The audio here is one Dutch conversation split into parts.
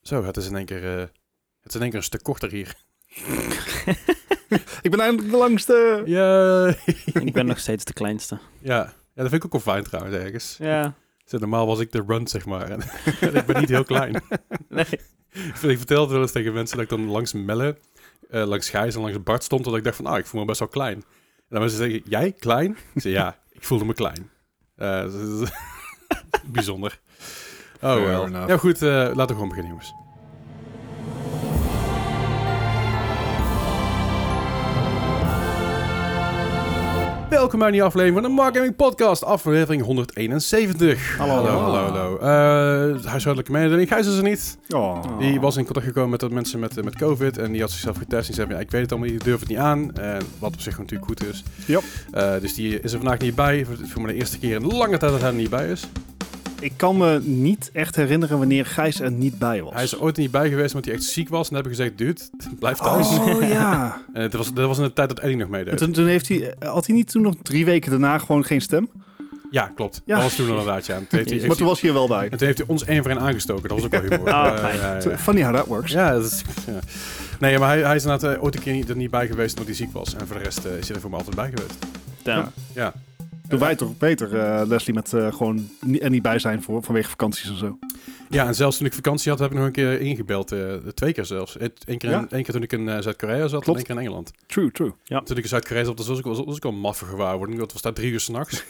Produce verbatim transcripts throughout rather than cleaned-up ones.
Zo, het is in één keer, uh, het is in één keer een stuk korter hier. Ik ben eigenlijk de langste. Ja. Ik ben nog steeds de kleinste. Ja. ja, dat vind ik ook wel fijn trouwens ergens. Ja. Zo, normaal was ik de runt, zeg maar. En ik ben niet heel klein. Nee. Ik vertelde wel eens tegen mensen dat ik dan langs Melle, uh, langs Gijs en langs Bart stond. Dat ik dacht van, ah, ik voel me best wel klein. En dan mensen zeggen, jij klein? Ik zei, ja, ik voelde me klein. Uh, bijzonder. Oh wel. Ja goed, uh, laten we gewoon beginnen, jongens. Welkom bij een nieuwe aflevering van de Mark Gaming Podcast, aflevering honderdeenenzeventig. Hallo, hallo, hallo. hallo. Uh, huishoudelijke mededeling, Gijs is er niet. Oh. Die was in contact gekomen met de mensen met, met COVID en die had zichzelf getest. En die zei, ja, ik weet het allemaal niet, ik durf het niet aan. Uh, wat op zich natuurlijk goed is. Yep. Uh, dus die is er vandaag niet bij. Voor, voor mijn eerste keer in lange tijd dat hij er niet bij is. Ik kan me niet echt herinneren wanneer Gijs er niet bij was. Hij is er ooit niet bij geweest omdat hij echt ziek was. En dan heb ik gezegd, dude, blijf thuis. Oh ja. En het was, dat was in de tijd dat Eddie nog meedeed. Toen, toen heeft hij, had hij niet toen nog drie weken daarna gewoon geen stem? Ja, klopt. Ja. Dat was toen inderdaad, ja. Toen heeft hij, heeft maar toen was hij er wel bij. En toen heeft hij ons één voor één aangestoken. Dat was ook wel humor. Oh, uh, ja, ja. Funny how that works. Ja, dat is... Ja. Nee, maar hij, hij is inderdaad uh, ooit een keer niet, er niet bij geweest omdat hij ziek was. En voor de rest uh, is hij er voor me altijd bij geweest. Ja. Ja. Doen wij toch beter, uh, Leslie, met uh, gewoon ni- er niet bij zijn voor, vanwege vakanties en zo. Ja, en zelfs toen ik vakantie had, heb ik nog een keer ingebeld. Uh, twee keer zelfs. Eén keer, Ja? keer toen ik in uh, Zuid-Korea zat en één keer in Engeland. True, true. Ja. Toen ik in Zuid-Korea zat, was ik, was, was ik al maffe gewaarwording. Dat was daar drie uur s'nachts.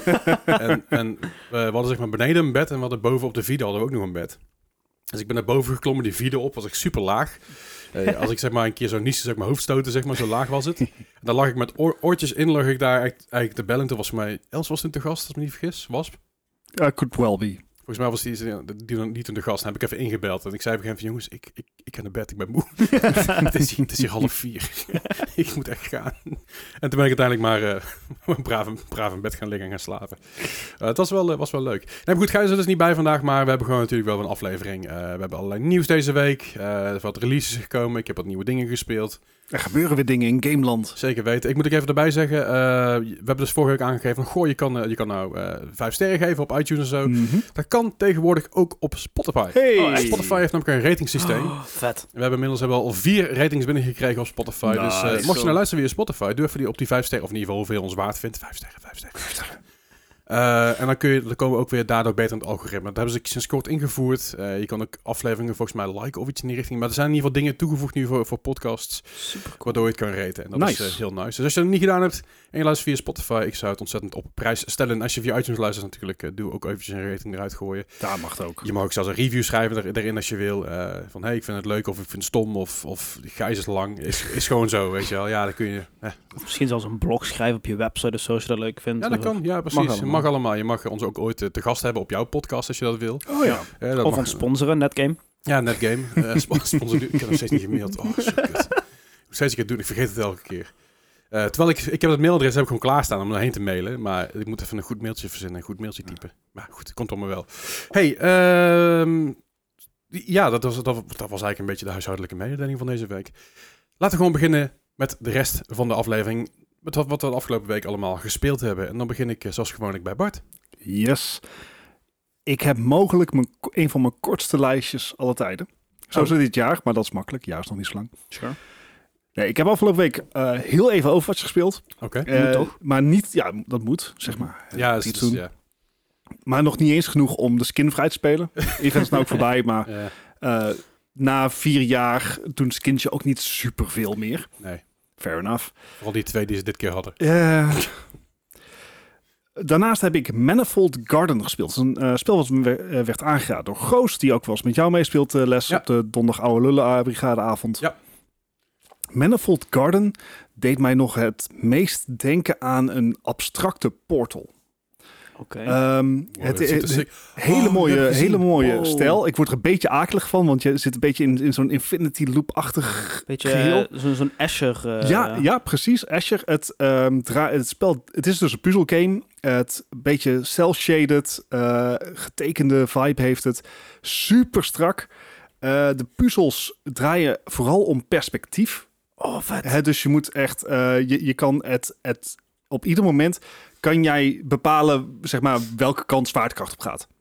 en en uh, we hadden zeg maar beneden een bed en we hadden boven op de vierde hadden we ook nog een bed. Dus ik ben naar boven geklommen, die vierde op, was ik super laag. Uh, als ik zeg maar een keer zo niezen, zeg maar hoofd stoten, zeg maar, zo laag was het. En dan lag ik met oor- oortjes in, lag ik daar eigenlijk, eigenlijk te bellen. Toen was voor mij, Els was toen te gast, als ik me niet vergis, Wasp. Uh, could well be. Volgens mij was die, die, die niet toen de gast. Dan heb ik even ingebeld. En ik zei op een gegeven moment, jongens, ik, ik, ik ga naar bed, ik ben moe. het, is hier, het is hier half vier. ik moet echt gaan. En toen ben ik uiteindelijk maar uh, braaf, braaf in bed gaan liggen en gaan slapen. Uh, het was wel, uh, was wel leuk. Nee, maar goed, Gijs er dus niet bij vandaag, maar we hebben gewoon natuurlijk wel een aflevering. Uh, we hebben allerlei nieuws deze week. Uh, er zijn wat releases gekomen. Ik heb wat nieuwe dingen gespeeld. Er gebeuren weer dingen in Gameland. Zeker weten. Ik moet ook even erbij zeggen, uh, we hebben dus vorige week aangegeven, goh, je kan, uh, je kan nou uh, vijf sterren geven op iTunes en zo. Mm-hmm. Dat kan tegenwoordig ook op Spotify. Hey. Oh, Spotify heeft namelijk een ratingsysteem. Oh, vet. We hebben inmiddels hebben we al vier ratings binnengekregen op Spotify. Nice. Dus uh, mocht je nou luisteren via Spotify, doe even die op die vijf sterren, of in ieder geval hoeveel ons waard vindt. Vijf sterren, vijf sterren, vijf sterren. Uh, en dan, kun je, dan komen we ook weer daardoor beter in het algoritme. Dat hebben ze sinds kort ingevoerd. Uh, je kan ook afleveringen volgens mij liken of iets in die richting. Maar er zijn in ieder geval dingen toegevoegd nu voor, voor podcasts. Supercool. Waardoor je het kan raten. En dat nice. is uh, heel nice. Dus als je dat niet gedaan hebt en je luistert via Spotify, ik zou het ontzettend op prijs stellen. En als je via iTunes luistert natuurlijk, uh, doe ook eventjes een rating eruit gooien. Daar mag het ook. Je mag ook zelfs een review schrijven er, erin als je wil. Uh, van hey, ik vind het leuk of ik vind het stom of, of Gijs is lang. Is, is gewoon zo, weet je wel. Ja, dan kun je... Eh. Misschien zelfs een blog schrijven op je website of zo, als je dat leuk vindt. Ja, dat kan. Ja, precies. Mag allemaal. Mag allemaal. Je mag ons ook ooit uh, te gast hebben op jouw podcast als je dat wil. Oh ja. Uh, dat of mag, ons sponsoren, Netgame. Ja, Netgame. Uh, sponsor, ik heb nog steeds niet gemaild. Oh, zo kut. Hoe steeds ik het doen, ik vergeet het elke keer. Uh, terwijl ik, ik heb het mailadres heb ik gewoon klaarstaan om erheen te mailen. Maar ik moet even een goed mailtje verzinnen, een goed mailtje typen. Maar goed, het komt allemaal wel. Hey, uh, ja, dat was, dat, dat was eigenlijk een beetje de huishoudelijke mededeling van deze week. Laten we gewoon beginnen met de rest van de aflevering. Met wat, wat we de afgelopen week allemaal gespeeld hebben. En dan begin ik zoals gewoonlijk bij Bart. Yes. Ik heb mogelijk mijn, een van mijn kortste lijstjes alle tijden. Zo is het dit jaar, maar dat is makkelijk. Ja, is nog niet zo lang. Sure. Nee, ik heb afgelopen week uh, heel even Overwatch gespeeld. Oké. Okay. Uh, moet toch? Maar niet, ja, dat moet, zeg maar. Ja, dat is, ja. Maar nog niet eens genoeg om de skin vrij te spelen. Event is nou ook voorbij, maar Ja. uh, na vier jaar toen skintje ook niet superveel meer. Nee. Fair enough. Vooral die twee die ze dit keer hadden. Uh, daarnaast heb ik Manifold Garden gespeeld. Dat is een uh, spel wat me uh, werd aangeraden door Goos, die ook wel eens met jou meespeelt, uh, Les, ja. op de donderdag oude lullen brigadeavond. Ja. Manifold Garden deed mij nog het meest denken aan een abstracte Portal. Oké. Okay. Um, wow, het, het, het, het hele oh, mooie, hele mooie oh. stijl. Ik word er een beetje akelig van, want je zit een beetje in, in zo'n Infinity Loop-achtig beetje geheel. Uh, zo, zo'n Asher. Uh, ja, ja, precies. Asher. Het, um, dra- het spel, het is dus een puzzelgame. Het een beetje cel-shaded, uh, getekende vibe heeft het. Super strak. Uh, de puzzels draaien vooral om perspectief. Oh, vet. He, dus je moet echt, uh, je, je kan het, het op ieder moment kan jij bepalen, zeg maar, welke kant zwaartekracht op gaat.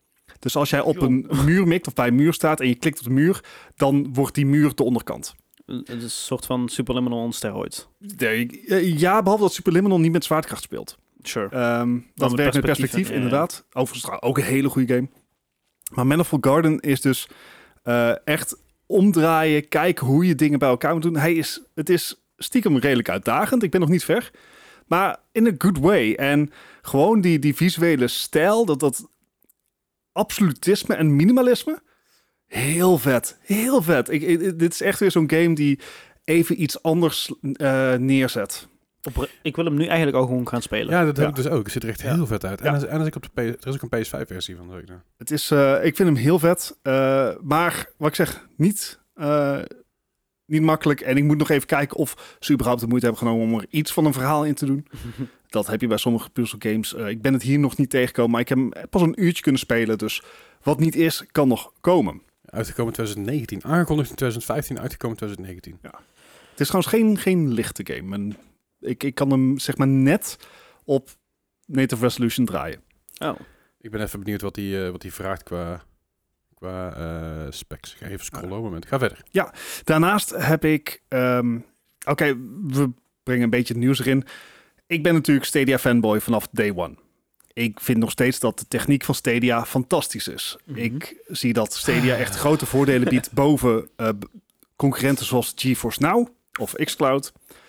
Dus als jij op een muur mikt of bij een muur staat en je klikt op de muur, dan wordt die muur de onderkant. Het is een soort van Superliminal on steroids. Nee, eh, ja, behalve dat Superliminal niet met zwaartekracht speelt. Sure. Um, dat met werkt met perspectief perspectief, en- ja, inderdaad. Overigens ook een hele goede game. Maar Manifold Garden is dus uh, echt omdraaien, kijken hoe je dingen bij elkaar moet doen. Hij is, het is stiekem redelijk uitdagend. Ik ben nog niet ver. Maar in a good way. En gewoon die, die visuele stijl, dat, dat absolutisme en minimalisme. Heel vet. Heel vet. Ik, ik- dit is echt weer zo'n game die even iets anders uh, neerzet. Op, ik wil hem nu eigenlijk ook gewoon gaan spelen. Ja, dat heb Ja. ik dus ook. Het ziet er echt Ja. heel vet uit. En, Ja. als, en als ik op de P S, er is ook een P S vijf versie van. Weet ik nou. Het is, uh, ik vind hem heel vet. Uh, maar wat ik zeg, niet, uh, niet makkelijk. En ik moet nog even kijken of ze überhaupt de moeite hebben genomen om er iets van een verhaal in te doen. Dat heb je bij sommige puzzle games. Uh, ik ben het hier nog niet tegengekomen, maar ik heb hem pas een uurtje kunnen spelen. Dus wat niet is, kan nog komen. Uitgekomen in twintig negentien. Aangekondigd in twintig vijftien. Uitgekomen in twintig negentien. Het is trouwens geen, geen lichte game. En ik, ik kan hem zeg maar net op native resolution draaien. Oh. Ik ben even benieuwd wat hij uh, wat hij vraagt qua, qua uh, specs. Ik ga even scrollen op een moment. Ga verder. Daarnaast heb ik... Um, Oké, okay, we brengen een beetje het nieuws erin. Ik ben natuurlijk Stadia fanboy vanaf day one. Ik vind nog steeds dat de techniek van Stadia fantastisch is. Mhm. Ik zie dat Stadia echt grote voordelen biedt boven uh, concurrenten zoals GeForce Now of xCloud.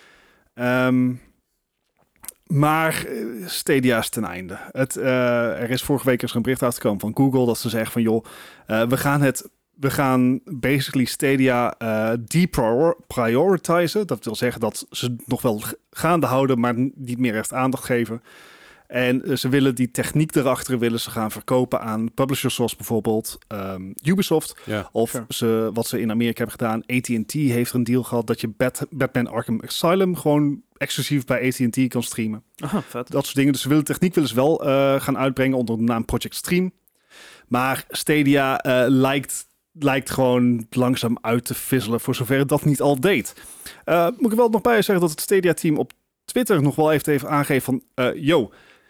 Um, maar uh, Stadia is ten einde. Het, uh, er is vorige week eens een bericht uitgekomen van Google dat ze zeggen van joh, uh, we gaan het We gaan basically Stadia uh, deprioritizen. Dat wil zeggen dat ze het nog wel gaande houden, maar niet meer echt aandacht geven. En uh, ze willen die techniek erachter willen ze gaan verkopen aan publishers zoals bijvoorbeeld um, Ubisoft. Ja. Of Sure. ze, wat ze in Amerika hebben gedaan. A T en T heeft er een deal gehad dat je Bat- Batman Arkham Asylum gewoon exclusief bij A T en T kan streamen. Aha, vet. Dat soort dingen. Dus ze willen techniek willen ze wel uh, gaan uitbrengen onder de naam Project Stream. Maar Stadia uh, lijkt... lijkt gewoon langzaam uit te visselen, voor zover het dat niet al deed. Uh, moet ik wel nog bij zeggen dat het Stadia-team op Twitter nog wel heeft even aangegeven van... Uh, yo,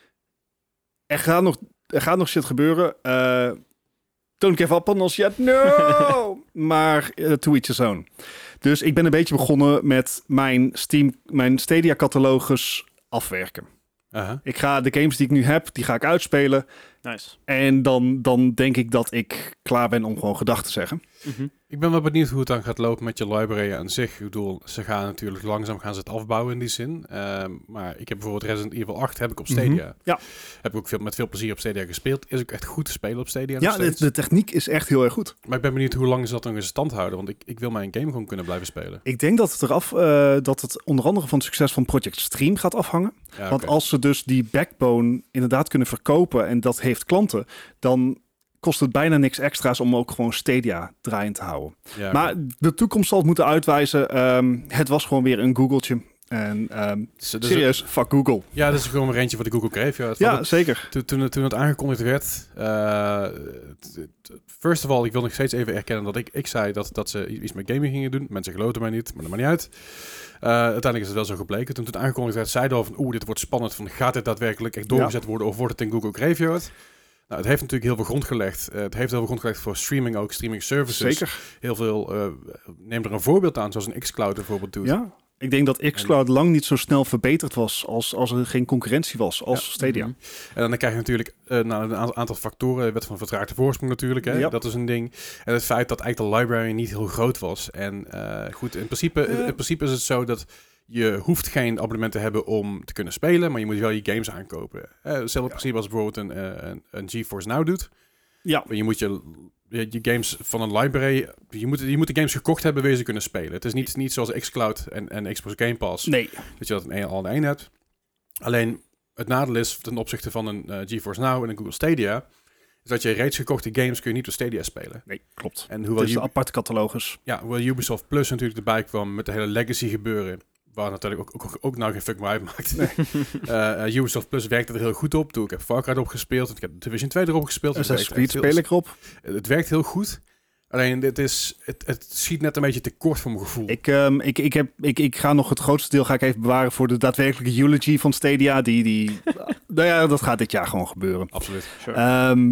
er gaat nog, er gaat nog shit gebeuren. Uh, don't give up on us yet, no! Maar uh, to each his own. Dus ik ben een beetje begonnen met mijn Steam, mijn Stadia-catalogus afwerken. Aha. Ik ga de games die ik nu heb, die ga ik uitspelen. Nice. En dan, dan denk ik dat ik klaar ben om gewoon gedag te zeggen. Mhm. Ik ben wel benieuwd hoe het dan gaat lopen met je library aan zich. Ik bedoel, ze gaan natuurlijk langzaam gaan ze het afbouwen in die zin. Um, maar ik heb bijvoorbeeld Resident Evil acht heb ik op Stadia. Mm-hmm. Ja. Heb ik ook veel, met veel plezier op Stadia gespeeld. Is ook echt goed te spelen op Stadia. Ja, nog de, steeds. de techniek is echt heel erg goed. Maar ik ben benieuwd hoe lang ze dat nog in stand houden. Want ik, ik wil mijn game gewoon kunnen blijven spelen. Ik denk dat het eraf, uh, dat het onder andere van het succes van Project Stream gaat afhangen. Ja, Want oké. als ze dus die backbone inderdaad kunnen verkopen en dat heeft klanten, dan kost het bijna niks extra's om ook gewoon Stadia draaiend te houden. Ja, Maar oké. de toekomst zal het moeten uitwijzen. Um, het was gewoon weer een Googeltje. En um, Dus- dus- serieus, fuck Google. Ja, dat is gewoon weer eentje wat de Google kreeg. Ja, het Ja, vond het- zeker. toen, toen, het- toen het aangekondigd werd, uh, t- t- first of all, ik wil nog steeds even erkennen dat ik, ik zei dat, dat ze iets met gaming gingen doen. Mensen geloofden mij niet, maar dat maakt niet uit. Uh, uiteindelijk is het wel zo gebleken. Toen het aangekondigd werd, zeiden we al van, oeh, dit wordt spannend. Van, gaat dit daadwerkelijk echt doorgezet worden of wordt het in Google Graveyard? Nou, het heeft natuurlijk heel veel grond gelegd. Uh, het heeft heel veel grond gelegd voor streaming ook, streaming services. Zeker. Heel veel, uh, neem er een voorbeeld aan, zoals een xCloud bijvoorbeeld doet. Ja. Ik denk dat xCloud lang niet zo snel verbeterd was als, als er geen concurrentie was als Ja. Stadia. Mhm. En dan krijg je natuurlijk uh, nou, een aantal, aantal factoren. Wet van vertraagde voorsprong natuurlijk. Hè? Ja. Dat is een ding. En het feit dat eigenlijk de library niet heel groot was. En uh, goed, in principe, Ja. in principe is het zo dat je hoeft geen abonnement te hebben om te kunnen spelen. Maar je moet wel je games aankopen. Uh, hetzelfde Ja. principe als bijvoorbeeld een, uh, een, een GeForce Now doet. Ja. Je moet je, je, je games van een library... Je moet, je moet de games gekocht hebben, wil je ze kunnen spelen. Het is niet, niet zoals xCloud en, en Xbox Game Pass. Nee. Dat je dat in één, al in één hebt. Alleen het nadeel is ten opzichte van een uh, GeForce Now en een Google Stadia, is dat je reeds gekochte games kun je niet op Stadia spelen. Nee, klopt. En Het hoewel, is een Ubi- aparte catalogus. ja, hoewel Ubisoft Plus natuurlijk erbij kwam met de hele legacy gebeuren, waar natuurlijk ook, ook, ook nou geen fuck meer uitmaakt. Nee. uh, uh, Ubisoft Plus werkte er heel goed op. Toen ik heb Far Cry opgespeeld, ik heb Division twee erop gespeeld. Het Assassin's werkt Creed echt speel heel- ik erop. Het werkt heel goed. Alleen dit is, het, het schiet net een beetje tekort voor mijn gevoel. Ik, um, ik, ik, heb, ik, ik ga nog het grootste deel ga ik even bewaren voor de daadwerkelijke eulogy van Stadia. Die, die, nou ja, dat gaat dit jaar gewoon gebeuren. Absoluut. Sure. Um,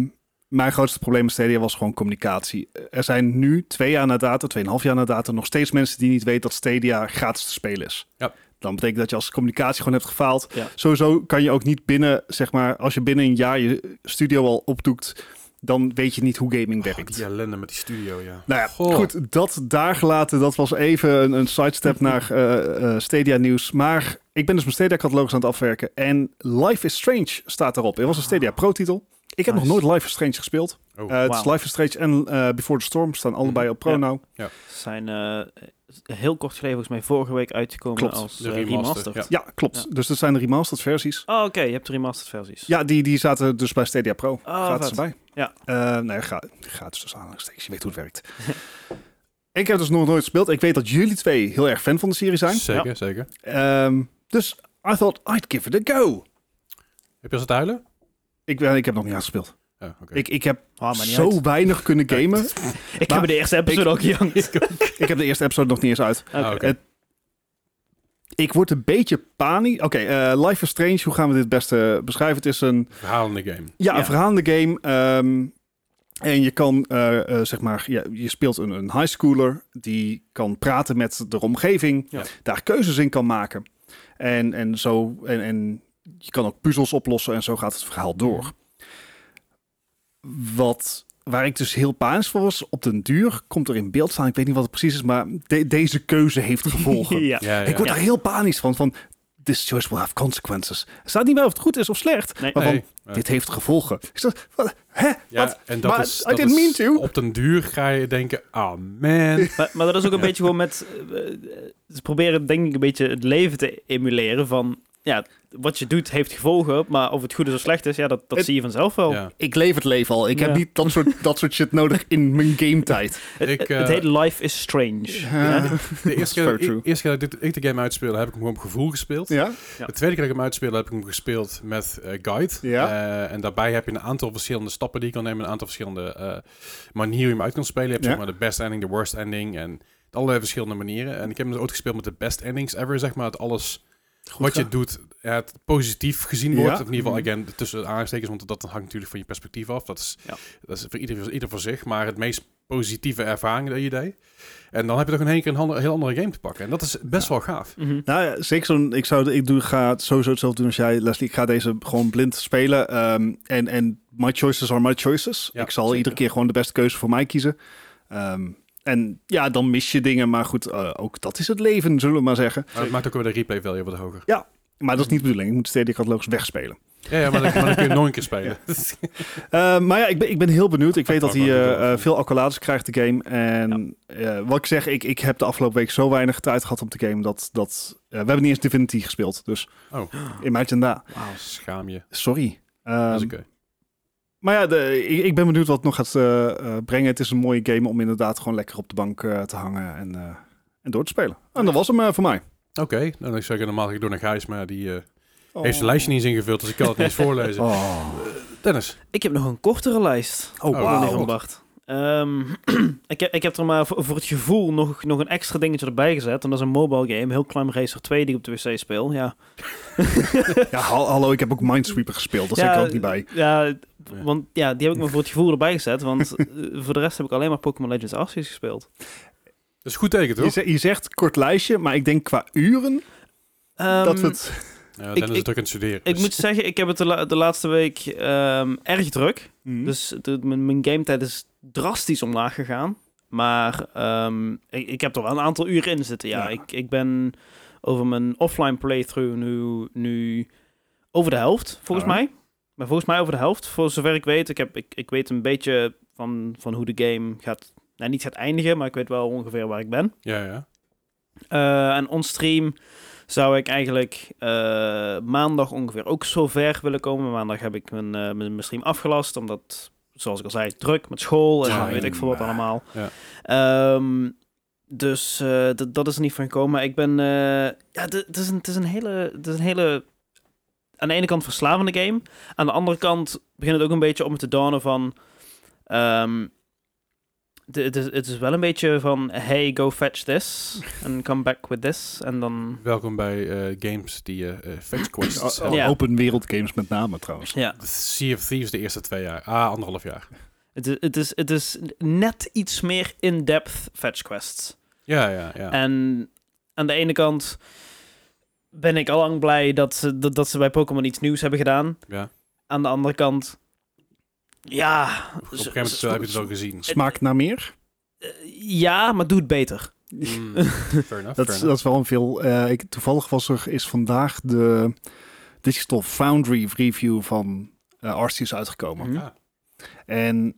Mijn grootste probleem met Stadia was gewoon communicatie. Er zijn nu twee jaar na dato, tweeënhalf jaar na dato, nog steeds mensen die niet weten dat Stadia gratis te spelen is. Ja. Dan betekent dat je als communicatie gewoon hebt gefaald. Ja. Sowieso kan je ook niet binnen, zeg maar, als je binnen een jaar je studio al opdoekt, dan weet je niet hoe gaming Oh, werkt. die ellende met die studio, ja. Nou ja, Goh. goed, dat daar gelaten, dat was even een, een sidestep naar uh, uh, Stadia nieuws. Maar ik ben dus mijn Stadia catalogus aan het afwerken en Life is Strange staat erop. Het was een Stadia Pro titel. Ik heb Nice. nog nooit Life is Strange gespeeld. Oh. Uh, het is Wauw. Life is Strange en uh, Before the Storm staan allebei op Pro Ja. nou. Ze zijn uh, heel kort geleden, volgens mij vorige week uitgekomen Klopt. als De uh, remaster, remastered. ja. Ja, klopt. Ja. Dus dat zijn de remastered versies. Oh, oké, je hebt de remastered versies. Ja, die, die zaten dus bij Stadia Pro. Oh, Gratis vet. erbij. Ja. Uh, nee, gra gratis dus aanhalingstekens. Je weet hoe het werkt. Ik heb dus nog nooit gespeeld. Ik weet dat jullie twee heel erg fan van de serie zijn. Zeker, Ja. zeker. Um, dus I thought I'd give it a go. Heb je als het huilen? Ik, ben, ik heb nog niet aangespeeld. Oh, oké. Ik, ik heb Oh, maar niet zo uit. weinig kunnen gamen. Ik maar heb de eerste episode ook gejankt. Ik heb de eerste episode nog niet eens uit. Ah, oké. Het- Ik word een beetje panisch. Oké, okay, uh, Life is Strange. Hoe gaan we dit het beste beschrijven? Het is een, Verhalende game. ja, een Ja. verhalende game. Um, en je kan, uh, uh, zeg maar, ja, je speelt een, een high schooler die kan praten met de omgeving. Ja. Daar keuzes in kan maken. En, en zo, en, en je kan ook puzzels oplossen en zo gaat het verhaal door. Wat, waar ik dus heel panisch voor was, op den duur komt er in beeld staan, ik weet niet wat het precies is, maar de- deze keuze heeft gevolgen. ja. Ja, ja. Ik word Ja. daar heel panisch van, van this choice will have consequences. Er staat niet bij of het goed is of slecht, Nee. maar van, Nee, ja. dit heeft gevolgen. Ik zeg, wat, hè? Ja, Wat? en dat Maar is, I dat didn't is- mean to. Op den duur ga je denken, oh man. Maar, maar dat is ook een beetje gewoon met... uh, uh, ze proberen denk ik een beetje het leven te emuleren van... Ja, wat je doet heeft gevolgen, maar of het goed is of slecht is, ja, dat, dat Het- zie je vanzelf wel. Ja. Ik leef het leven al. Ik Ja. heb niet dat soort, dat soort shit nodig in mijn game tijd. Het, Ik, het- uh, het heet Life is Strange. Ja. De eerste very keer, true. e- eerste keer dat ik, dit- ik de game uitspeelde, heb ik hem gewoon op gevoel gespeeld. Ja? Ja. De tweede keer dat ik hem uitspeelde, heb ik hem gespeeld met eh, Guide. Ja. Eh, en daarbij heb je een aantal verschillende stappen die je kan nemen. Een aantal verschillende eh, manieren hoe je hem uit kan spelen. Je hebt Ja. zeg maar de best ending, de worst ending. En allerlei verschillende manieren. En ik heb hem dus ooit gespeeld met de best endings ever, zeg maar. Het alles Goed wat je ga- doet, ja, het positief gezien wordt. Ja. Of in ieder geval, Mhm. again, tussen de aanstekens, want dat hangt natuurlijk van je perspectief af. Dat is, Ja. dat is voor ieder, ieder voor zich. Maar het meest positieve ervaring dat je deed. En dan heb je toch in één keer een ander- heel andere game te pakken. En dat is best wel gaaf. Mhm. Nou ja, zeker zo'n... Ik, zou, ik doe, ga het sowieso hetzelfde doen als jij, Leslie. Ik ga deze gewoon blind spelen. Um, en, en my choices are my choices. Ja, ik zal zeker. iedere keer gewoon de beste keuze voor mij kiezen. Um, en ja, dan mis je dingen. Maar goed, uh, ook dat is het leven, zullen we maar zeggen. Maar het maakt ook weer de replay value wat hoger. Maar dat is niet de bedoeling. Ik moet Stadia catalogus wegspelen. Ja, ja maar, dan, maar dan kun je nog een keer spelen. Uh, maar ja, ik ben, ik ben heel benieuwd. Ik weet dat hij ook wel uh, doen. uh, veel accolades krijgt, de game. En uh, wat ik zeg, ik, ik heb de afgelopen week zo weinig tijd gehad om te gamen dat... dat uh, we hebben niet eens Divinity gespeeld. Dus Oh. imagine that. Wauw. Schaam je. Sorry. Dat is Um, oké. Maar ja, de, ik, ik ben benieuwd wat het nog gaat uh, uh, brengen. Het is een mooie game om inderdaad gewoon lekker op de bank uh, te hangen en, uh, en door te spelen. En dat was hem uh, voor mij. Oké, dan zou ik zeggen, normaal ga ik door naar Gijs, maar die uh, Oh. heeft zijn lijstje niet eens ingevuld, dus ik kan het niet eens voorlezen. Oh, Dennis. Ik heb nog een kortere lijst. oh Oh, Wow. wow. Van Bart. Ehm, ik, heb, ik heb er maar voor, voor het gevoel nog, nog een extra dingetje erbij gezet. En dat is een mobile game. Heel Climb Racer twee die ik op de wc speel. Ja, Ja, hal- hallo, ik heb ook Minesweeper gespeeld. Dat zit Ja, er ook niet bij. ja, want ja, die heb ik me voor het gevoel erbij gezet. Want eh, voor de rest heb ik alleen maar Pokémon Legends Arceus gespeeld. Dat is een goed teken, Je, toch? zegt, je zegt kort lijstje, maar ik denk qua uren Ehm, dat we het... Ja, ik- Dennis is ik- druk aan het studeren. Ik dus- moet zeggen, ik heb het de, la- de laatste week ehm, erg druk. Mhm. Dus de, mijn, mijn gametijd is drastisch omlaag gegaan. Maar ehm, ik, ik heb er wel een aantal uren in zitten. Ja, Ja. Ik, ik ben over mijn offline playthrough nu, nu over de helft, volgens Ah. mij. Maar volgens mij over de helft, voor zover ik weet. Ik, heb, ik, ik weet een beetje van, van hoe de game gaat... Nou, niet gaat eindigen, maar ik weet wel ongeveer waar ik ben. Ja, ja. Uh, en onstream zou ik eigenlijk uh, maandag ongeveer ook zo ver willen komen. Maandag heb ik mijn, uh, mijn, mijn stream afgelast, omdat, zoals ik al zei, druk met school en Time. weet ik veel wat allemaal. Ja. Um, dus uh, d- dat is er niet van gekomen. Maar ik ben... Uh, ja, het is een, het is een hele... Het is een hele aan de ene kant verslavende game. Aan de andere kant begint het ook een beetje om te dawnen van... Um, Het het is, het is wel een beetje van, hey, go fetch this and come back with this. En dan... Welkom bij uh, games die uh, fetch quests Oh, Ja. Open wereld games met name trouwens. Ja, Sea of Thieves de eerste twee jaar. Ah, anderhalf jaar. het is, het is, het is net iets meer in-depth fetch quests. Ja, ja, ja. En aan de ene kant ben ik al lang blij dat ze, dat, dat ze bij Pokémon iets nieuws hebben gedaan. ja. Aan de andere kant, ja... Op een gegeven moment heb je het wel gezien. Smaakt naar meer? Uh, ja, maar doe het beter. Mm, fair enough, Dat, fair is- enough. dat is wel een veel. eh, ik, toevallig was er is vandaag de Digital Foundry review van eh Arceus uitgekomen. Mhm. Ja. En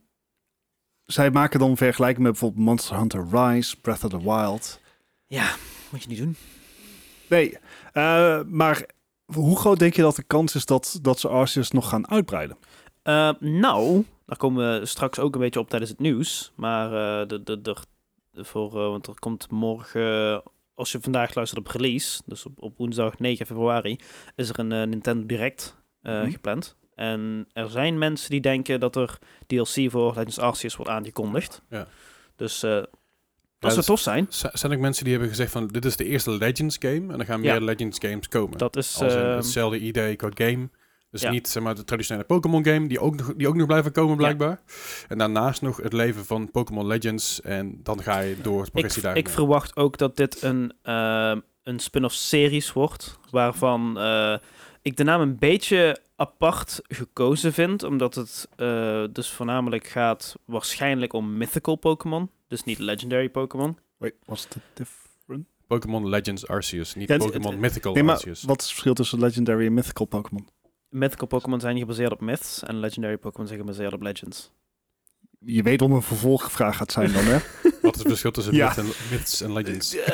zij maken dan vergelijking met bijvoorbeeld Monster Hunter Rise, Breath of the Wild. Ja, moet je niet doen. Nee, eh, maar hoe groot denk je dat de kans is dat, dat ze Arceus nog gaan uitbreiden? Uh, nou, daar komen we straks ook een beetje op tijdens het nieuws. Maar uh, de, de, de, de voor, uh, want er komt morgen, als je vandaag luistert op release, dus op, op woensdag negen februari, is er een uh, Nintendo Direct uh, Mhm. gepland. En er zijn mensen die denken dat er D L C voor Legends Arceus wordt aangekondigd. Ja. Dus uh, dat dat zou is- tof zijn. Z- zijn ook mensen die hebben gezegd van dit is de eerste Legends game en er gaan meer Ja. Legends games komen. Dat is... Als in uh, hetzelfde idee qua game. Dus ja. niet zeg maar de traditionele Pokémon game die ook nog, die ook nog blijven komen blijkbaar. En daarnaast nog het leven van Pokémon Legends en dan ga je door het progressie ik, daarin. ik verwacht ook dat dit een, uh, een spin-off series wordt, waarvan uh, ik de naam een beetje apart gekozen vind, omdat het uh, dus voornamelijk gaat waarschijnlijk om mythical Pokémon, dus niet legendary Pokémon. Wait, what's the difference? Pokémon Legends Arceus, niet Ja, het- Pokémon het- Mythical Nee, maar Arceus. wat is het verschil tussen Legendary en Mythical Pokémon? Mythical Pokémon zijn gebaseerd op myths en legendary Pokémon zijn gebaseerd op legends. Je weet wat een vervolgvraag gaat zijn dan, hè? Wat is het verschil tussen Ja. myth en, myths en legends? Uh,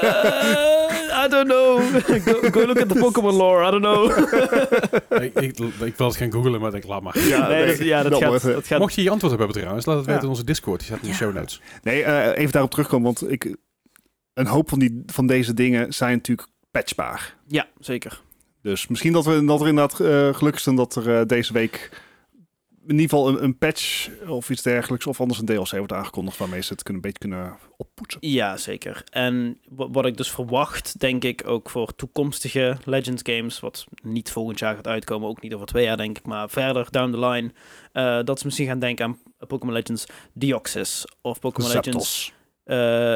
I don't know. go, go look at the Pokémon lore. I don't know. ik, ik, ik wil het gaan googlen, maar ik denk, laat maar. Ja, nee, nee, dat, ja, dat, dat gaat, wordt, eh, dat gaat... Mocht je je antwoord hebben trouwens, laat het weten Ja. in onze Discord. Die staat in de Ja. show notes. Nee, eh, even daarop terugkomen, want ik, een hoop van, die, van deze dingen zijn natuurlijk patchbaar. Ja, zeker. Dus misschien dat, we, dat er inderdaad uh, gelukkig is dat er uh, deze week in ieder geval een, een patch of iets dergelijks of anders een D L C wordt aangekondigd waarmee ze het kunnen, een beetje kunnen oppoetsen. Ja, zeker. En wa- wat ik dus verwacht, denk ik, ook voor toekomstige Legends games, wat niet volgend jaar gaat uitkomen, ook niet over twee jaar, denk ik, maar verder down the line, uh, dat ze misschien gaan denken aan Pokémon Legends Deoxys of Pokémon Legends uh,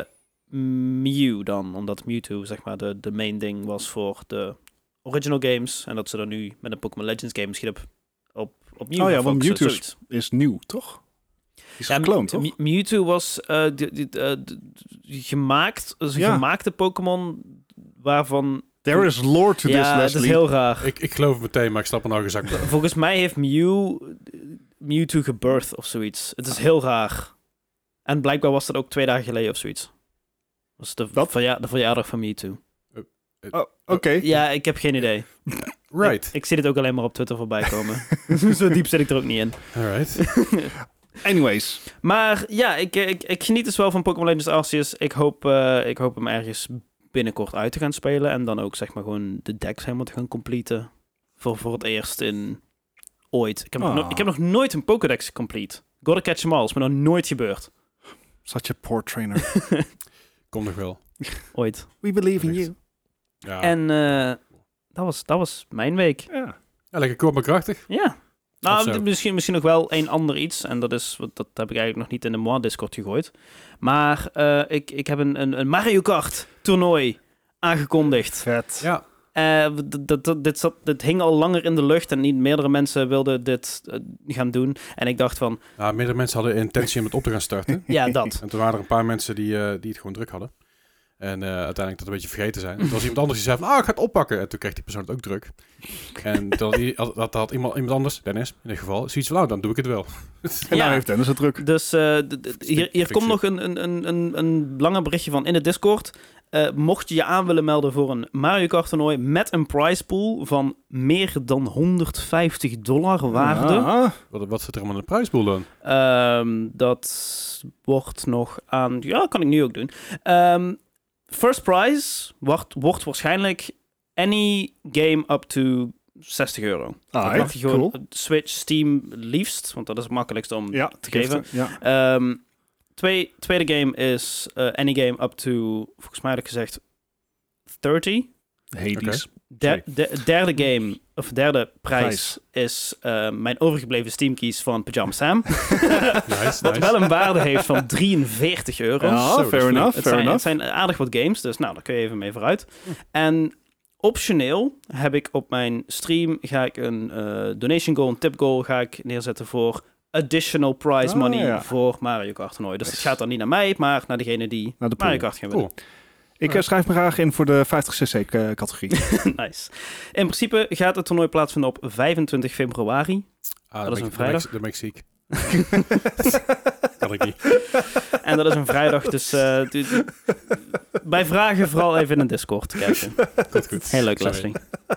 Mew dan, omdat Mewtwo, zeg maar, de, de main ding was voor de original games en dat ze dan nu met een Pokémon Legends game misschien op, op, op Mew Oh ja, gaan want focussen, Mewtwo zoiets. is nieuw, toch? Die is Ja, gekloond, M- toch? M- Mewtwo was uh, die, die, uh, d- gemaakt, dus een Ja. gemaakte Pokémon waarvan... There is lore to ja, this, het Leslie. is heel raar. Ik, ik geloof het meteen, maar ik snap er nou gezakt bij. Volgens mij heeft Mew Mewtwo gebirth of zoiets. Het is heel raar. En blijkbaar was dat ook twee dagen geleden of zoiets. Was de, Wat? verja- de verjaardag van Mewtwo. Oh, oké. Ja, ik heb geen idee. Right. Ik, ik zie dit ook alleen maar op Twitter voorbij komen. Zo diep zit ik er ook niet in. Alright. Anyways. Maar ja, ik, ik, ik geniet dus wel van Pokémon Legends Arceus. Ik hoop, uh, ik hoop hem ergens binnenkort uit te gaan spelen. En dan ook zeg maar gewoon de decks helemaal te gaan completen. Voor, voor het eerst in ooit. Ik heb, nog, Ah. no- ik heb nog nooit een Pokédex complete. Gotta catch them all. Is me nog nooit gebeurd. Such a poor trainer. Kom nog wel. Ooit. We believe in Echt. you. Ja. En uh, dat, was, dat was mijn week. Ja. ja, lekker kort maar krachtig. Ja. Of Nou, zo. d- misschien, misschien nog wel een ander iets. En dat is, wat- dat heb ik eigenlijk nog niet in de Moi Discord gegooid. Maar uh, ik, ik heb een, een, een Mario Kart toernooi aangekondigd. Vet. Ja. Uh, d- d- d- dit, zat, dit hing al langer in de lucht en niet meerdere mensen wilden dit uh, gaan doen. En ik dacht van, Nou, meerdere mensen hadden intentie om het op te gaan starten. ja, dat. En toen waren er een paar mensen die, uh, die het gewoon druk hadden. En uh, uiteindelijk dat een beetje vergeten zijn. Toen was iemand anders die zei van, ah, ik ga het oppakken. En toen kreeg die persoon het ook druk. En toen had, had, had, had iemand, iemand anders, Dennis in dit geval, zoiets van, nou, dan doe ik het wel. En Ja. nou heeft Dennis het druk. Dus uh, d- d- hier, hier komt nog een, een, een, een, een langer berichtje van in de Discord. Uh, mocht je je aan willen melden voor een Mario Kart toernooi met een prize pool van meer dan honderdvijftig dollar waarde. Ja. Wat, wat zit er allemaal in de prijspool dan? Um, dat wordt nog aan... Ja, dat kan ik nu ook doen. Um, first prize wordt, wordt waarschijnlijk any game up to zestig euro. Ah, Dat ja, mag je gewoon cool. Switch, Steam liefst, want dat is het makkelijkst om Ja, te geven. giften, Ja. Um, twee, tweede game is uh, any game up to, volgens mij had ik gezegd, dertig. Hades. Okay. Der, de, derde game, of derde prijs, prijs. is uh, mijn overgebleven Steam keys van Pyjama Sam. nice, Wat nice. wel een waarde heeft van drieënveertig euro. Ja, Zo, fair enough. Het fair zijn, enough. het zijn aardig wat games, dus nou, daar kun je even mee vooruit. Hm. En optioneel heb ik op mijn stream, ga ik een uh, donation goal, een tip goal ga ik neerzetten voor additional prize oh, money ja. voor Mario Kart toernooi. Dus het gaat dan niet naar mij, maar naar degene die naar de Mario Kart gaan winnen. Cool. Ik uh, schrijf me graag in voor de vijftig cc uh, categorie. Nice. In principe gaat het toernooi plaatsvinden op vijfentwintig februari. Ah, dat is een vrijdag. Dat ben ik ziek. Kan ik niet. En dat is een vrijdag, dus uh, d- d- bij vragen vooral even in een Discord kijken. Goed, goed. Heel leuk, Sorry. Leslie.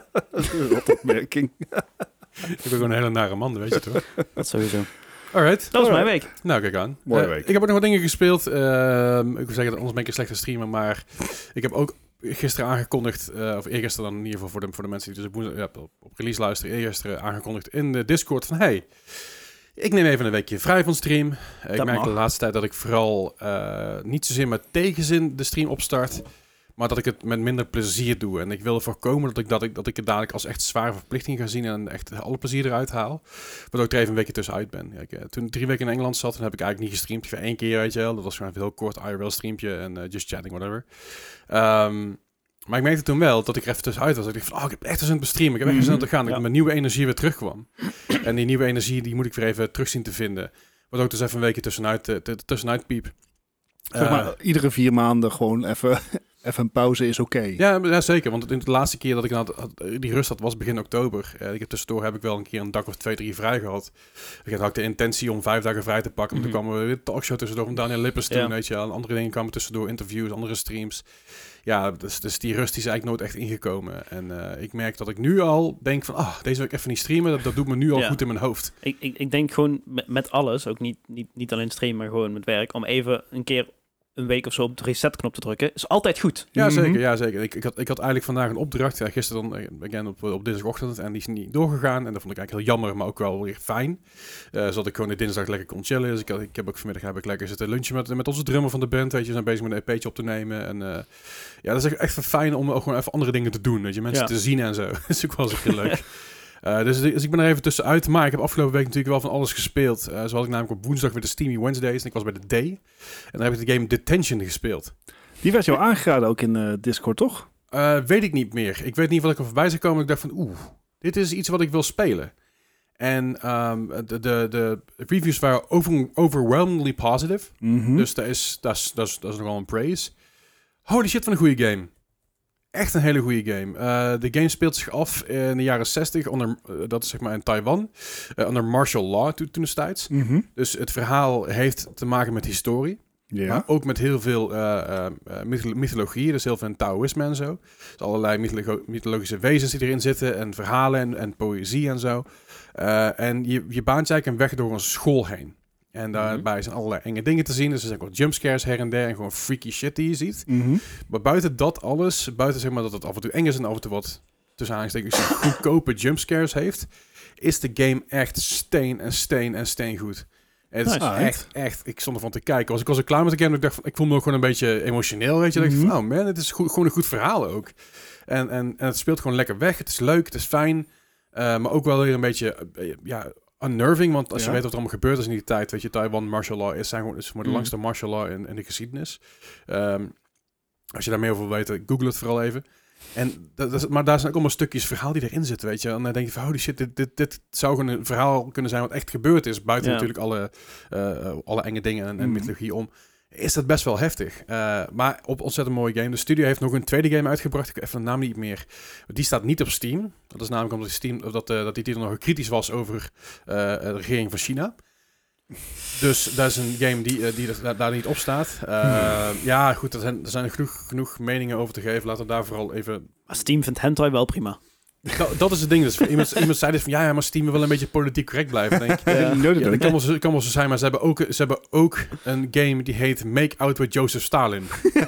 Wat opmerking. Ik ben gewoon een hele nare man, weet je toch? Dat sowieso. Alright. Dat was mijn week. Nou, kijk aan. Mooie Uh, week. ik heb ook nog wat dingen gespeeld. Uh, ik wil zeggen, anders ben ik een slechte streamer, maar ik heb ook gisteren aangekondigd, uh, of eergisteren dan in ieder geval voor de, voor de mensen die dus op, woensdag, ja, op, op release luisteren, eergisteren aangekondigd in de Discord van, hey, ik neem even een weekje vrij van stream. Uh, ik merk mag. de laatste tijd dat ik vooral uh, niet zozeer met tegenzin de stream opstart, maar dat ik het met minder plezier doe. En ik wil voorkomen dat ik, dat ik, dat ik het dadelijk als echt zware verplichting ga zien en echt alle plezier eruit haal. Waardoor ik er even een weekje tussenuit ben. Ja, ik, uh, toen ik drie weken in Engeland zat, dan heb ik eigenlijk niet gestreamd. Voor één keer, weet je wel. Dat was gewoon een heel kort I R L streampje en uh, just chatting, whatever. Um, maar ik merkte toen wel dat ik er even tussenuit was. Dat ik dacht van, oh, ik heb echt zin in te bestreamen. Ik heb echt Mm-hmm. zin om te gaan. Dat Ja. ik met nieuwe energie weer terugkwam. En die nieuwe energie, die moet ik weer even terug zien te vinden. Waardoor ik dus even een weekje tussenuit, uh, t- tussenuit piep. Zeg maar, uh, iedere vier maanden gewoon even, even een pauze is oké. Okay. Ja, ja, zeker. Want de laatste keer dat ik had, had, die rust had, was begin oktober. Uh, ik heb tussendoor heb ik wel een keer een dag of twee, drie vrij gehad. Ik had ook de intentie om vijf dagen vrij te pakken. Maar mm-hmm. toen kwamen we weer talkshow tussendoor van Daniel Lippers toen, ja. weet je wel. En andere dingen kwamen tussendoor, interviews, andere streams. Ja, dus, dus die rust die is eigenlijk nooit echt ingekomen. En uh, ik merk dat ik nu al denk van, ah, deze week even niet streamen. Dat, dat doet me nu al ja. goed in mijn hoofd. Ik, ik, ik denk gewoon met, met alles, ook niet, niet, niet alleen streamen, maar gewoon met werk, om even een keer een week of zo op de reset-knop te drukken, is altijd goed. Ja, mm-hmm. zeker. Ja, zeker. Ik, ik, had, ik had eigenlijk vandaag een opdracht. Ja, gisteren dan, again, op, op dinsdagochtend. En die is niet doorgegaan. En dat vond ik eigenlijk heel jammer, maar ook wel weer fijn. Uh, zodat ik gewoon de dinsdag lekker kon chillen. Dus ik, had, ik heb ook vanmiddag heb ik lekker zitten lunchen met, met onze drummer van de band. Weet je, we zijn bezig met een E P'tje op te nemen. En uh, ja, dat is echt fijn om ook gewoon even andere dingen te doen. Weet je, mensen ja. te zien en zo. Dat is ook wel eens heel leuk. Uh, dus, dus ik ben er even tussenuit. Maar ik heb afgelopen week natuurlijk wel van alles gespeeld. Uh, zo had ik namelijk op woensdag weer de Steamy Wednesdays. En ik was bij de Day. En dan heb ik de game Detention gespeeld. Die werd jou aangeraden ook in uh, Discord, toch? Uh, weet ik niet meer. Ik weet niet wat ik er voorbij zou komen. Ik dacht van, oeh, dit is iets wat ik wil spelen. En um, de, de, de reviews waren over, overwhelmingly positive. Mm-hmm. Dus dat is, dat, is, dat, is, dat is nogal een praise. Holy shit, van een goede game. Echt een hele goede game. Uh, de game speelt zich af in de jaren zestig, onder, uh, dat is zeg maar in Taiwan, uh, onder martial law toen destijds. Mm-hmm. Dus het verhaal heeft te maken met historie, ja. maar ook met heel veel uh, uh, mytholo- mythologie, dus heel veel Taoïsme en zo. Dus allerlei mytholo- mythologische wezens die erin zitten en verhalen en, en poëzie en zo. Uh, en je, je baant eigenlijk een weg door een school heen. En daarbij mm-hmm. zijn allerlei enge dingen te zien. Dus er zijn ook jumpscares her en der en gewoon freaky shit die je ziet. Mm-hmm. Maar buiten dat alles, buiten zeg maar dat het af en toe eng is en af en toe wat tussen aanhalingstekens goedkope jumpscares heeft, is de game echt steen en steen en steen goed. Het is nice. echt, echt, ik stond ervan te kijken. Als ik was er klaar met de game, ik dacht van, ik voel me ook gewoon een beetje emotioneel, weet je. Mm-hmm. Ik dacht van, oh man, het is goed, gewoon een goed verhaal ook. En, en, en het speelt gewoon lekker weg. Het is leuk, het is fijn. Uh, maar ook wel weer een beetje, uh, ja... unnerving, want als ja. je weet wat er allemaal gebeurd is in die tijd, weet je, Taiwan martial law is, zijn gewoon, is gewoon de mm. langste martial law in, in de geschiedenis. Um, als je daar meer over wil weten, google het vooral even. En dat is, maar daar zijn ook allemaal stukjes verhaal die erin zitten, weet je. En dan denk je van, holy shit, dit, dit, dit zou gewoon een verhaal kunnen zijn wat echt gebeurd is, buiten ja. natuurlijk alle, uh, alle enge dingen en, en mm. mythologie om. Is dat best wel heftig. Uh, maar op ontzettend mooie game. De studio heeft nog een tweede game uitgebracht. Ik heb even de naam niet meer. Die staat niet op Steam. Dat is namelijk omdat, Steam, dat, uh, dat die titel nog kritisch was over uh, de regering van China. Dus dat is een game die, uh, die daar, daar niet op staat. Uh, hmm. Ja, goed. Er zijn, er zijn genoeg, genoeg meningen over te geven. Laten we daar vooral even... Maar Steam vindt hentai wel prima. dat, dat is het ding. Dus iemand, iemand zei dus van, ja, ja, maar Steam wil wel een beetje politiek correct blijven. Dan denk ik, Ja. No, ja, dat kan wel, zo, kan wel zo zijn, maar ze hebben, ook, ze hebben ook een game die heet Make Out with Joseph Stalin.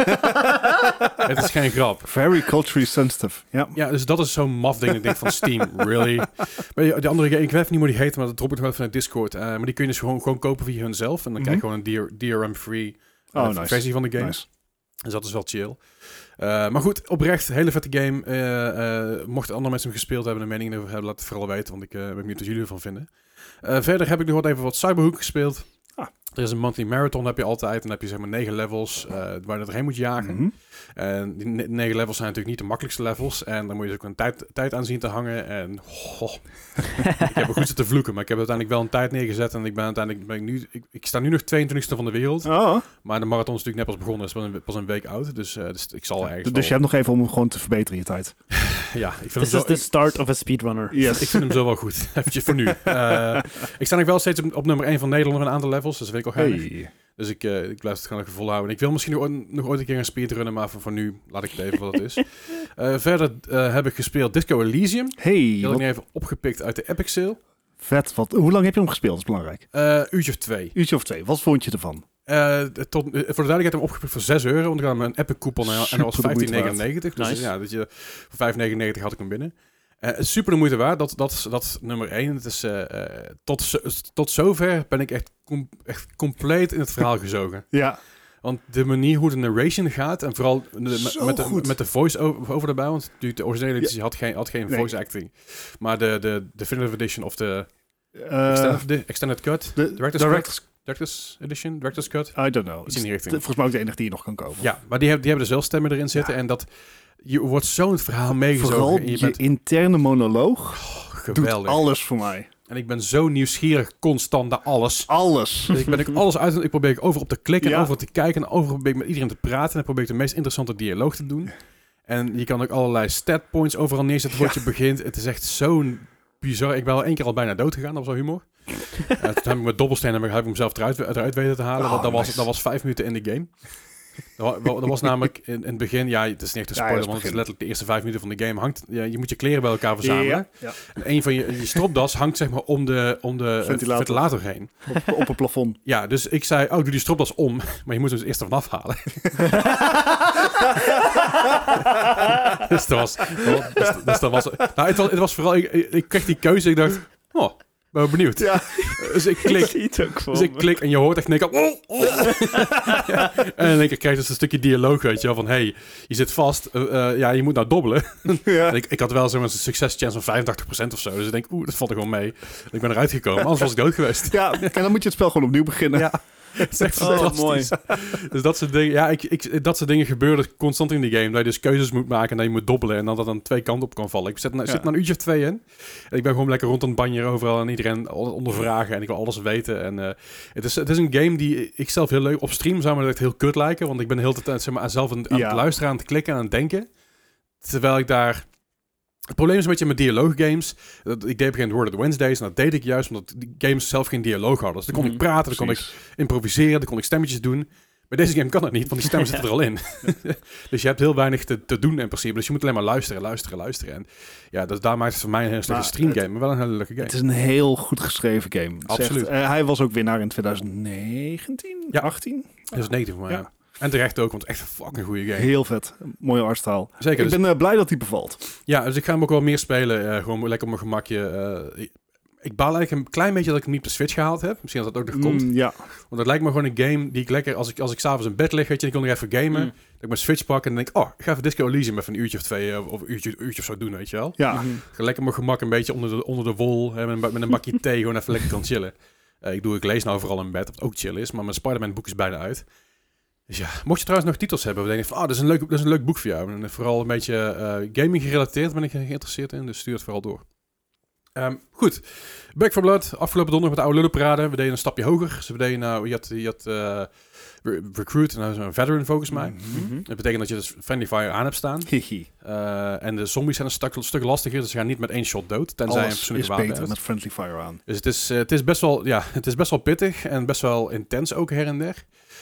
Het is geen grap. Very culturally sensitive. Ja. Ja, dus dat is zo'n maf ding. Ik denk van Steam, really? Maar die andere game, ik weet niet hoe die heet, maar dat drop ik nog wel vanuit Discord. Uh, maar die kun je dus gewoon, gewoon kopen via hunzelf. En dan krijg je gewoon een D R M-free uh, Oh, nice. versie van de game. Nice. Dus dat is wel chill. Uh, maar goed, oprecht, hele vette game. Uh, uh, mochten andere mensen hem gespeeld hebben, een mening over hebben, laat het vooral weten, want ik uh, ben benieuwd wat jullie ervan vinden. Uh, verder heb ik nog wat even wat Cyberhook gespeeld. Ah. Er is een monthly marathon, heb je altijd. En dan heb je zeg maar negen levels uh, waar je erheen moet jagen. Mm-hmm. En die ne- negen levels zijn natuurlijk niet de makkelijkste levels. En dan moet je dus ook een tijd, tijd aan zien te hangen. En oh, ik heb er goed zitten vloeken, maar ik heb uiteindelijk wel een tijd neergezet. En ik ben uiteindelijk ben ik nu, ik, ik sta nu nog tweeëntwintigste van de wereld. Oh. Maar de marathon is natuurlijk net pas begonnen, is pas een, pas een week oud. Dus, uh, dus ik zal ergens. Dus wel, je hebt nog even om hem gewoon te verbeteren je tijd. ja, ik vind, hem This zo, is the ik, start of a speedrunner. Yes. ik vind hem zo wel goed. Eventjes voor nu. Uh, ik sta nog wel steeds op, op nummer één van Nederland met een aantal levels. Dus dat vind ik al geinig. Hey. Dus ik, uh, ik blijf het gewoon even volhouden. Ik wil misschien nog, ooit- nog ooit een keer een speedrunnen, maar voor, voor nu laat ik het even wat het is. Uh, verder uh, heb ik gespeeld Disco Elysium. Hey, Die had ik wat nu even opgepikt uit de Epic Sale. vet. Wat, hoe lang heb je hem gespeeld? Dat is belangrijk. Uh, uurtje of twee. Uurtje of twee. Wat vond je ervan? Uh, tot, uh, voor de duidelijkheid heb ik hem opgepikt voor zes euro. Want ik had hem een Epic coupon en, en dat was Super de moeite vijftien negenennegentig. Dus Nice. ja, dat je, voor vijf negenennegentig had ik hem binnen. Uh, super de moeite waard. Dat, dat, dat is nummer één. Het is, uh, uh, tot, zo, tot zover ben ik echt, com- echt compleet in het verhaal gezogen. Ja. Want de manier hoe de narration gaat, en vooral de, met, Zo met, de, goed. met de voice-over over daarbij, want natuurlijk de originele editie had geen, had geen Nee. voice acting. Maar de, de Definitive Edition of de Uh, extended, de extended Cut, de Director's, directors, Cut, Director's Edition, Director's Cut, I don't know. iets in die richting. Volgens mij ook de enige die je nog kan kopen. Ja, maar die, hebben die hebben er zelf stemmen erin zitten Ja. en dat, je wordt zo in het verhaal meegezogen. Vooral en je je bent interne monoloog oh, doet geweldig. alles voor mij. En ik ben zo nieuwsgierig constant naar alles. Alles. Dus ik ben ik alles uit. Ik probeer ik overal op te klikken, Ja. en overal te kijken, en overal probeer ik met iedereen te praten. En dan probeer ik de meest interessante dialoog te doen. En je kan ook allerlei stat points overal neerzetten voordat je begint. Het is echt zo'n bizar. Ik ben wel één keer al bijna dood gegaan, dat was wel humor. uh, toen heb ik met dobbelsteen heb ik, heb ik mezelf eruit, eruit weten te halen. Oh, want dat, was, nice. dat was vijf minuten in de game. Dat wa- dat was namelijk in, in het begin, ja, het is niet echt een Ja, spoiler, ja, want het is begin. letterlijk de eerste vijf minuten van de game. Hangt, ja, je moet je kleren bij elkaar verzamelen. Ja, ja. En een van je, je stropdas hangt zeg maar om de, om de uh, Ventilator. ventilator heen. Op, op het plafond. Ja, dus ik zei, oh, doe die stropdas om. Maar je moet hem dus eerst ervan afhalen. dus dat was... Dat was, dus, dus dat was nou, het was, het was vooral... Ik, ik kreeg die keuze ik dacht... Oh, ben wel benieuwd. Ja. Dus ik klik... zie het ook voor Dus ik me. klik en je hoort echt knikken. Oh, oh. Ja. En in één keer krijg je dus een stukje dialoog, weet je wel. Van, hey, je zit vast. Uh, uh, ja, je moet nou dobbelen. Ja. En ik, ik had wel zo'n succes chance van vijfentachtig procent of zo. Dus ik denk, oeh, dat valt er gewoon mee. Ik ben eruit gekomen. Anders was ik dood geweest. Ja, en dan moet je het spel gewoon opnieuw beginnen. Ja. Het is echt Oh, fantastisch. Dus dat soort dingen, ja, ik, ik, dat soort dingen gebeuren constant in die game. Dat je dus keuzes moet maken en dat je moet dobbelen. En dan dat aan twee kanten op kan vallen. Ik zit, na, Ja. zit na een uurtje of twee in. En ik ben gewoon lekker rond aan het banjeren overal en iedereen ondervragen. En ik wil alles weten. En uh, het, is, het is een game die ik zelf heel leuk... Op stream zou me dat echt heel kut lijken. Want ik ben de hele tijd zeg maar, zelf aan, aan Ja. het luisteren, aan het klikken en aan het denken. Terwijl ik daar... Het probleem is een beetje met dialooggames. Dat- Ik deed op een gegeven moment Word of the Wednesdays. En dat deed ik juist omdat die games zelf geen dialoog hadden. Dus dan kon Mhm, ik praten, dan kon ik Precies. improviseren, dan kon ik stemmetjes doen. Bij deze game kan dat niet, want die stemmen zitten er al in. Dus je hebt heel weinig te, te doen in principe. Dus je moet alleen maar luisteren, luisteren, luisteren. En ja, dus daar maakt het voor mij een hele slechte Maar streamgame, het- maar wel een hele leuke game. Het is een heel goed geschreven game. Het is Absoluut. echt, eh, hij was ook winnaar in twintig negentien, Ja. achttien. Dat is negatief voor mij, Ja. ja. En terecht ook, want echt een fucking goede game. Heel vet. Mooie artstyle. Zeker. Ik Dus, ben eh, blij dat hij bevalt. ja, dus ik ga hem ook wel meer spelen. eh, gewoon lekker op mijn gemakje. eh, ik, ik baal eigenlijk een klein beetje dat ik hem niet op de Switch gehaald heb. Misschien dat dat ook nog komt. Mm, ja. Want het lijkt me gewoon een game die ik lekker... Als ik, als ik s'avonds in bed lig, weet je, ik wil nog even gamen. Mm. Dat ik mijn Switch pak en denk... Oh, ik ga even Disco Elysium even een uurtje of twee... eh, of een uurtje, uurtje of zo doen, weet je wel. Ja. Mhm. Ik ga lekker mijn gemak een beetje onder de, onder de wol... Hè, met, een ba- met een bakje thee gewoon even lekker kan chillen. Eh, ik, doe, ik lees nou vooral in bed, wat ook chill is. Maar mijn Spider-Man boek is bijna uit. Dus ja, mocht je trouwens nog titels hebben... waar je denkt van, ah, dat is een leuk, dat is een leuk boek voor jou. En vooral een beetje eh, gaming gerelateerd ben ik geïnteresseerd in. Dus stuur het vooral door. Ehm, goed. Back for Blood. Afgelopen donderdag met de oude lullenparade. We deden een stapje hoger. Dus we deden nou... Je had, je had eh, re- recruit. En nou zo'n veteran volgens mij. Mhm. Mhm. Dat betekent dat je dus Friendly Fire aan hebt staan. Hihi. Uh, en de zombies zijn een stuk, een stuk lastiger. Dus ze gaan niet met één shot dood. Tenzij je een Alles persoonlijke is wapen beter hebt. met Friendly Fire aan. Dus het is, uh, het, is best wel, ja, het is best wel pittig. En best wel intens ook her en der.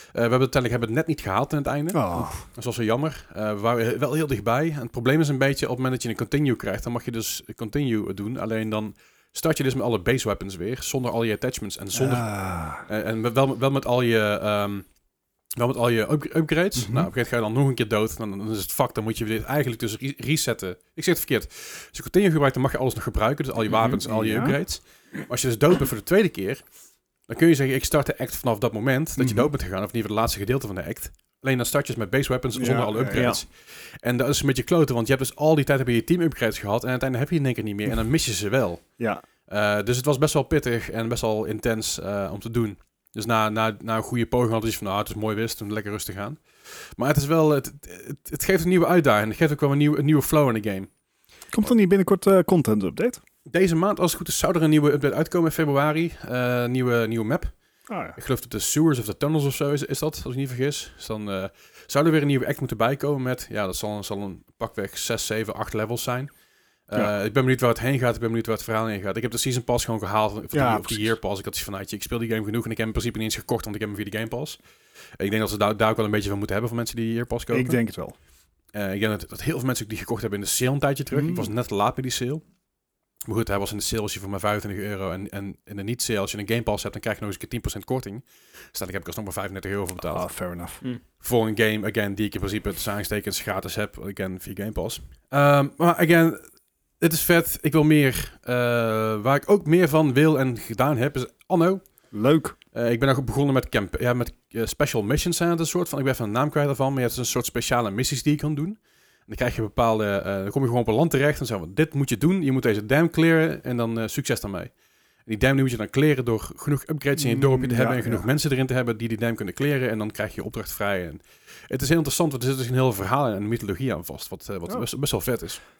hebben uiteindelijk hebben het net niet gehaald aan het einde. Oh. Dat was wel jammer. Uh, we waren wel heel dichtbij. En het probleem is een beetje, op het moment dat je een continue krijgt, dan mag je dus continue doen. Alleen dan start je dus met alle base weapons weer, zonder al je attachments en zonder... Ah. Uh, en wel, wel met al je... Um, wel met al je up- upgrades. Mm-hmm. Nou, op een gegeven moment ga je dan nog een keer dood. Dan, dan is het fuck. Dan moet je dit eigenlijk dus re- resetten. Ik zeg het verkeerd. Als je continue gebruikt, dan mag je alles nog gebruiken. Dus al je wapens, mm-hmm. al je ja. upgrades. Maar als je dus dood bent voor de tweede keer, dan kun je zeggen, ik start de act vanaf dat moment dat je mm-hmm. dood bent gegaan. Of in ieder geval het laatste gedeelte van de act. Alleen dan start je dus met base weapons ja, zonder alle upgrades. Ja. En dat is een beetje kloten, want je hebt dus al die tijd heb je je team upgrades gehad. En uiteindelijk heb je in één keer niet meer. En dan mis je ze wel. Ja. Uh, dus het was best wel pittig en best wel intens uh, om te doen. Dus na, na, na een goede poging had hij van, nou, het is mooi wist, toen lekker rustig aan. Maar het is wel, het, het, het geeft een nieuwe uitdaging. Het geeft ook wel een, nieuw, een nieuwe flow in de game. Komt er niet binnenkort uh, content update? Deze maand, als het goed is, zou er een nieuwe update uitkomen in februari. Uh, nieuwe, nieuwe map. Ah, ja. Ik geloof dat de sewers of de tunnels of zo is, is dat, als ik niet vergis. Dus dan uh, zou er weer een nieuwe act moeten bijkomen met, ja, dat zal, zal een pakweg zes, zeven, acht levels zijn. Uh, ja. Ik ben benieuwd waar het heen gaat. Ik ben benieuwd waar het verhaal heen gaat. Ik heb de Season Pass gewoon gehaald. Of ja, die, die Year Pass. Ik had iets vanuit je. Ik speel die game genoeg. En ik heb hem in principe niet eens gekocht. Want ik heb hem via de Game Pass. Ik denk dat ze daar, daar ook wel een beetje van moeten hebben. Voor mensen die die Year Pass kopen. Ik denk het wel. Uh, ik denk dat, dat heel veel mensen ook die gekocht hebben in de sale een tijdje terug. Mm. Ik was net te laat bij die sale. Maar goed, hij was in de sale als je voor maar vijfentwintig euro. En, en in de niet-sale, als je een Game Pass hebt, dan krijg je nog eens een keer tien procent korting. Dus daar heb ik alsnog maar vijfendertig euro voor betaald. Ah, fair enough. Mm. Voor een game, again, die ik in principe tussen aanstekens gratis heb. Again, via Game Pass. Um, maar again... Het is vet. Ik wil meer. Uh, waar ik ook meer van wil en gedaan heb, is Anno. Leuk. Uh, ik ben ook begonnen met, camp- ja, met uh, special missions zijn het een soort van. Ik ben even een naam kwijt ervan, maar je hebt een soort speciale missies die je kan doen. En dan krijg je bepaalde. Uh, dan kom je gewoon op een land terecht en zeggen we, dit moet je doen. Je moet deze dam clearen en dan uh, succes daarmee. En die dam die moet je dan clearen door genoeg upgrades in je dorpje te mm, hebben ja, en genoeg ja. mensen erin te hebben die die dam kunnen clearen. En dan krijg je opdracht vrij. En het is heel interessant, want er zit dus een heel verhaal en een mythologie aan vast, wat, uh, wat oh. best, best wel vet is.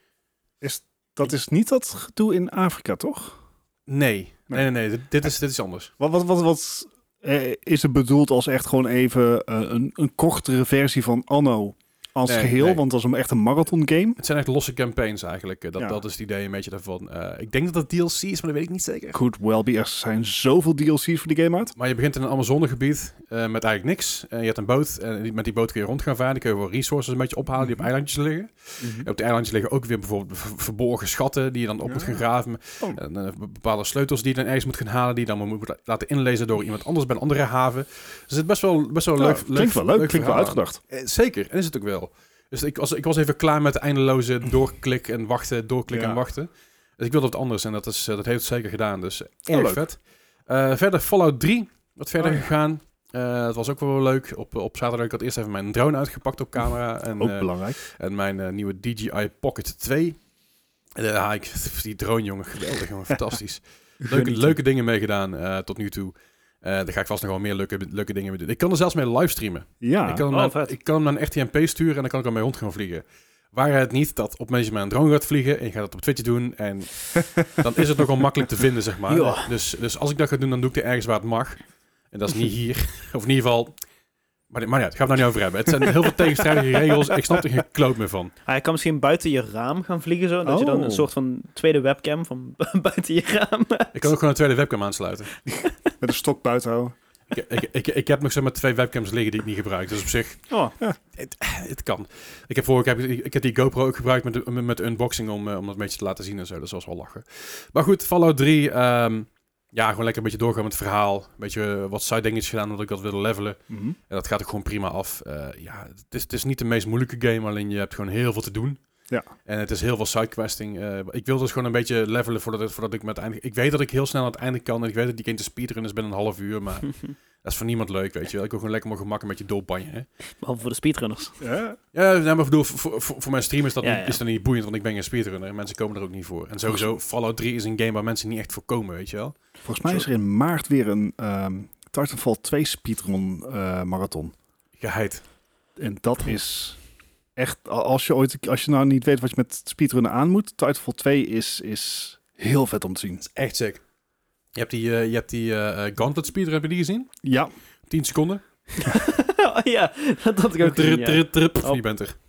Is Dat is niet dat gedoe in Afrika, toch? Nee, nee, nee, nee. Dit, dit, is, dit is anders. Wat, wat, wat, wat eh, is het bedoeld als echt gewoon even uh, een, een kortere versie van Anno als nee, geheel? Nee. Want dat is een echt een marathon game. Het zijn echt losse campaigns eigenlijk. Dat, ja. dat is het idee een beetje daarvan. Uh, ik denk dat dat D L C is, maar dat weet ik niet zeker. Could well be. Er zijn zoveel D L C's voor die game uit. Maar je begint in een Amazonegebied uh, met eigenlijk niks. Uh, je hebt een boot en met die boot kun je rond gaan varen. Die kun je wel resources een beetje ophalen die op eilandjes liggen. Mm-hmm. En op die eilandjes liggen ook weer bijvoorbeeld verborgen schatten die je dan op ja. moet gaan graven. Oh. En, uh, bepaalde sleutels die je dan ergens moet gaan halen, die je dan moet laten inlezen door iemand anders bij een andere haven. Dus het is best wel, best wel ja, leuk. Klinkt leuk, wel leuk. leuk klinkt wel uitgedacht. Uh, zeker, en is het ook wel. Dus ik was, ik was even klaar met de eindeloze doorklik en wachten, doorklikken ja. en wachten. Dus ik wilde wat anders en dat, is, dat heeft het zeker gedaan. Dus erg oh, vet. Uh, verder Fallout drie, wat verder oh, ja. gegaan. Uh, het was ook wel leuk. Op, op zaterdag ik had eerst even mijn drone uitgepakt op camera. En, ook uh, belangrijk. En mijn uh, nieuwe D J I Pocket twee. En, uh, ik, die drone, jongen, geweldig, jongen, fantastisch. Leuke, leuke dingen mee gedaan uh, tot nu toe. Uh, daar ga ik vast nog wel meer leuke, leuke dingen mee doen. Ik kan er zelfs mee livestreamen. Ja. Ik kan hem, oh, naar, ik kan hem naar een R T M P sturen en dan kan ik er mee rond gaan vliegen. Waar het niet dat op het moment dat je met een drone gaat vliegen en je gaat dat op Twitch doen en dan is het nogal makkelijk te vinden, zeg maar. Ja. Dus, dus als ik dat ga doen, dan doe ik het ergens waar het mag. En dat is niet hier. Of in ieder geval... Maar, maar ja, daar gaan we het nou niet over hebben. Het zijn heel veel tegenstrijdige regels. Ik snap er geen kloot meer van. Hij kan misschien buiten je raam gaan vliegen zo. Dat oh. je dan een soort van tweede webcam van buiten je raam hebt. Ik kan ook gewoon een tweede webcam aansluiten. Met een stok buiten houden. Ik, ik, ik, ik heb nog zeg maar twee webcams liggen die ik niet gebruik. Dus op zich, oh. ja. het, het kan. Ik heb, voor, ik, heb, ik heb die GoPro ook gebruikt met de, met de unboxing om, om dat een beetje te laten zien en zo. Dat was wel lachen. Maar goed, Fallout drie... Um, ja, gewoon lekker een beetje doorgaan met het verhaal. Een beetje wat side dingetjes gedaan omdat ik dat wilde levelen. Mm-hmm. En dat gaat ook gewoon prima af. Uh, ja, het is, het is niet de meest moeilijke game, alleen je hebt gewoon heel veel te doen. Ja. En het is heel veel sidequesting. Uh, ik wil dus gewoon een beetje levelen voordat, het, voordat ik met het einde... Ik weet dat ik heel snel aan het einde kan. En ik weet dat die game te speedrun is binnen een half uur. Maar dat is voor niemand leuk, weet je wel. Ik wil gewoon lekker mijn gemak een beetje doorbanjen. Hè? Behalve voor de speedrunners. Ja, ja maar ik bedoel, voor, voor, voor mijn stream is dat, ja, niet, ja. is dat niet boeiend, want ik ben geen speedrunner. En mensen komen er ook niet voor. En sowieso, Fallout drie is een game waar mensen niet echt voor komen, weet je wel. Volgens mij is er in maart weer een um, Titanfall twee speedrun uh, marathon. Geheid. En dat is... Echt, als je ooit, als je nou niet weet wat je met speedrunnen aan moet, Titanfall twee is, is heel vet om te zien. Dat is echt sick. Je hebt die, uh, je hebt die uh, Gauntlet speedrun, heb je die gezien? Ja. tien seconden. Oh, ja, dat had ik ook gezien, ja. Trup, trup, oh. Je bent er.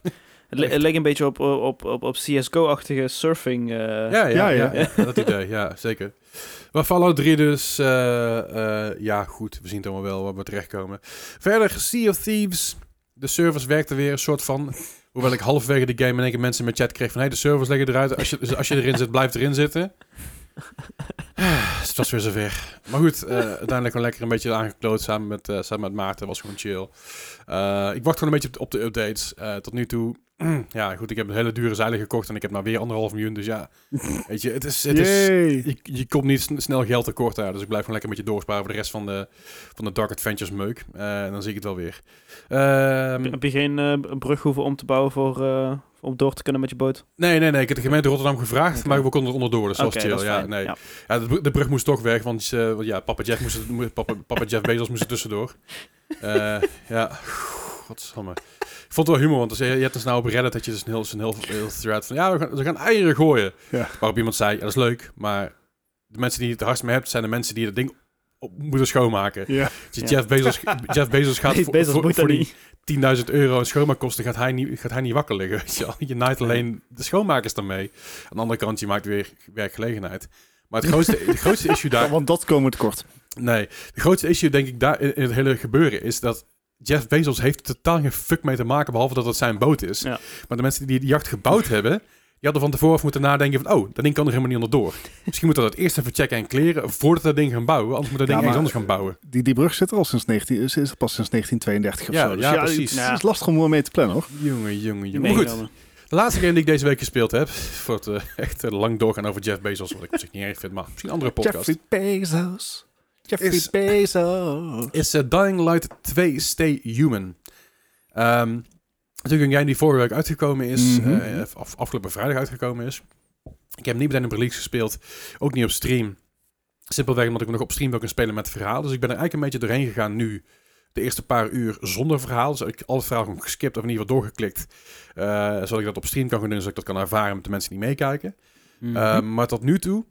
Het, li- het leek een beetje op, op, op, op C S G O-achtige surfing. Uh... Ja, ja, Ja, ja, ja. ja, dat idee, ja, zeker. Maar Fallout drie dus, uh, uh, ja goed, we zien het allemaal wel waar we terechtkomen. Verder, Sea of Thieves, de servers werkten weer een soort van... Hoewel ik halverwege de game in één keer mensen met chat kreeg van... Hé, hey, de servers leggen eruit, als je, als je erin zit, blijf erin zitten. Het was weer zover. Maar goed, uh, uiteindelijk gewoon lekker een beetje aangekloot samen met, uh, samen met Maarten. Was gewoon chill. Uh, ik wacht gewoon een beetje op de, op de updates. Uh, tot nu toe, ja goed, ik heb een hele dure zeilen gekocht en ik heb nou weer anderhalf miljoen. Dus ja, weet je, het is, het is je, je komt niet snel geld tekort uit. Dus ik blijf gewoon lekker een beetje doorsparen voor de rest van de, van de Dark Adventures meuk. Uh, en dan zie ik het wel weer. Uh, heb je geen uh, brug hoeven om te bouwen voor... Uh... om door te kunnen met je boot? Nee, nee, nee. Ik heb de gemeente Rotterdam gevraagd, okay. maar we konden er onderdoor. Dus dat okay, was chill. Ja, nee. Ja. Ja, de, de brug moest toch weg, want uh, ja, papa Jeff moest, papa, papa Jeff Bezos moest er tussendoor. Uh, ja, godsamme. Ik vond het wel humor, want dus, je hebt dus nou op Reddit dat je dus een heel, een heel, heel thread van ja, we gaan, we gaan eieren gooien. Ja. Waarop iemand zei, ja, dat is leuk, maar de mensen die het hardst mee hebt, zijn de mensen die dat ding op moeten schoonmaken. Ja. Dus ja. Jeff Bezos, Jeff Bezos gaat nee, voor, Bezos voor, voor die niet. tienduizend euro schoonmaakkosten gaat hij niet, gaat hij niet wakker liggen. Weet je, je naait alleen de schoonmakers dan mee. Aan de andere kant, je maakt weer werkgelegenheid. Maar het grootste, de grootste issue daar... Want dat komen tekort. Nee, de grootste issue denk ik daar in, in het hele gebeuren is dat Jeff Bezos heeft totaal geen fuck mee te maken, behalve dat het zijn boot is. Ja. Maar de mensen die die jacht gebouwd hebben, die hadden van tevoren moeten nadenken van, oh, dat ding kan er helemaal niet onderdoor. Misschien moeten we dat eerst even checken en kleren voordat we dat ding gaan bouwen. Anders moeten we dat ding ja, ergens anders gaan bouwen. Die, die brug zit er al sinds negentien, is er pas sinds negentien tweeëndertig of Ja, zo. Dus ja, ja, precies. Het, Ja. het is lastig om er mee te plannen, hoor. Jongen, jongen, jongen. Nee, Maar goed, de laatste game die ik deze week gespeeld heb, voor het uh, echt uh, lang doorgaan over Jeff Bezos, wat ik op zich niet erg vind, maar misschien een andere podcast. Jeffrey Bezos. Jeffrey Is- Bezos. Is uh, Dying Light twee Stay Human. Um, natuurlijk een game die vorige week uitgekomen is. Mhm. uh, af, afgelopen vrijdag uitgekomen is. Ik heb hem niet meteen op release gespeeld. Ook niet op stream. Simpelweg omdat ik nog op stream wil kunnen spelen met het verhaal. Dus ik ben er eigenlijk een beetje doorheen gegaan nu. De eerste paar uur zonder verhaal. Dus ik al het verhaal gewoon geskipt of in ieder geval doorgeklikt. Uh, zodat ik dat op stream kan gaan doen. Zodat ik dat kan ervaren met de mensen die meekijken. Mm-hmm. Uh, maar tot nu toe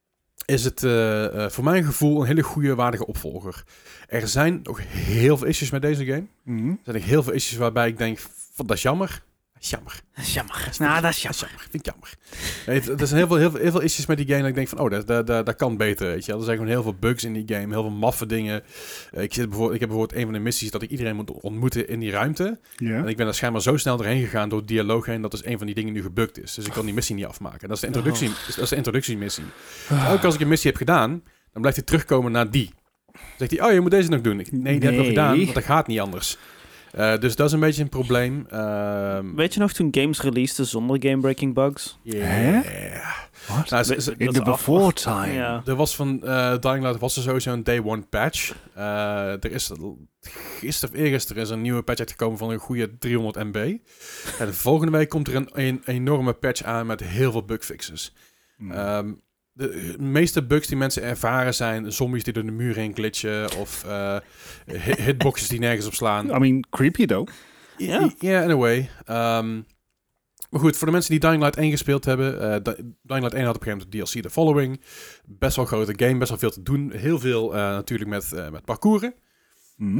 is het uh, uh, voor mijn gevoel een hele goede, waardige opvolger. Er zijn nog heel veel issues met deze game. Mhm. Er zijn nog heel veel issues waarbij ik denk, van, dat is jammer. Dat is jammer. Dat is jammer. Dat Nou, dat is Dat is jammer. jammer. Vind ik jammer. Nee, het- er zijn heel veel, heel, veel, heel veel issues met die game dat ik denk van, oh, dat, dat, dat, dat kan beter. Weet je wel. Er zijn gewoon heel veel bugs in die game, heel veel maffe dingen. Uh, ik, zit bijvoorbeeld, ik heb bijvoorbeeld een van de missies dat ik iedereen moet ontmoeten in die ruimte. Ja. En ik ben daar schijnbaar zo snel doorheen gegaan door dialoog heen, dat is een van die dingen nu gebukt is. Dus ik kan die missie niet afmaken. Dat is de introductie, dat is de introductiemissie. Elke als ik een missie heb gedaan, dan blijft hij terugkomen naar die. Dan zegt hij, oh, je moet deze nog doen. Ik, nee, die heb ik al Nee. gedaan, want dat gaat niet anders. Uh, dus dat is een beetje een probleem. Um, Weet je nog toen games releaseden zonder game-breaking bugs? yeah. Wat? Nou, ze- ze- In Dat de is af- before time. Ja. er was van uh, Dying Light was er sowieso een day one patch. Uh, er is gisteren of eergisteren is er een nieuwe patch uitgekomen van een goede driehonderd megabyte. En de volgende week komt er een, een enorme patch aan met heel veel bugfixes. Hmm. Um, de meeste bugs die mensen ervaren zijn zombies die door de muur heen glitchen of uh, hit- hitboxes die nergens op slaan. I mean, creepy though. Ja. Ja, yeah, in a way. Um, maar goed, voor de mensen die Dying Light één gespeeld hebben. Uh, Dying Light één had op een gegeven moment de D L C The Following. Best wel grote game, best wel veel te doen. Heel veel uh, natuurlijk met, uh, met parcouren. Mhm. Uh,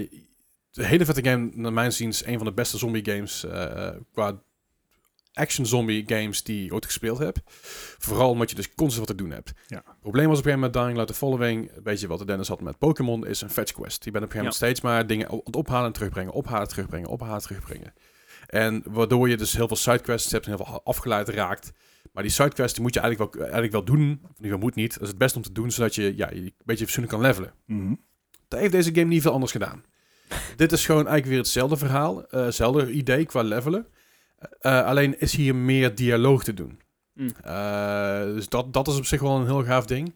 de hele vette game, naar mijn ziens, een van de beste zombie games uh, qua action zombie games die ik ooit gespeeld heb. Vooral omdat je dus constant wat te doen hebt. Ja. Het probleem was op een gegeven moment met Dying Light The Following, weet je wat de Dennis had met Pokémon, is een fetch quest. Je bent op een gegeven moment steeds maar dingen aan het ophalen en terugbrengen, ophalen, terugbrengen, ophalen, terugbrengen. En waardoor je dus heel veel sidequests hebt en heel veel afgeleid raakt. Maar die sidequests die moet je eigenlijk wel, eigenlijk wel doen. Of in ieder geval moet niet. Dat is het best om te doen, zodat je ja, je een beetje fatsoenlijk kan levelen. Mhm. Dat heeft deze game niet veel anders gedaan. Dit is gewoon eigenlijk weer hetzelfde verhaal. Uh, hetzelfde idee qua levelen. Uh, alleen is hier meer dialoog te doen. Mm. Uh, dus dat, dat is op zich wel een heel gaaf ding.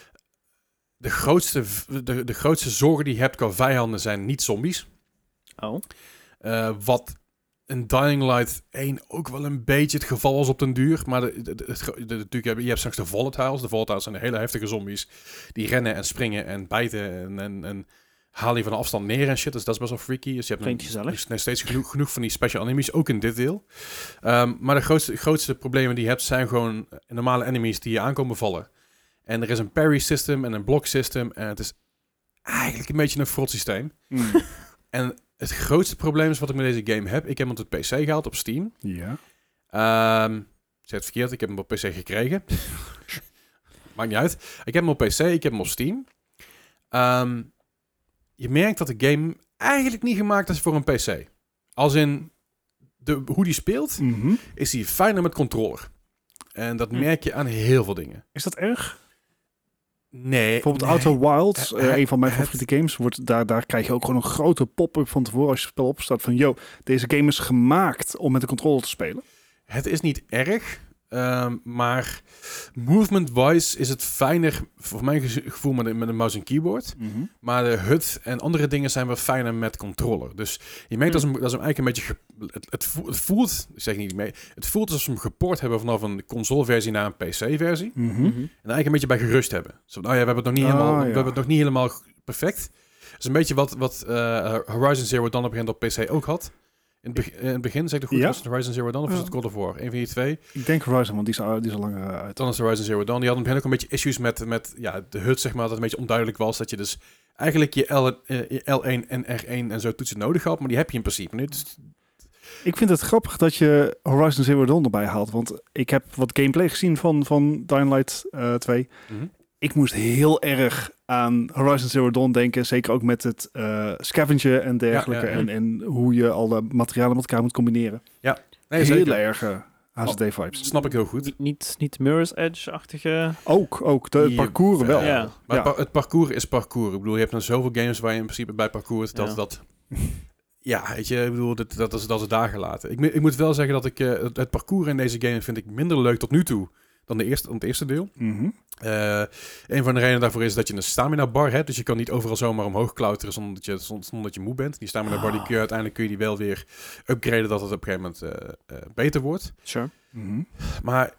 De grootste, de, de grootste zorgen die je hebt qua vijanden zijn niet zombies. Oh. Uh, wat in Dying Light één ook wel een beetje het geval was op den duur. Maar de, de, de, de, de, natuurlijk, je hebt straks de volatiles. De volatiles zijn de hele heftige zombies. Die rennen en springen en bijten en, en, en halen je van een afstand neer en shit. Dus dat is best wel freaky. Dus je hebt Klinkt een, gezellig. nog steeds genoeg, genoeg van die special enemies, ook in dit deel. Um, maar de grootste, grootste problemen die je hebt zijn gewoon normale enemies die je aankomen vallen. En er is een parry system en een block system. En het is eigenlijk een beetje een fraud systeem. Mm. En het grootste probleem is wat ik met deze game heb. Ik heb hem op de P C gehaald op Steam. Ja. Um, ik zeg het verkeerd, ik heb hem op P C gekregen. Maakt niet uit. Ik heb hem op P C, ik heb hem op Steam. Um, je merkt dat de game eigenlijk niet gemaakt is voor een P C. Als in, de, hoe die speelt, Mm-hmm. is hij fijner met controller. En dat Hm. merk je aan heel veel dingen. Is dat erg? Nee. Bijvoorbeeld nee. Outer Wilds, Het- uh, een van mijn het- favoriete games, wordt, daar, daar krijg je ook gewoon een grote pop-up van tevoren als je het spel opstaat van, yo, deze game is gemaakt om met de controller te spelen. Het is niet erg, um, maar movement-wise is het fijner, voor mijn gez- gevoel, met een, met een mouse en keyboard. Mm-hmm. Maar de H U D en andere dingen zijn wel fijner met controller. Dus je merkt dat, ze, hem- dat ze hem eigenlijk een beetje... Ge, het, het, voelt, het voelt, ik zeg niet mee, het voelt alsof ze hem geport hebben vanaf een consoleversie naar een P C-versie. Mm-hmm. Mhm. En eigenlijk een beetje bij gerust hebben. Zo, nou ja, we hebben het nog niet Ah, helemaal, ja. we hebben het nog niet helemaal perfect. Het is een beetje wat, wat uh, Horizon Zero Dawn op een gegeven moment op P C ook had. In het, be- in het begin, zeg ik het goed, Ja. was het Horizon Zero Dawn of was Ja. het God of War? Een van die twee. Ik denk Horizon, want die is, al- die is al langer uh, uit. Dan is het Horizon Zero Dawn. Die hadden op het begin ook een beetje issues met, met ja, de H U D, zeg maar, dat het een beetje onduidelijk was. Dat je dus eigenlijk je, L, uh, je L één en R één en zo toetsen nodig had, maar die heb je in principe nu. Dus, Ik vind het grappig dat je Horizon Zero Dawn erbij haalt, want ik heb wat gameplay gezien van, van Dying Light uh, twee. mm-hmm. Ik moest heel erg aan Horizon Zero Dawn denken. Zeker ook met het uh, scavengen en dergelijke. Ja, ja, ja. En, en hoe je alle materialen met elkaar moet combineren. Nee, heel zeker. erg uh, H C D-vibes. Snap ik heel goed. Niet, niet, niet Mirror's Edge-achtige... Ook, ook. De Ja, parcours wel. Ja. Maar Ja. pa- het parcours is parcours. Ik bedoel, je hebt dan zoveel games waar je in principe bij parcours dat... Ja. dat ja, weet je, ik bedoel, dat, dat, is, dat is daar gelaten. Ik, ik moet wel zeggen dat ik uh, het, het parcours in deze game vind ik minder leuk tot nu toe dan, de eerste, dan het eerste deel. Mm-hmm. Uh, een van de redenen daarvoor is dat je een stamina bar hebt. Dus je kan niet overal zomaar omhoog klauteren zonder dat je, zonder dat je moe bent. Die stamina bar die kun je uiteindelijk kun je die wel weer upgraden dat het op een gegeven moment uh, uh, beter wordt. Sure. Mm-hmm. Maar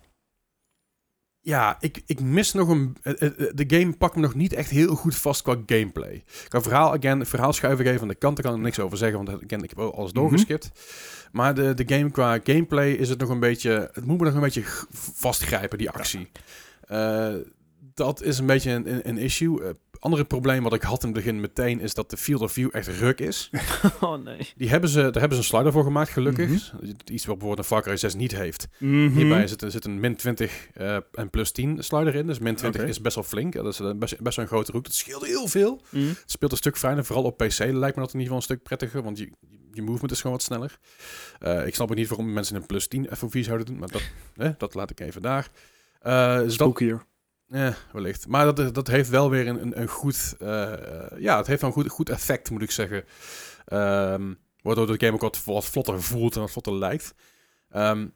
ja, ik, ik mis nog een... Uh, uh, de game pakt me nog niet echt heel goed vast qua gameplay. Ik kan verhaal, again, verhaal schuiven even aan de kant. Daar kan ik niks over zeggen, want again, ik heb alles doorgeskipt. Mm-hmm. Maar de, de game qua gameplay is het nog een beetje... Het moet me nog een beetje g- vastgrijpen, die actie. Ja. Uh, dat is een beetje een, een, een issue. Uh, andere probleem wat ik had in het begin meteen is dat de field of view echt ruk is. Oh nee. Die hebben ze, daar hebben ze een slider voor gemaakt, gelukkig. Mm-hmm. Iets wat bijvoorbeeld een Far Cry zes niet heeft. Mm-hmm. Hierbij zit, zit een min twintig uh, en plus tien slider in. Dus min twintig Okay. is best wel flink. Dat is best, best wel een grote hoek. Dat scheelt heel veel. Mm. Het speelt een stuk fijner. Vooral op P C lijkt me dat in ieder geval een stuk prettiger. Want je, je movement is gewoon wat sneller. Uh, ik snap ook niet waarom mensen een plus tien F O V zouden doen. Maar dat, eh, dat laat ik even daar. Uh, dus dat, hier. Ja, wellicht. Maar dat, dat heeft wel weer een, een, een goed... Uh, ja, het heeft wel een goed, goed effect, moet ik zeggen. Um, waardoor de game ook wat, wat vlotter voelt en wat vlotter lijkt. Um,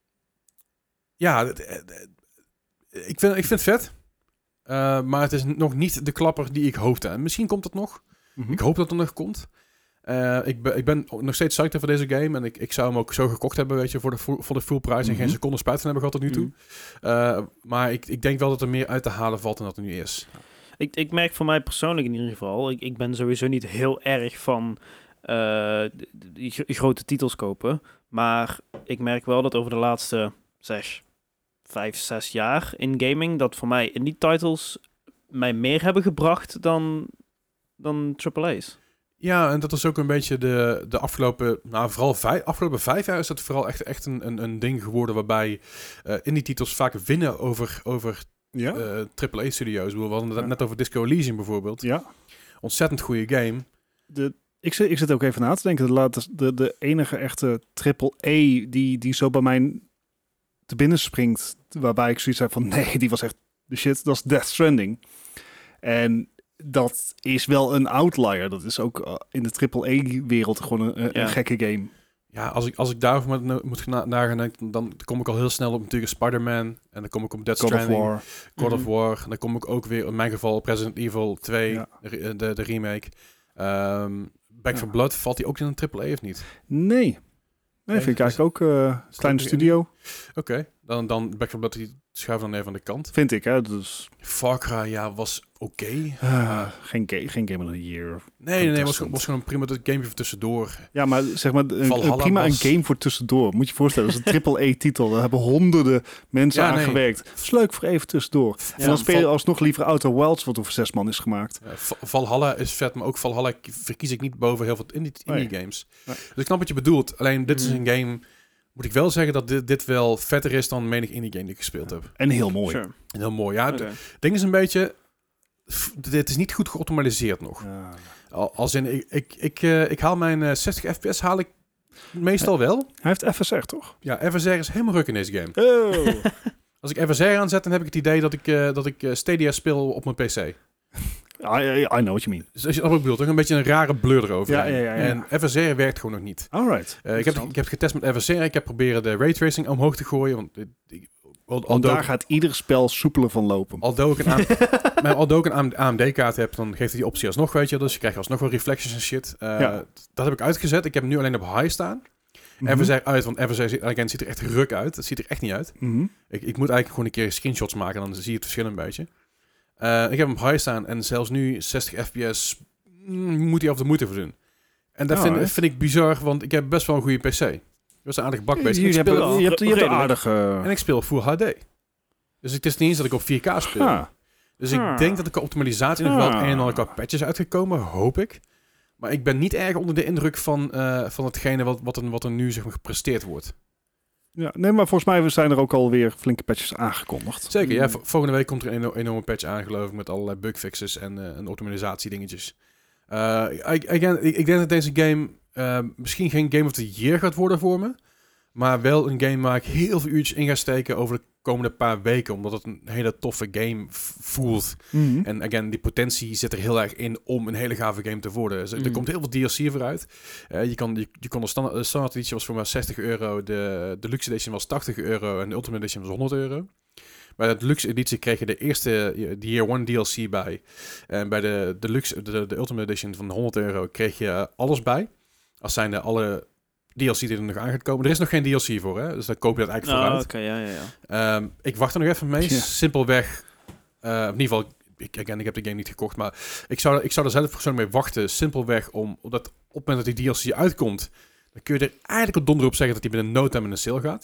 ja, het, het, ik, vind, ik vind het vet. Uh, maar het is nog niet de klapper die ik hoopte. En misschien komt het nog. Mm-hmm. Ik hoop dat het nog komt. Uh, ik, ben, ik ben nog steeds psyched voor deze game. En ik, ik zou hem ook zo gekocht hebben, weet je, voor de, voor de full prijs. Mm-hmm. En geen seconde spijt van hebben gehad tot nu toe. Mm-hmm. Uh, maar ik, ik denk wel dat er meer uit te halen valt dan dat er nu is. Ik, ik merk voor mij persoonlijk in ieder geval... Ik, ik ben sowieso niet heel erg van uh, die, die grote titels kopen. Maar ik merk wel dat over de laatste zes, vijf, zes jaar in gaming... dat voor mij indie titles mij meer hebben gebracht dan, dan triple A's. Ja, en dat is ook een beetje de, de afgelopen, nou vooral vijf, afgelopen vijf jaar is dat vooral echt, echt een, een, een ding geworden waarbij uh, indie titels vaak winnen over, over ja? uh, triple A-studio's. We hadden het ja. net over Disco Elysium bijvoorbeeld. Ja. Ontzettend goede game. De, ik, zit, ik zit ook even na te denken. De, de, de enige echte triple A die, die zo bij mij te binnen springt, waarbij ik zoiets heb van nee, die was echt de shit, dat is Death Stranding. En dat is wel een outlier. Dat is ook uh, in de triple A-wereld gewoon een, een, ja. een gekke game. Ja, als ik, als ik daarover moet, moet na, nagaan, dan kom ik al heel snel op natuurlijk Spider-Man. En dan kom ik op Death God Stranding. of War. God mm-hmm. of War. En dan kom ik ook weer, in mijn geval, op Resident Evil twee, ja. de, de, de remake. Um, Back ja. for Blood, valt die ook in een triple A of niet? Nee. Nee, vind ik eigenlijk ook uh, kleine studio. Oké, okay. Dan, dan Back four Blood, die schuiven dan even aan de kant. Vind ik, hè. Dus, Far Cry, ja, was oké. Okay. uh, Uh, geen, ga- geen Game of the Year. nee, nee, nee, was, was gewoon een prima game voor tussendoor. Ja, maar zeg maar, een, Valhalla een prima was- een game voor tussendoor. Moet je je voorstellen, dat is een triple A-titel. Daar hebben honderden mensen Ja, aan nee. gewerkt. Het is leuk voor even tussendoor. Ja, en dan speel je Val- alsnog liever Outer Wilds, wat over zes man is gemaakt. Ja, Va- Valhalla is vet, maar ook Valhalla k- verkies ik niet boven heel veel indie, indie Nee. games. Nee. Dus ik snap wat je bedoelt. Alleen, dit is Mhm. een game... Moet ik wel zeggen dat dit, dit wel vetter is dan menig indie game die ik gespeeld heb. En heel mooi. Sure. En heel mooi. Ja, Oké. het ding is een beetje... f- Dit is niet goed geoptimaliseerd nog. Ja. Al- Als in, ik, ik, ik, eh, ik haal mijn eh, zestig F P S haal ik meestal wel. Hij heeft F S R, toch? Ja, F S R is helemaal ruk in deze game. Oh. Als ik F S R aanzet, dan heb ik het idee dat ik, eh, dat ik eh, Stadia speel op mijn P C. I, I, I know what you mean. Dus als je dat ook bedoelt, toch een beetje een rare blur erover. Ja, ja, ja, ja. En F S R werkt gewoon nog niet. Alright. Uh, ik, heb, ik heb het getest met F S R. Ik heb proberen de raytracing omhoog te gooien. Want, ik- ik- al- Want although, daar gaat ieder spel soepeler van lopen. although ik een, A M D maar although ik een A M D-kaart heb, dan geeft hij die optie alsnog, weet je. Dus je krijgt alsnog wel reflections en shit. Uh, Ja. Dat heb ik uitgezet. Ik heb hem nu alleen op high staan. Mhm. F S R uit, want F S R ziet, again, ziet er echt ruk uit. Het ziet er echt niet uit. Mhm. Ik, ik moet eigenlijk gewoon een keer screenshots maken, dan zie je het verschil een beetje. Uh, ik heb hem op high staan en zelfs nu zestig F P S mm, moet hij af de moeite voor doen. En dat Oh, vind, hè? vind ik bizar, want ik heb best wel een goede P C. Dat was een aardige bak bezig. Jullie Ik hebben, speel, je hebt, je hebt een redelijk. aardige... en ik speel full H D. Dus het is niet eens dat ik op vier K speel. Ah. Dus ik Ah. denk dat de optimalisatie nog wel het Ah. een en ander qua patches uitgekomen, hoop ik. Maar ik ben niet erg onder de indruk van, uh, van hetgene wat, wat, er, wat er nu zeg maar, gepresteerd wordt. Ja, nee, maar volgens mij zijn er ook alweer flinke patches aangekondigd. Zeker, ja. Mm. v- Volgende week komt er een eno- enorme patch aan, geloof ik, met allerlei bugfixes en, uh, en optimalisatie dingetjes. Uh, I- again, ik, ik denk dat deze game uh, misschien geen Game of the Year gaat worden voor me. Maar wel een game waar ik heel veel uurtjes in ga steken over de komende paar weken. Omdat het een hele toffe game v- voelt. Mhm. En again, die potentie zit er heel erg in om een hele gave game te worden. Dus er Mm. komt heel veel D L C vooruit. Uh, je, kan, je, je kon de standaard, de standaard edition was voor mij zestig euro. De Deluxe edition was tachtig euro. En de Ultimate edition was honderd euro. Bij de Deluxe editie kreeg je de eerste, de Year One D L C bij. En bij de Deluxe, de, de Ultimate edition van honderd euro kreeg je alles bij. Als zijn de alle D L C die er nog aan gaat komen. Er is nog geen D L C voor, hè? Dus dan koop je dat eigenlijk Oh, vooruit. oké, ja, ja, ja. Um, ik wacht er nog even mee. Ja. Simpelweg. Uh, in ieder geval, ik, again, ik heb de game niet gekocht. Maar ik zou, ik zou er zelf persoonlijk mee wachten. Simpelweg om, omdat op het moment dat die D L C uitkomt, dan kun je er eigenlijk op donder op zeggen dat die binnen no time in de sale gaat.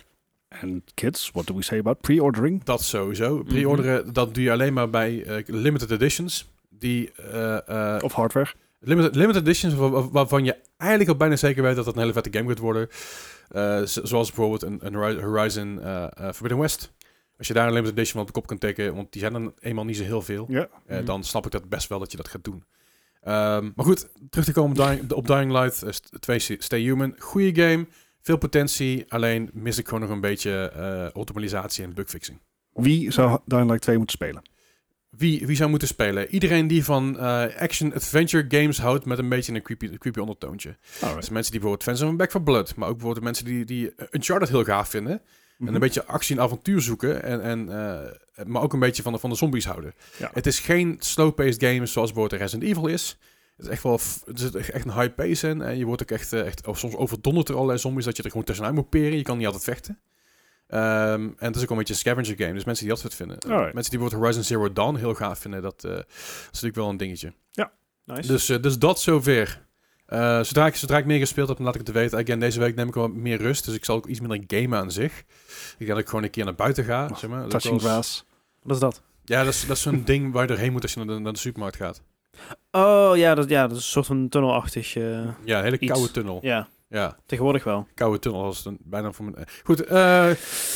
En kids, what do we say about pre-ordering? Dat sowieso. Pre-orderen, dat doe je alleen maar bij uh, limited editions. Die uh, uh, Of hardware? limited, limited editions waar, waar- waarvan je eigenlijk al bijna zeker weet dat het een hele vette game gaat worden. Uh, z- zoals bijvoorbeeld een, een Horizon uh, uh, Forbidden West. Als je daar een limited edition op de kop kan tikken, want die zijn dan eenmaal niet zo heel veel. Ja. Uh, Mhm. Dan snap ik dat best wel dat je dat gaat doen. Um, maar goed, terug te komen op Dying, op Dying Light uh, twee Stay Human. Goeie game, veel potentie. Alleen mis ik gewoon nog een beetje uh, optimalisatie en bugfixing. Wie zou Dying Light twee moeten spelen? Wie, wie zou moeten spelen? Iedereen die van uh, action-adventure games houdt met een beetje een creepy, een creepy ondertoontje. Alright. Dus mensen die bijvoorbeeld fans zijn van Back four Blood. Maar ook bijvoorbeeld mensen die, die Uncharted heel gaaf vinden. Mhm. En een beetje actie en avontuur zoeken. En, en, uh, maar ook een beetje van de, van de zombies houden. Ja. Het is geen slow-paced game zoals bijvoorbeeld Resident Evil is. Het is echt wel f- er zit echt een high pace in. En je wordt ook echt, uh, echt oh, soms overdonderd door allerlei zombies. Dat je er gewoon tussenuit moet peren. Je kan niet altijd vechten. Um, en het is ook een beetje een scavenger game. Dus mensen die dat vet vinden. Alright. Mensen die bijvoorbeeld Horizon Zero Dawn heel gaaf vinden. Dat, uh, dat is natuurlijk wel een dingetje. Nice. Dus, uh, dus dat zover. Uh, zodra, ik, zodra ik meer gespeeld heb, dan laat ik het weten. Again, deze week neem ik wel meer rust. Dus ik zal ook iets minder gamen aan zich. Ik denk dat ik gewoon een keer naar buiten ga. Oh, zeg maar. Dat Touching was- grass. Wat is dat? Ja, dat is, dat is zo'n ding waar je doorheen moet als je naar de, naar de supermarkt gaat. Oh, ja, dat, ja, dat is een soort van tunnelachtig. eh, Ja, een hele Iets. koude tunnel. Ja, ja, tegenwoordig wel. koude tunnel. Als het een, bijna voor mijn... Goed, eh...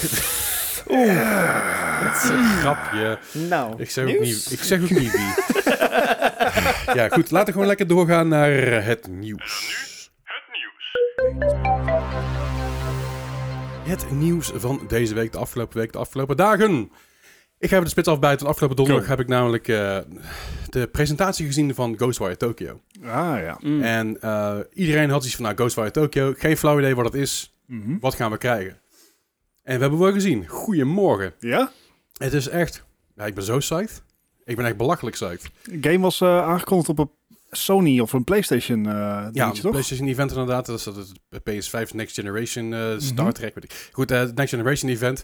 Oeh. Dat is een grapje. Nou, Ik zeg ook niet, ik zeg ook niet wie. Ja, goed. Laten we gewoon lekker doorgaan naar het nieuws. Het nieuws van deze week, de afgelopen week, de afgelopen dagen. Ik ga even de spits afbijten. Want afgelopen donderdag Cool. heb ik namelijk uh, de presentatie gezien van Ghostwire Tokyo. Ah, ja. Mm. En uh, iedereen had iets van, nou, Ghostwire Tokyo, geen flauw idee wat het is. Mhm. Wat gaan we krijgen? En we hebben wel gezien. Goedemorgen. Ja? Het is echt... Ja, ik ben zo psyched. Ik ben echt belachelijk psyched. De game was uh, aangekondigd op een Sony of een PlayStation uh, Ja, dingetje, een toch? PlayStation event inderdaad. Dat is dat het P S vijf Next Generation uh, Mhm. Star Trek. Weet ik. Goed, uh, Next Generation event.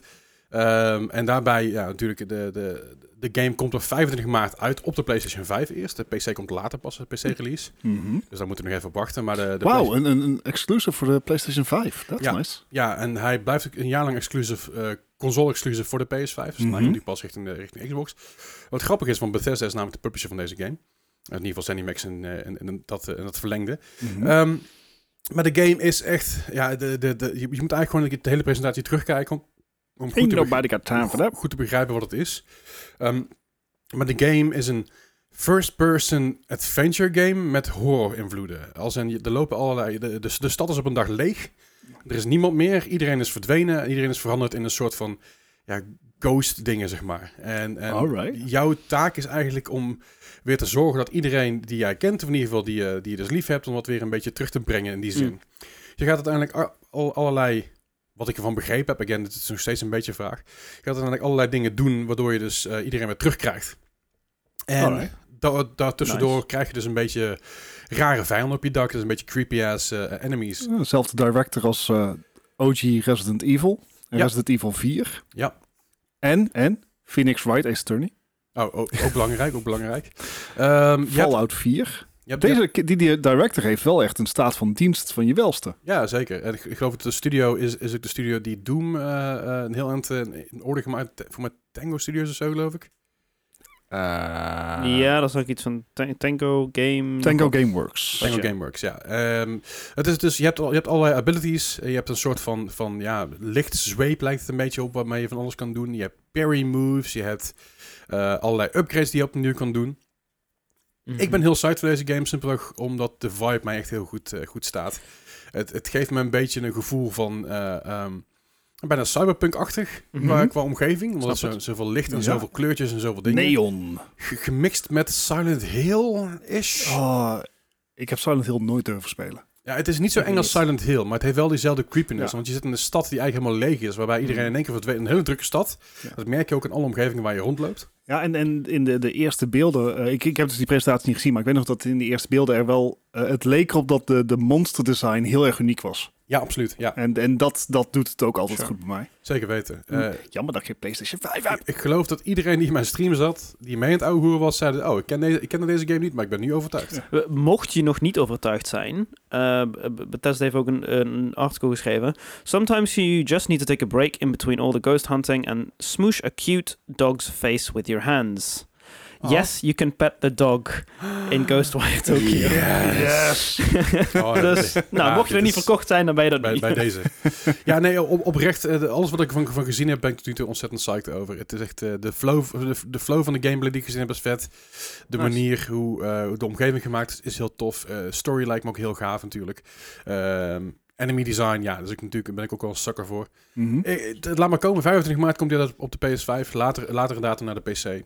Um, en daarbij, ja, natuurlijk, de, de, de game komt op vijfentwintig maart uit op de PlayStation vijf eerst. De P C komt later pas, de P C-release. Mhm. Dus daar moeten we nog even op wachten. Maar de, de Wauw, Play- een, een, een exclusive voor de PlayStation vijf. Dat is Ja. nice. Ja, en hij blijft ook een jaar lang exclusive, uh, console-exclusive voor de P S vijf. Dus Mhm. dan komt die pas richting, de, richting Xbox. Wat grappig is, van Bethesda is namelijk de publisher van deze game. In ieder geval ZeniMax en, uh, en, en, dat, uh, en dat verlengde. Mhm. Um, maar de game is echt... Ja, de, de, de, je, je moet eigenlijk gewoon de hele presentatie terugkijken... om, om goed, Ain't te nobody got time for that. goed te begrijpen wat het is. Um, maar de game is een first-person adventure game met horror-invloeden. Als in, er lopen allerlei... De, de, de stad is op een dag leeg. Er is niemand meer. Iedereen is verdwenen. Iedereen is veranderd in een soort van... Ja, ghost dingen, zeg maar. En, en Alright. jouw taak is eigenlijk om weer te zorgen dat iedereen die jij kent, of in ieder geval die, uh, die je dus lief hebt, om dat weer een beetje terug te brengen in die zin. Mm. Je gaat uiteindelijk al, al, allerlei, wat ik ervan begrepen heb, again, het is nog steeds een beetje een vraag, je gaat uiteindelijk allerlei dingen doen, waardoor je dus uh, iedereen weer terugkrijgt. En Alright. da daartussendoor Nice. krijg je dus een beetje rare vijanden op je dak, dus een beetje creepy-ass uh, enemies. Dezelfde director als uh, O G Resident Evil. En Ja. Resident Evil vier. Ja. En, en Phoenix Wright Ace Attorney. Oh, ook, ook belangrijk, ook belangrijk. Um, je hebt, Fallout vier. je hebt, Deze, die, die director heeft wel echt een staat van dienst van je welste. Ja, zeker. En ik, ik geloof dat de studio is, is ook de studio die Doom uh, uh, een heel eind uh, in orde gemaakt. Voor mij Tango Studios of zo, geloof ik. Uh, ja, dat is ook iets van Tan- Tango Game... Tango Gameworks. Tango Ja. Gameworks, ja. Um, het is dus, je hebt, al, je hebt allerlei abilities. Je hebt een soort van, van ja, lichtzweep lijkt het een beetje op, waarmee je van alles kan doen. Je hebt parry moves, je hebt uh, allerlei upgrades die je opnieuw kan doen. Mhm. Ik ben heel psyched voor deze game, simpelweg omdat de vibe mij echt heel goed, uh, goed staat. Het, het geeft me een beetje een gevoel van... Uh, um, bijna cyberpunk-achtig Mhm. qua, qua omgeving. Omdat Snap er het. zo, zoveel licht en Ja. zoveel kleurtjes en zoveel dingen. Neon. G- gemixt met Silent Hill-ish. Oh, ik heb Silent Hill nooit durven spelen. Ja, het is niet zo Ik eng als niet. Silent Hill, maar het heeft wel diezelfde creepiness. Ja. Want je zit in een stad die eigenlijk helemaal leeg is, waarbij iedereen in één keer verdwijnt. Een hele drukke stad. Ja. Dat merk je ook in alle omgevingen waar je rondloopt. Ja, en, en in de, de eerste beelden... Uh, ik, ik heb dus die presentatie niet gezien, maar ik weet nog dat in die eerste beelden er wel... Uh, het leek erop dat de, de monster design heel erg uniek was. Ja, absoluut. Ja, En, en dat, dat doet het ook altijd Sure. goed bij mij. zeker weten. Hm. Uh, Jammer dat ik geen PlayStation vijf ik, heb. ik geloof dat iedereen die in mijn stream zat, die mee aan het ouwe hoeren was, zeiden, oh, ik ken, deze, ik ken deze game niet, maar ik ben nu overtuigd. Ja. We- Mocht je nog niet overtuigd zijn, uh, B- Bethesda heeft ook een, een artikel geschreven. Sometimes you just need to take a break in between all the ghost hunting and smoosh a cute dog's face with your hands. Oh. Yes, you can pet the dog in Ghostwire Tokyo. Yes. Oh, Dus, dat- nou, ja, mocht je dit er niet is- verkocht zijn, dan ben je dat Bij, niet. bij deze. Ja, nee, op, oprecht. Uh, alles wat ik van, van gezien heb, ben ik natuurlijk ontzettend psyched over. Het is echt uh, de, flow, de, de flow van de gameplay die ik gezien heb is vet. De Nice. manier hoe, uh, hoe de omgeving gemaakt is, is heel tof. Uh, story lijkt me ook heel gaaf natuurlijk. Um, enemy design, ja, dus ik natuurlijk ben ik ook wel een sucker voor. Mhm. Eh, het- laat maar komen. vijfentwintig maart komt dit op de P S vijf. Later, later datum naar de P C.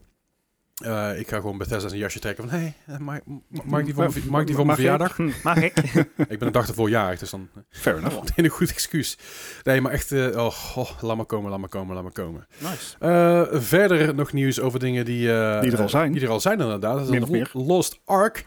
Uh, ik ga gewoon Bethesda zijn jasje trekken van... Hé, hey, mag, mag ik die voor mijn, mag ik die voor mijn Mag ik? verjaardag? Hm, mag ik? Ik ben een dag ervoor jarig, dus dan... Fair enough. Een hele goed excuus. Nee, maar echt... Uh, oh, oh, laat maar komen, laat maar komen, laat maar komen. Nice. Uh, verder nog nieuws over dingen die... Uh, Die er al zijn. Die er al zijn, inderdaad. Dat is Min of meer. Lost Ark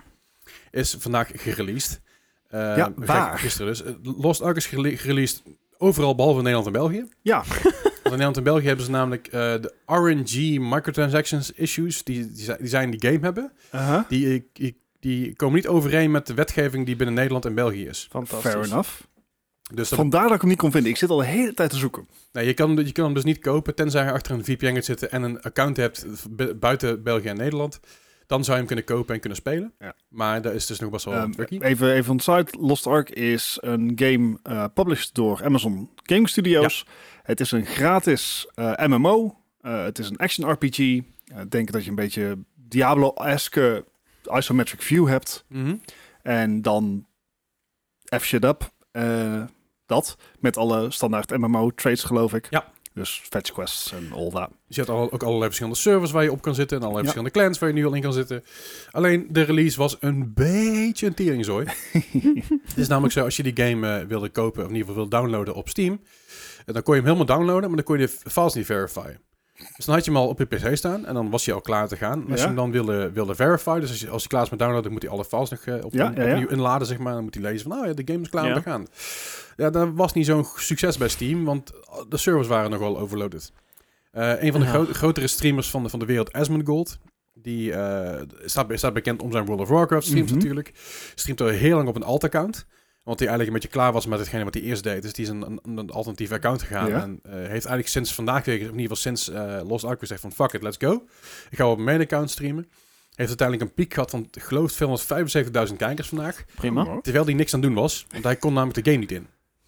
is vandaag gereleased. Uh, Ja, waar? Gisteren dus. Uh, Lost Ark is gere gereleased overal behalve in Nederland en België. Ja. Want in Nederland en België hebben ze namelijk uh, de R N G microtransactions issues die, die, die zij in die game hebben. Uh-huh. Die, die, die komen niet overeen met de wetgeving die binnen Nederland en België is. Fantastisch. Fair enough. Dus dat, Vandaar dat ik hem niet kon vinden. Ik zit al de hele tijd te zoeken. nee, je, kan, je kan hem dus niet kopen tenzij je achter een V P N gaat zitten en een account hebt bu- buiten België en Nederland. Dan zou je hem kunnen kopen en kunnen spelen. Ja. Maar dat is dus nog best wel Um, tricky. even, even van de site. Lost Ark is een game uh, published door Amazon Game Studios. Het is een gratis uh, M M O. Uh, het is een action R P G. Uh, denk dat je een beetje Diablo-esque isometric view hebt. Mm-hmm. En dan F shit up. Uh, dat. Met alle standaard M M O traits, geloof ik. Ja. Dus fetch quests en all that. Dus je hebt al, ook allerlei verschillende servers waar je op kan zitten. En allerlei Ja. verschillende clans waar je nu al in kan zitten. Alleen de release was een beetje een teringzooi. Het is namelijk zo, als je die game uh, wilde kopen, of in ieder geval wilde downloaden op Steam. Uh, dan kon je hem helemaal downloaden, maar dan kon je de files niet verifyen. Dus dan had je hem al op je P C staan en dan was hij al klaar te gaan. En als Ja. je hem dan wilde, wilde verify, dus als, je, als hij klaar is met downloaden, dan moet hij alle files nog uh, op, Ja, ja, ja. opnieuw inladen, zeg maar. Dan moet hij lezen van, nou ja, de game is klaar Ja. om te gaan. Ja, dat was niet zo'n succes bij Steam, want de servers waren nogal overloaded. Uh, een van de Ja. gro- grotere streamers van de, van de wereld, Asmongold, die uh, staat, staat bekend om zijn World of Warcraft streams Mhm. natuurlijk. Streamt al heel lang op een alt-account. Want hij eigenlijk een beetje klaar was met hetgene wat hij eerst deed. Dus die is een, een, een alternatief account gegaan. Ja. En uh, heeft eigenlijk sinds vandaag weer, in ieder geval sinds uh, Lost Ark gezegd van fuck it, let's go. Ik ga op mijn main account streamen. Heeft uiteindelijk een piek gehad van, ik geloof, tweehonderdvijfenzeventigduizend kijkers vandaag. Prima. Oh. Terwijl hij niks aan het doen was. Want hij kon namelijk de game niet in.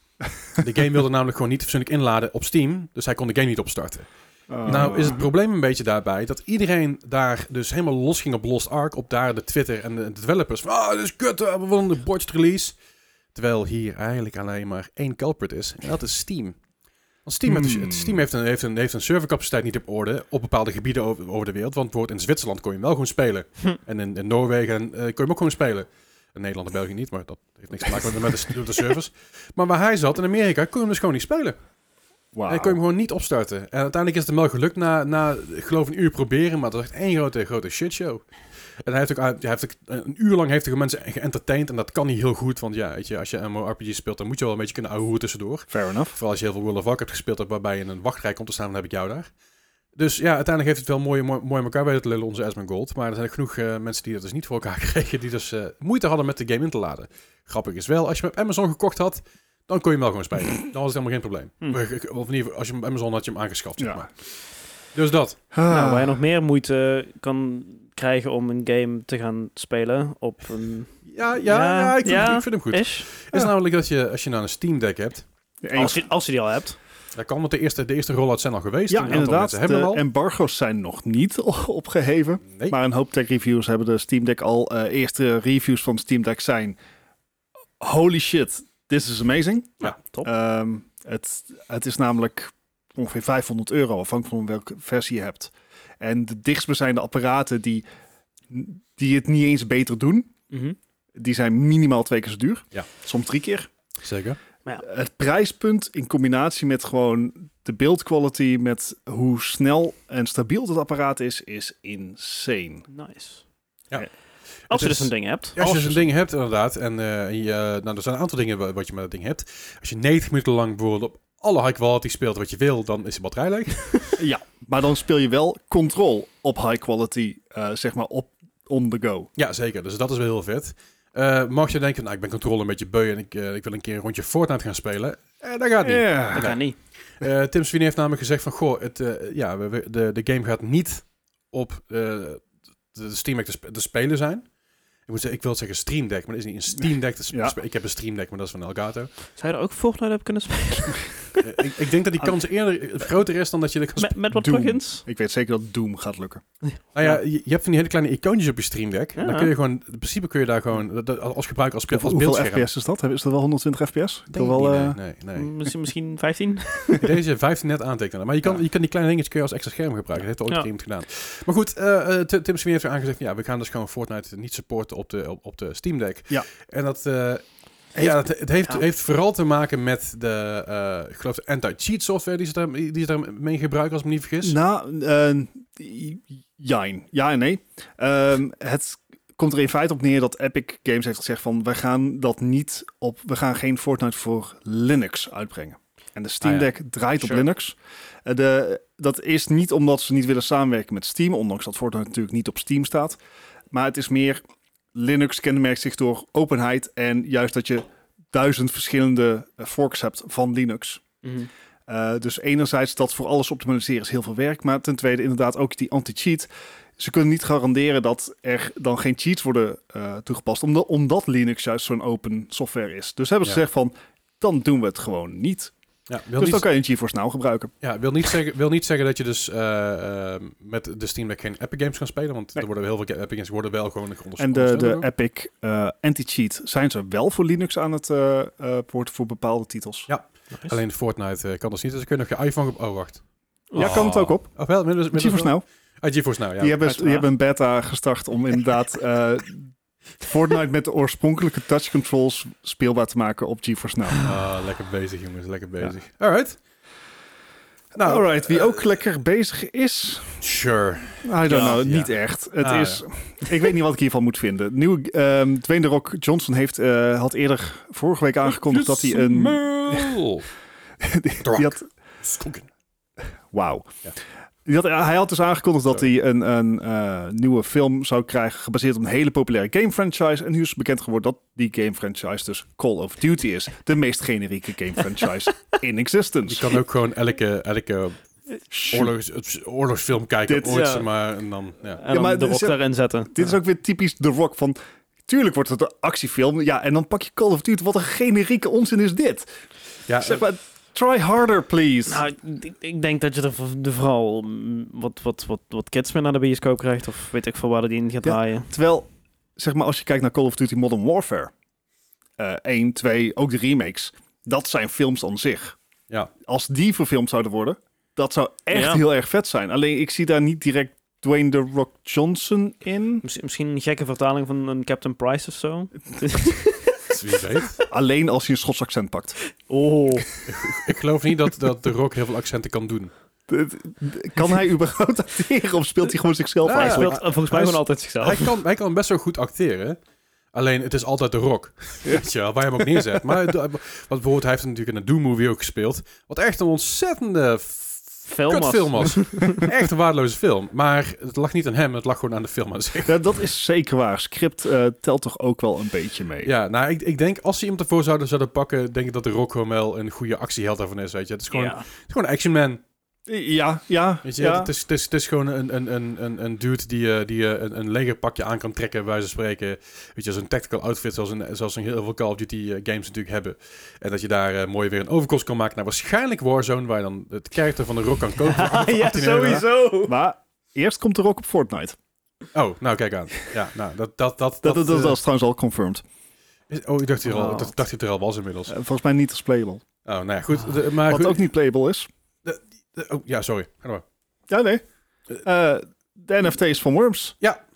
De game wilde namelijk gewoon niet fatsoenlijk inladen op Steam. Dus hij kon de game niet opstarten. Oh. Nou is het probleem een beetje daarbij dat iedereen daar dus helemaal los ging op Lost Ark. Op daar de Twitter en de developers. Van, ah, dit is kut, we willen de botched release. Terwijl hier eigenlijk alleen maar één culprit is. En dat is Steam. Want Steam, Hmm. heeft, Steam heeft, een, heeft, een, heeft een servercapaciteit niet op orde op bepaalde gebieden over, over de wereld. Want bijvoorbeeld in Zwitserland kon je hem wel gewoon spelen. Hm. En in, in Noorwegen uh, kon je hem ook gewoon spelen. In Nederland en België niet, maar dat heeft niks te maken met, met, de, met de servers. Maar waar hij zat, in Amerika, kon je hem dus gewoon niet spelen. Wauw. En kon je hem gewoon niet opstarten. En uiteindelijk is het hem wel gelukt na, na ik geloof een uur proberen, maar dat was echt één grote, grote shitshow. En hij heeft ook, hij heeft ook een uur lang heeft hij mensen geëntertained en dat kan niet heel goed, want ja, weet je, als je M M O R P G speelt, dan moet je wel een beetje kunnen ouwehoeren tussendoor. Fair enough. Vooral als je heel veel World of Warcraft gespeeld hebt, waarbij je in een wachtrij komt te staan, dan heb ik jou daar. Dus ja, uiteindelijk heeft het wel mooi, mooi, mooi in elkaar weten te lullen, onze Asmongold. Maar er zijn ook genoeg uh, mensen die dat dus niet voor elkaar kregen, die dus uh, moeite hadden met de game in te laden. Grappig is wel, als je hem op Amazon gekocht had, dan kon je hem wel gewoon spelen. Dan was het helemaal geen probleem. Hm. Of in ieder geval, als je hem op Amazon had je hem aangeschaft, zeg Ja. maar. Dus dat. Ah. Nou, waar je nog meer moeite kan krijgen om een game te gaan spelen op een... Ja, ja, ja, Ja, ik, vind, ja, ik vind hem goed. Is. is Ja. namelijk dat je, als je nou een Steam Deck hebt, Eens. Als je, als je die al hebt. dat kan, want de eerste, de eerste rollouts zijn al geweest. Ja, Een aantal inderdaad. mensen hebben De hem al. embargo's zijn nog niet opgeheven. Nee. Maar een hoop tech reviews hebben de Steam Deck al. Uh, eerste reviews van Steam Deck zijn... Holy shit, this is amazing. Ja, top. Um, het, het is namelijk ongeveer vijfhonderd euro, afhankelijk van welke versie je hebt. En de dichtstbijzijnde apparaten die, die het niet eens beter doen, Mhm. die zijn minimaal twee keer zo duur. Ja. Soms drie keer. Zeker. Het prijspunt in combinatie met gewoon de build quality, met hoe snel en stabiel het apparaat is, is insane. Nice. Ja. Als je Het dus is- een ding hebt. Ja, als je Als zo'n ding hebt, inderdaad. En uh, je, nou, er zijn een aantal dingen wa- wat je met dat ding hebt. Als je negentig minuten lang bijvoorbeeld op alle high quality speelt wat je wil, dan is de batterij leeg. Ja, maar dan speel je wel Control op high quality, uh, zeg maar op on the go. Ja, zeker. Dus dat is wel heel vet. Uh, mag je denken, nou, ik ben controle een beetje beu en ik, uh, ik wil een keer een rondje Fortnite gaan spelen. Eh, dat gaat niet. Ja. Dat kan niet. Uh, Tim Sweeney heeft namelijk gezegd van, goh, het, uh, ja, we, we, de, de game gaat niet op uh, de, de Steam Deck te, sp- te spelen zijn. Ik, moet zeggen, ik wil zeggen Stream Deck, maar dat is niet een Steam Deck te sp- Ja. sp- Ik heb een Stream Deck, maar dat is van Elgato. Zou je er ook Fortnite op kunnen spelen? Uh, ik, ik denk dat die kans eerder groter is dan dat je er kan Met, met wat Doom. plugins? Ik weet zeker dat Doom gaat lukken. Nou ja, je, je hebt van die hele kleine icoontjes op je Stream Deck. Ja. Dan kun je gewoon, in principe kun je daar gewoon, dat- dat- als gebruiker, als, als Hoeveel beeldscherm. F P S is dat? Is dat wel honderdtwintig F P S? Ik Denk wil ik wel, niet, eh, nee, nee, nee. Misschien, misschien vijftien? Deze vijftien net aantekenen. Maar je kan, Ja. je kan die kleine dingetjes kun je als extra scherm gebruiken. Dat heeft ooit Ja. iemand gedaan. Maar goed, uh, uh, Tim Sweeney heeft aangezegd, ja, we gaan dus gewoon Fortnite niet supporten op de, op, op de Steam Deck. Ja. En dat, uh, ja, het, het heeft, Ja. heeft vooral te maken met de, uh, ik geloof de anti-cheat software die ze, daar, die ze daarmee gebruiken, als ik me niet vergis. Nou, uh, jijn. Ja en nee. Um, het komt er in feite op neer dat Epic Games heeft gezegd van, we gaan dat niet op, we gaan geen Fortnite voor Linux uitbrengen. En de Steam Ah, ja. Deck draait Sure. op Linux. Uh, de, dat is niet omdat ze niet willen samenwerken met Steam, ondanks dat Fortnite natuurlijk niet op Steam staat. Maar het is meer, Linux kenmerkt zich door openheid en juist dat je duizend verschillende uh, forks hebt van Linux. Mhm. Uh, dus enerzijds dat voor alles optimaliseren is heel veel werk, maar ten tweede inderdaad ook die anti-cheat. Ze kunnen niet garanderen dat er dan geen cheats worden uh, toegepast, omdat, omdat Linux juist zo'n open software is. Dus hebben ze Ja. gezegd van, dan doen we het gewoon niet. Ja, wil Dus niet, dan kan je een GeForce Now gebruiken. ja, wil, niet zeggen, wil niet zeggen dat je dus uh, uh, met de Steam Deck geen Epic Games kan spelen, want Nee. er worden heel veel Epic Games worden wel gewoon En ondersteund. de, de ook. Epic uh, anti-cheat zijn ze wel voor Linux aan het uh, uh, porten voor bepaalde titels. Ja. Alleen Fortnite uh, kan dus niet, dus kun je nog je iPhone op... Oh, wacht. Ja, kan het ook op. Of wel, met, met, met GeForce Now. Ah, GeForce Now, ja. die, hebben, uiteraard. die hebben een beta gestart om inderdaad uh, Fortnite met de oorspronkelijke touch controls speelbaar te maken op GeForce Now. Ah, lekker bezig, jongens. Lekker bezig. Alright. Nou, Alright, wie uh, ook lekker bezig is... Sure. I don't Ja, know, ja. niet echt. Het Ah, is... Ik weet niet wat ik hiervan moet vinden. Nieuw, um, Dwayne The Rock Johnson heeft, uh, had eerder vorige week aangekondigd dat hij een... die had... Wauw. Ja. Die had, hij had dus aangekondigd dat hij een, een uh, nieuwe film zou krijgen gebaseerd op een hele populaire game franchise. En nu is bekend geworden dat die game franchise dus Call of Duty is. De meest generieke game franchise in existence. Je kan ook gewoon elke, elke oorlogs, oorlogsfilm kijken Dit, ooit, ja. maar en dan... Ja. En Ja, maar dan de dit Rock is- daarin zetten. Dit is ook weer typisch The Rock van... Tuurlijk wordt het een actiefilm. Ja, en dan pak je Call of Duty. Wat een generieke onzin is dit? Ja, Zeg maar, try harder, please. Nou, ik, ik denk dat je er v- de vooral mm, wat, wat, wat, wat kids meer naar de bioscoop krijgt. Of weet ik veel waar die in gaat Ja. draaien. Terwijl, zeg maar, als je kijkt naar Call of Duty Modern Warfare... Uh, één, twee, ook de remakes. Dat zijn films aan zich. ja. Als die verfilmd zouden worden... Dat zou echt Ja. heel erg vet zijn. Alleen, ik zie daar niet direct Dwayne The Rock Johnson in. Miss- Misschien een gekke vertaling van een Captain Price of zo. Wie weet. Alleen als hij een Schots accent pakt. Oh. Ik geloof niet dat, dat de Rock heel veel accenten kan doen. D- d- Kan hij überhaupt acteren? Of speelt hij gewoon zichzelf Ja, Hij eigenlijk? speelt uh, volgens mij hij is- gewoon altijd zichzelf. Hij kan, hij kan best wel goed acteren. Alleen, het is altijd de Rock. Weet je wel, waar je hem ook neerzet. Maar het- wat bijvoorbeeld, hij heeft natuurlijk in een Doom-movie ook gespeeld. Wat echt een ontzettende Film was. kutfilm was. Echt een waardeloze film. Maar het lag niet aan hem, het lag gewoon aan de film aan zich. Ja, dat is zeker waar. Script uh, telt toch ook wel een beetje mee. Ja, nou, ik, ik denk, als ze iemand ervoor zouden, zouden pakken, denk ik dat de Rock gewoon wel een goede actieheld daarvan is, weet je. Het is gewoon, Ja. het is gewoon een action man. Ja, ja. Weet je, ja. het, is, het, is, het is gewoon een, een, een, een, een dude die, uh, die uh, een, een legerpakje aan kan trekken, bij wijze van spreken. Weet je, zo'n tactical outfit, zoals, een, zoals een heel veel Call of Duty uh, games natuurlijk hebben. En dat je daar uh, mooi weer een overkost kan maken naar waarschijnlijk Warzone, waar je dan het karakter van de Rock kan kopen. voor ja, achttien euro. sowieso. Maar eerst komt de Rock op Fortnite. Oh, nou kijk aan. Ja, nou, dat, dat, dat, Dat, dat, dat, uh, dat is trouwens al confirmed. is- oh, ik dacht hier al, Wow. dat dacht hij er al was inmiddels. Uh, volgens mij niet als playable. Oh, nou ja, goed. De, maar Wat goed, ook niet playable is. de- oh, ja, sorry. Ga door. Ja, nee. Uh, de N F T's van Worms.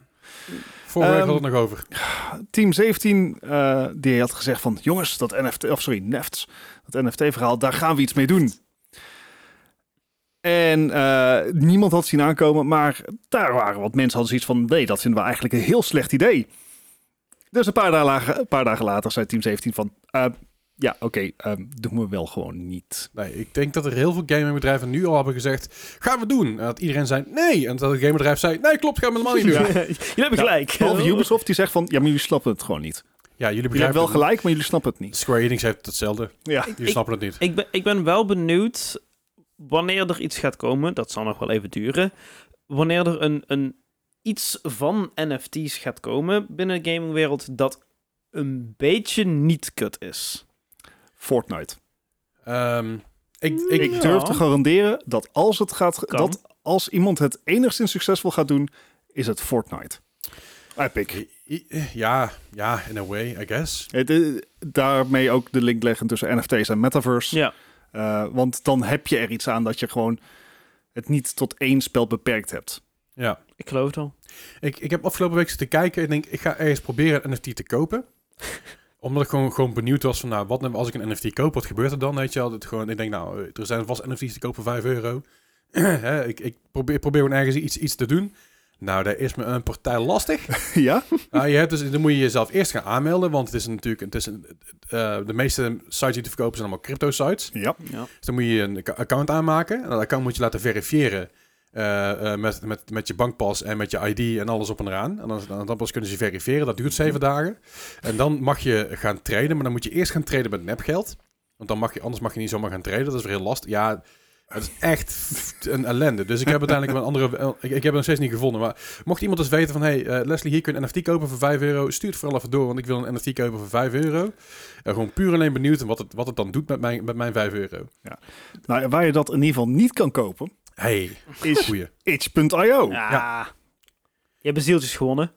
Vorige week Ehm, hadden we het nog over. Team zeventien, uh, die had gezegd van... Jongens, dat N F T... Of sorry, N F T's. Dat N F T-verhaal, daar gaan we iets mee doen. En uh, niemand had zien aankomen. Maar daar waren wat mensen hadden zoiets van... Nee, dat vinden we eigenlijk een heel slecht idee. Dus een paar dagen, lager, een paar dagen later zei Team zeventien van... Uh, ja, oké, okay, um, doen we wel gewoon niet. Nee, ik denk dat er heel veel gamingbedrijven nu al hebben gezegd... Gaan we doen. En dat iedereen zei nee. En dat het gamebedrijf zei... Nee, klopt, gaan we helemaal niet doen. Ja, Jullie hebben gelijk. Behalve Ubisoft die zegt van... Ja, maar jullie snappen het gewoon niet. jullie Jullie hebben begrijpen wel het gelijk, maar jullie snappen het niet. niet. Square Enix heeft hetzelfde. Ja. Jullie Ik- snappen het niet. Ik ben, ik ben wel benieuwd wanneer er iets gaat komen. Dat zal nog wel even duren. Wanneer er een, een iets van N F T's gaat komen binnen de gamingwereld dat een beetje niet kut is. Fortnite. Ehm, ik, Ik ik, Ja. durf te garanderen dat als het gaat, Kan. dat als iemand het enigszins succesvol gaat doen, is het Fortnite. Epic. ja, ja, in a way, I guess. Het, eh, daarmee ook de link leggen tussen N F T's en Metaverse. Ja. Uh, want dan heb je er iets aan dat je gewoon het niet tot één spel beperkt hebt. Ja. Ik geloof het al. Ik, ik heb afgelopen week zitten kijken. Ik denk, ik ga ergens proberen een N F T te kopen. Omdat ik gewoon, gewoon benieuwd was van, nou, wat nou als ik een N F T koop, wat gebeurt er dan? Weet je wel, het gewoon, ik denk, nou, er zijn vast N F T's te kopen voor vijf euro. Hè, ik, ik probeer, probeer gewoon ergens iets, iets te doen. Nou, dat is me een partij lastig. Ja? Nou, je hebt dus, dan moet je jezelf eerst gaan aanmelden, want het is natuurlijk, het is een, uh, de meeste sites die te verkopen zijn allemaal crypto sites. Ja. Ja. Dus dan moet je een account aanmaken. En dat account moet je laten verifiëren uh, uh, met, met, met je bankpas en met je I D en alles op en eraan. En dan, dan, dan pas kunnen ze verifiëren. Dat duurt zeven dagen. En dan mag je gaan traden, maar dan moet je eerst gaan traden met nepgeld. Want dan mag je, anders mag je niet zomaar gaan traden. Dat is weer heel lastig. Ja, het is echt een ellende. Dus ik heb uiteindelijk een andere... Ik, ik heb het nog steeds niet gevonden. Maar mocht iemand dus weten van... Hey, uh, Leslie, hier kun je een N F T kopen voor vijf euro. Stuur het vooral even door, want ik wil een N F T kopen voor vijf euro. Uh, gewoon puur alleen benieuwd wat het, wat het dan doet met mijn, met mijn vijf euro. Ja. Nou, waar je dat in ieder geval niet kan kopen, Hey, is goeie. itch punt io. Ja. Ja. Je hebt zieltjes gewonnen.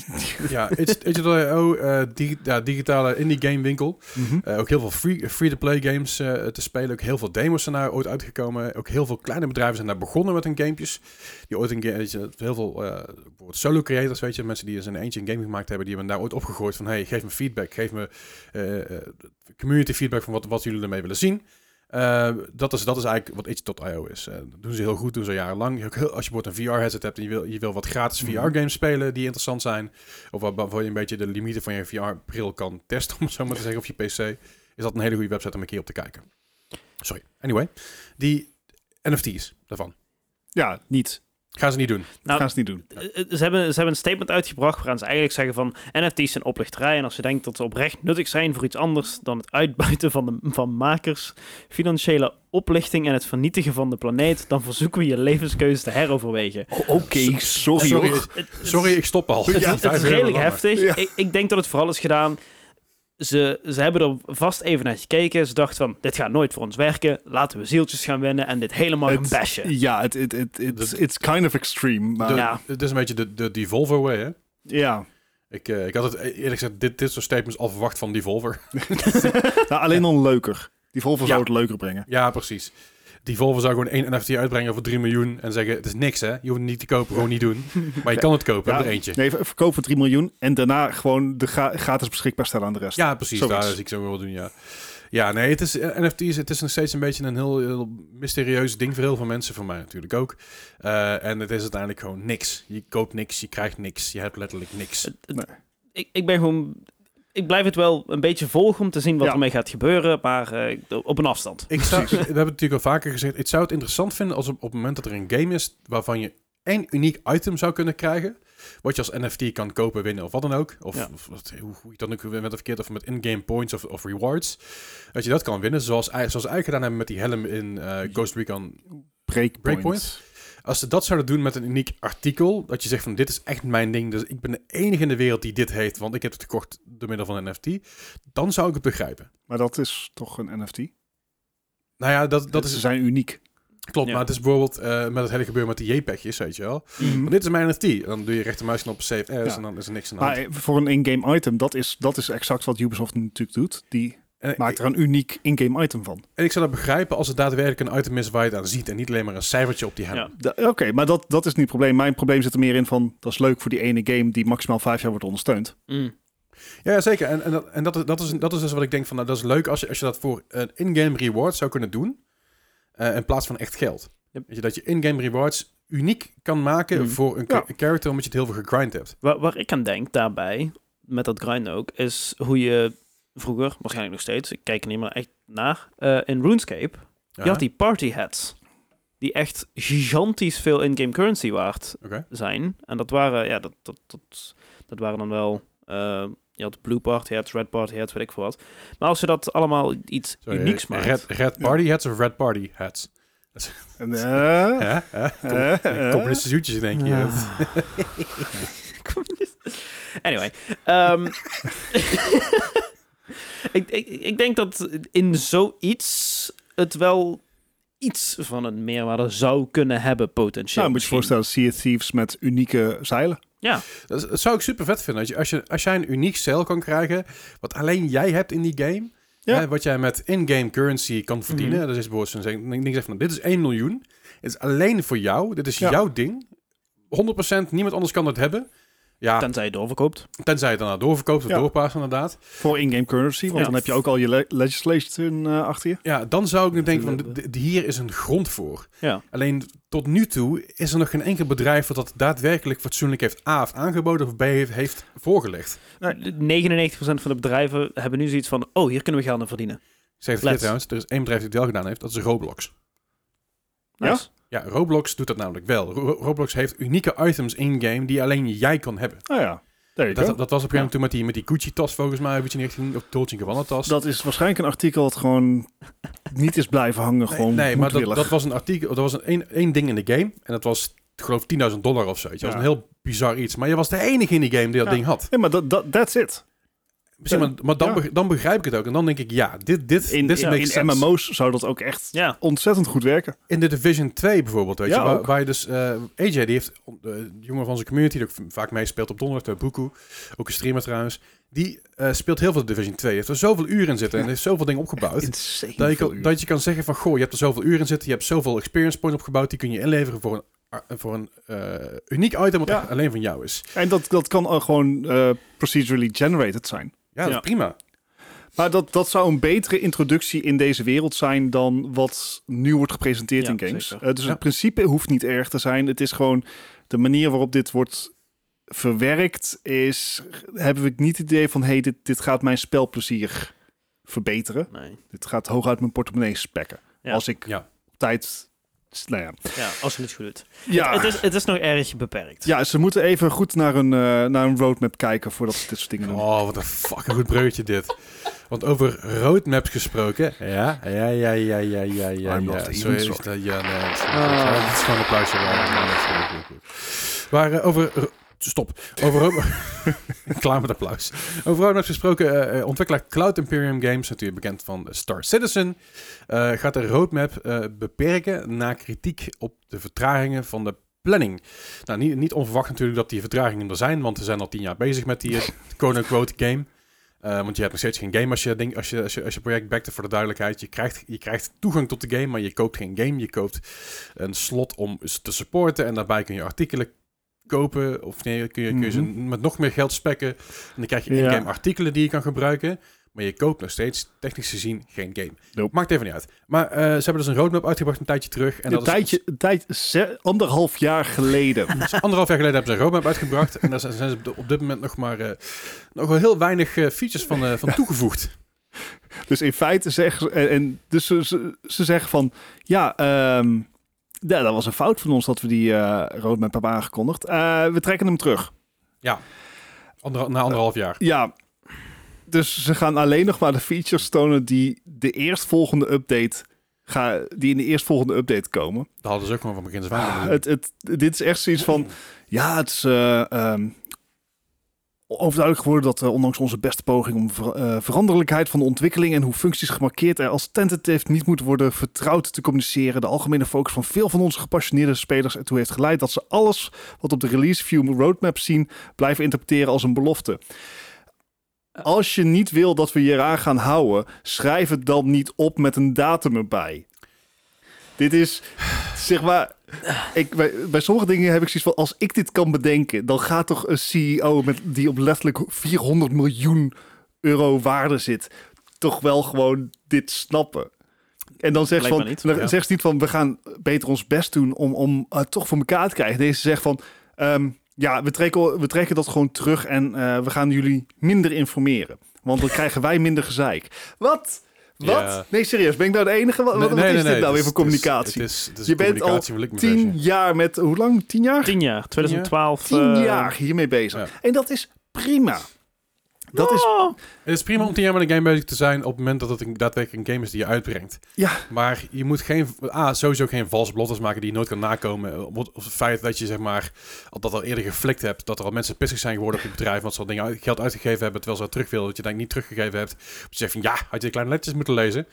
Ja, itch punt io, uh, digi- ja, digitale indie game winkel. Mm-hmm. Uh, ook heel veel free, free-to-play games uh, te spelen. Ook heel veel demos zijn daar ooit uitgekomen. Ook heel veel kleine bedrijven zijn daar begonnen met hun gamepjes. Die ooit een game, heel veel uh, solo creators, weet je, mensen die eens in een eentje een game gemaakt hebben, die hebben daar ooit opgegooid van, hey, geef me feedback, geef me uh, uh, community feedback van wat, wat jullie ermee willen zien. Uh, dat, is, dat is eigenlijk wat itch dot io is. Uh, dat doen ze heel goed, doen ze jarenlang. Heel, als je bijvoorbeeld een V R-headset hebt en je wil, je wil wat gratis V R-games spelen die interessant zijn, of waar, waar je een beetje de limieten van je V R-bril kan testen, om het zo maar te zeggen, op je P C, is dat een hele goede website om een keer op te kijken. Sorry. Anyway, die N F T's daarvan. Ja, niet. Gaan ze niet doen. Nou, gaan ze niet doen. Ze hebben, ze hebben een statement uitgebracht waarin ze eigenlijk zeggen van N F T's zijn oplichterij en als je denkt dat ze oprecht nuttig zijn voor iets anders dan het uitbuiten van, de, van makers, financiële oplichting en het vernietigen van de planeet, dan verzoeken we je levenskeuze te heroverwegen. Oh, Oké, okay. sorry. Sorry, hoor. het, sorry, ik stop al. Het, Ja, het, het is redelijk heftig. Ja. Ik, ik denk dat het vooral is gedaan. Ze, ze hebben er vast even naar gekeken. Ze dachten van, dit gaat nooit voor ons werken. Laten we zieltjes gaan winnen en dit helemaal gaan bashen. Ja, het it, it, it's, it's kind of extreme. Maar de, ja. Het is een beetje de, de Devolver way, hè? Ja. Ik, uh, ik had het eerlijk gezegd, dit, dit soort statements al verwacht van Devolver. nou, alleen dan leuker. Devolver ja. zou het leuker brengen. Ja, precies. Devolver zou gewoon één N F T uitbrengen voor drie miljoen en zeggen, het is niks, hè? Je hoeft het niet te kopen, gewoon niet doen. Maar je kan het kopen, ja, er eentje. Nee, verkoop voor drie miljoen en daarna gewoon de gra- gratis beschikbaar stellen aan de rest. Ja, precies. Zoiets. Daar zie ik zo wel doen, ja. Ja, nee, het is N F T's, het is nog steeds een beetje een heel, heel mysterieus ding voor heel veel mensen, voor mij natuurlijk ook. Uh, en het is uiteindelijk gewoon niks. Je koopt niks, je krijgt niks, je hebt letterlijk niks. Nee. Ik, ik ben gewoon... Ik blijf het wel een beetje volgen om te zien wat ja. ermee gaat gebeuren, maar uh, op een afstand. Ik zou, we hebben het natuurlijk al vaker gezegd, ik zou het interessant vinden als op, op het moment dat er een game is waarvan je één uniek item zou kunnen krijgen, wat je als N F T kan kopen, winnen of wat dan ook. Of, ja. of hoe, hoe je dat ook met of verkeerd of met in-game points of, of rewards. Dat je dat kan winnen, zoals, zoals ze eigenlijk gedaan hebben met die helm in uh, Ghost Recon Breakpoint. Breakpoint. Als ze dat zouden doen met een uniek artikel, dat je zegt van dit is echt mijn ding, dus ik ben de enige in de wereld die dit heeft, want ik heb het gekocht door middel van een N F T, dan zou ik het begrijpen. Maar dat is toch een N F T? Nou ja, dat, dat is... Ze zijn uniek. Klopt, ja. maar het is bijvoorbeeld uh, met het hele gebeuren met die JPEG'jes, weet je wel. Mm-hmm. Maar dit is mijn N F T. Dan doe je rechtermuisknop op Save As ja. en dan is er niks aan de hand. Maar voor een in-game item, dat is, dat is exact wat Ubisoft natuurlijk doet. Die en maakt er een uniek in-game item van. En ik zou dat begrijpen als het daadwerkelijk een item is waar je het aan ziet en niet alleen maar een cijfertje op die helm. Ja. Oké, okay, maar dat, dat is niet het probleem. Mijn probleem zit er meer in van, dat is leuk voor die ene game die maximaal vijf jaar wordt ondersteund. Mm. Ja, zeker. En, en, dat, en dat, is, dat, is, dat is dus wat ik denk van, nou, dat is leuk als je, als je dat voor een in-game reward zou kunnen doen, uh, in plaats van echt geld. Yep. Weet je, dat je in-game rewards uniek kan maken mm. voor een, ja. een character, omdat je het heel veel gegrind hebt. Waar, waar ik aan denk daarbij, met dat grind ook, is hoe je vroeger, waarschijnlijk nog steeds, ik kijk er niet meer echt naar, uh, in RuneScape, ja. je had die party hats, die echt gigantisch veel in-game currency waard okay. zijn. En dat waren, ja, dat, dat, dat, dat waren dan wel... Uh, je had blue party hats, red party hats, weet ik veel wat. Maar als je dat allemaal iets Sorry, unieks maakt... Red, red party ja. hats of red party hats? En, uh, ja, uh, uh, uh, communistische zoetjes, denk je. Uh. Anyway. Um, ik, ik, ik denk dat in zoiets het wel iets van een meerwaarde zou kunnen hebben, potentieel. Nou, moet je je voorstellen, Sea of Thieves met unieke zeilen. Ja. Dat, dat zou ik super vet vinden. Als, je, als, je, als jij een uniek zeil kan krijgen, wat alleen jij hebt in die game, ja. hè, wat jij met in-game currency kan verdienen. Mm-hmm. Dat is bijvoorbeeld zo'n ding, ik zeg van, dit is één miljoen. Het is alleen voor jou. Dit is ja. jouw ding. honderd procent, niemand anders kan het hebben. Ja, tenzij je doorverkoopt. Tenzij je het daarna doorverkoopt of ja. doorpaast inderdaad. Voor in-game currency, want ja. dan heb je ook al je le- legislation uh, achter je. Ja, dan zou ik nu denken van, d- d- hier is een grond voor. Ja. Alleen tot nu toe is er nog geen enkel bedrijf dat dat daadwerkelijk fatsoenlijk heeft A, heeft aangeboden of B, heeft, heeft voorgelegd. Nee, negenennegentig procent van de bedrijven hebben nu zoiets van, oh, hier kunnen we geld aan verdienen. Ik zeg het trouwens, er is één bedrijf die het wel gedaan heeft, dat is Roblox. Nice. Ja? Ja, Roblox doet dat namelijk wel. Ro- Roblox heeft unieke items in-game die alleen jij kan hebben. Oh ja. Dat, dat was op een gegeven moment toen met die, met die Gucci-tas volgens mij, weet je niet echt, of Dolce & Gabbana-tas. Dat is waarschijnlijk een artikel dat gewoon niet is blijven hangen. Nee, gewoon nee maar dat, dat was een artikel, dat was een, een, één ding in de game. En dat was, ik geloof, tienduizend dollar of zo. Dat ja. was een heel bizar iets. Maar je was de enige in die game die dat ja. ding had. Ja, maar dat, dat, that's it. Precies, maar, maar dan, ja. be, dan begrijp ik het ook. En dan denk ik, ja, dit, dit, in, dit ja, makes in sense. M M O's zou dat ook echt ja. ontzettend goed werken. In de Division twee bijvoorbeeld, weet ja, je, waar, waar je dus... Uh, A J, die heeft, de jongen van zijn community, die ook vaak meespeelt op donderdag, Buku, ook een streamer trouwens, die uh, speelt heel veel Division twee. Heeft er zoveel uren in zitten en heeft zoveel dingen opgebouwd. Dat je, dat je kan zeggen van, goh, je hebt er zoveel uren in zitten, je hebt zoveel experience points opgebouwd, die kun je inleveren voor een voor een uh, uniek item wat ja. alleen van jou is. En dat, dat kan uh, gewoon uh, procedurally generated zijn. Ja, dat ja. is prima. Maar dat, dat zou een betere introductie in deze wereld zijn dan wat nu wordt gepresenteerd Ja, in games. zeker. Uh, dus Ja. het principe hoeft niet erg te zijn. Het is gewoon de manier waarop dit wordt verwerkt is, hebben we niet het idee van, hey, dit, dit gaat mijn spelplezier verbeteren. Nee. Dit gaat hooguit mijn portemonnee spekken. Ja. Als ik Ja. op tijd... Nou ja. Ja, als je het goed doet. Ja. Het, is, het is nog erg beperkt. ja, ze moeten even goed naar een, uh, naar een roadmap kijken voordat ze dit soort dingen doen. Oh, wat een fucking goed bruggetje dit. Want over roadmaps gesproken. Ja, ja, ja, ja, ja, ja, ja. I'm ja. not even Sorry, is sorry. dat- ja, nee, dat is goed. Ah. Ja, dit is gewoon een applausje. Ja, nee, dat is goed, goed, goed. Maar uh, over... ro- Stop. Over road- Klaar met applaus. Over roadmaps gesproken. Uh, ontwikkelaar Cloud Imperium Games, natuurlijk bekend van Star Citizen, uh, gaat de roadmap uh, beperken na kritiek op de vertragingen van de planning. Nou, niet, niet onverwacht natuurlijk dat die vertragingen er zijn, want we zijn al tien jaar bezig met die uh, quote-unquote game. Uh, want je hebt nog steeds geen game als je, denk, als je, als je, als je project backte, voor de duidelijkheid. Je krijgt, je krijgt toegang tot de game, maar je koopt geen game. Je koopt een slot om te supporten en daarbij kun je artikelen kopen. Of nee, kun je, kun je ze Mhm. met nog meer geld spekken. En dan krijg je Ja. in-game artikelen die je kan gebruiken. Maar je koopt nog steeds, technisch gezien, geen game. Nope. Maakt even niet uit. Maar uh, ze hebben dus een roadmap uitgebracht een tijdje terug. En een dat tijdje, een tijd, ze- anderhalf jaar geleden. is, anderhalf jaar geleden hebben ze een roadmap uitgebracht. En daar zijn zijn ze op dit moment nog maar uh, nog wel heel weinig uh, features van, uh, van toegevoegd. Dus in feite zeggen ze, en, en dus ze, ze, ze zeggen van, ja, ehm, ja, dat was een fout van ons dat we die uh, roadmap hebben aangekondigd. Uh, we trekken hem terug. Ander, na anderhalf jaar. Ja, dus ze gaan alleen nog maar de features tonen die de eerstvolgende update, ga, die in de eerstvolgende update komen. Dat hadden ze ook gewoon van begin af aan Ah, kunnen doen. het, het, dit is echt zoiets van, ja, het is uh, um, overduidelijk geworden dat uh, ondanks onze beste poging om ver, uh, veranderlijkheid van de ontwikkeling en hoe functies gemarkeerd er als tentative niet moeten worden vertrouwd te communiceren, de algemene focus van veel van onze gepassioneerde spelers ertoe heeft geleid dat ze alles wat op de release view roadmap zien blijven interpreteren als een belofte. Als je niet wil dat we je eraan gaan houden, schrijf het dan niet op met een datum erbij. Dit is, zeg maar, ik, bij, bij sommige dingen heb ik zoiets van, als ik dit kan bedenken, dan gaat toch een C E O met, die op letterlijk vierhonderd miljoen euro waarde zit, toch wel gewoon dit snappen. En dan zegt ze van, Blijkbaar dan niet, ja. zegt ze niet van, we gaan beter ons best doen om, om uh, toch voor elkaar te krijgen. Deze zegt van, um, ja, we trekken, we trekken dat gewoon terug en uh, we gaan jullie minder informeren. Want dan krijgen wij minder gezeik. Wat? Wat? Ja. Nee, serieus, ben ik nou de enige? Wat, Nee, wat nee, is nee, dit nee, nou het weer is- voor het is- communicatie? Het is, het is Je bent al communicatie wil ik me Tien versie. jaar met, hoe lang? Tien jaar? Tien jaar, twintig twaalf. Tien eh, jaar hiermee bezig. Ja. En dat is prima. Dat is, oh, Het is prima om tien jaar met een game bezig te zijn op het moment dat het een, daadwerkelijk een game is die je uitbrengt. ja, Maar je moet geen, ah, sowieso geen valse beloftes maken die je nooit kan nakomen. Op het, op het feit dat je zeg maar, dat al eerder geflikt hebt, dat er al mensen pissig zijn geworden op je bedrijf, want ze al dingen uit- geld uitgegeven hebben terwijl ze het terug willen, dat je het eigenlijk niet teruggegeven hebt. Dat je zegt van ja, had je de kleine lettertjes moeten lezen.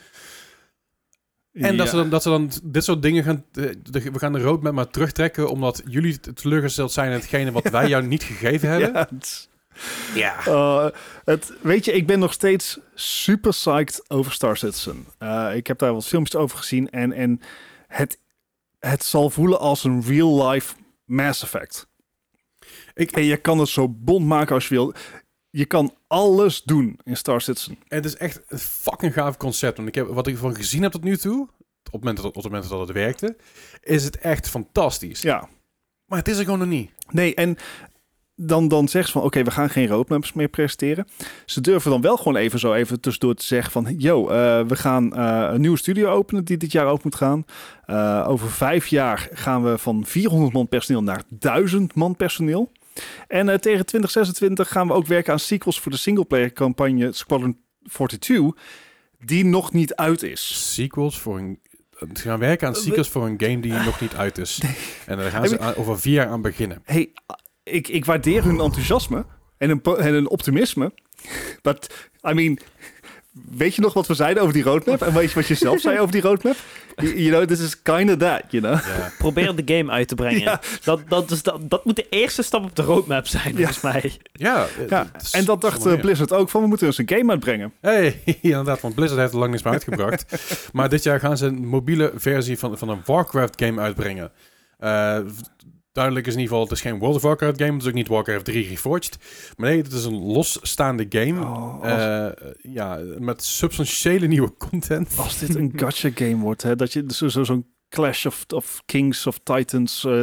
En dat, ja. ze dan, dat ze dan dit soort dingen gaan, eh, de- we gaan de roadmap maar terugtrekken omdat jullie t- teleurgesteld zijn in hetgene wat wij jou niet gegeven hebben. Ja, het is- Ja. Uh, het, weet je, ik ben nog steeds super psyched over Star Citizen. Uh, ik heb daar wat filmpjes over gezien en, en het, het zal voelen als een real-life Mass Effect. Ik- En je kan het zo bond maken als je wil. Je kan alles doen in Star Citizen. Het is echt een fucking gaaf concept. Want ik heb, wat ik ervan gezien heb tot nu toe, op het moment dat, op het moment dat het werkte, is het echt fantastisch. Ja. Maar het is er gewoon nog niet. Nee, en dan, dan zeggen ze van, oké, we gaan geen roadmaps meer presenteren. Ze durven dan wel gewoon even zo even tussendoor te zeggen van, yo, uh, we gaan uh, een nieuwe studio openen die dit jaar open moet gaan. Uh, over vijf jaar gaan we van vierhonderd man personeel naar duizend man personeel. En uh, tegen twintig zesentwintig gaan we ook werken aan sequels voor de singleplayer campagne Squadron tweeënveertig, die nog niet uit is. Sequels voor een... Ze gaan werken aan sequels voor een game die nog niet uit is. En daar gaan ze aan- over vier jaar aan beginnen. Hey, ik, ik waardeer hun enthousiasme en hun, po- en hun optimisme. But, I mean, weet je nog wat we zeiden over die roadmap? En weet je wat je zelf zei over die roadmap? You, you know, this is kind of that, you know? Ja. probeer de game uit te brengen. Ja. Dat, dat, is, dat, dat moet de eerste stap op de roadmap zijn, volgens mij. Ja, Ja, het is en dat dacht zonder uh, meer. Blizzard ook van, we moeten eens een game uitbrengen. Hey, inderdaad, want Blizzard heeft er lang niks meer uitgebracht. Maar dit jaar gaan ze een mobiele versie van, van een Warcraft game uitbrengen. Uh, duidelijk is in ieder geval, het is geen World of Warcraft game, het is ook niet Warcraft drie Reforged. Maar nee, het is een losstaande game. Oh, als, Uh, ja, met substantiële nieuwe content. als dit een gacha game wordt, hè, dat je zo, zo, zo'n Clash of, of Kings of Titans... Uh,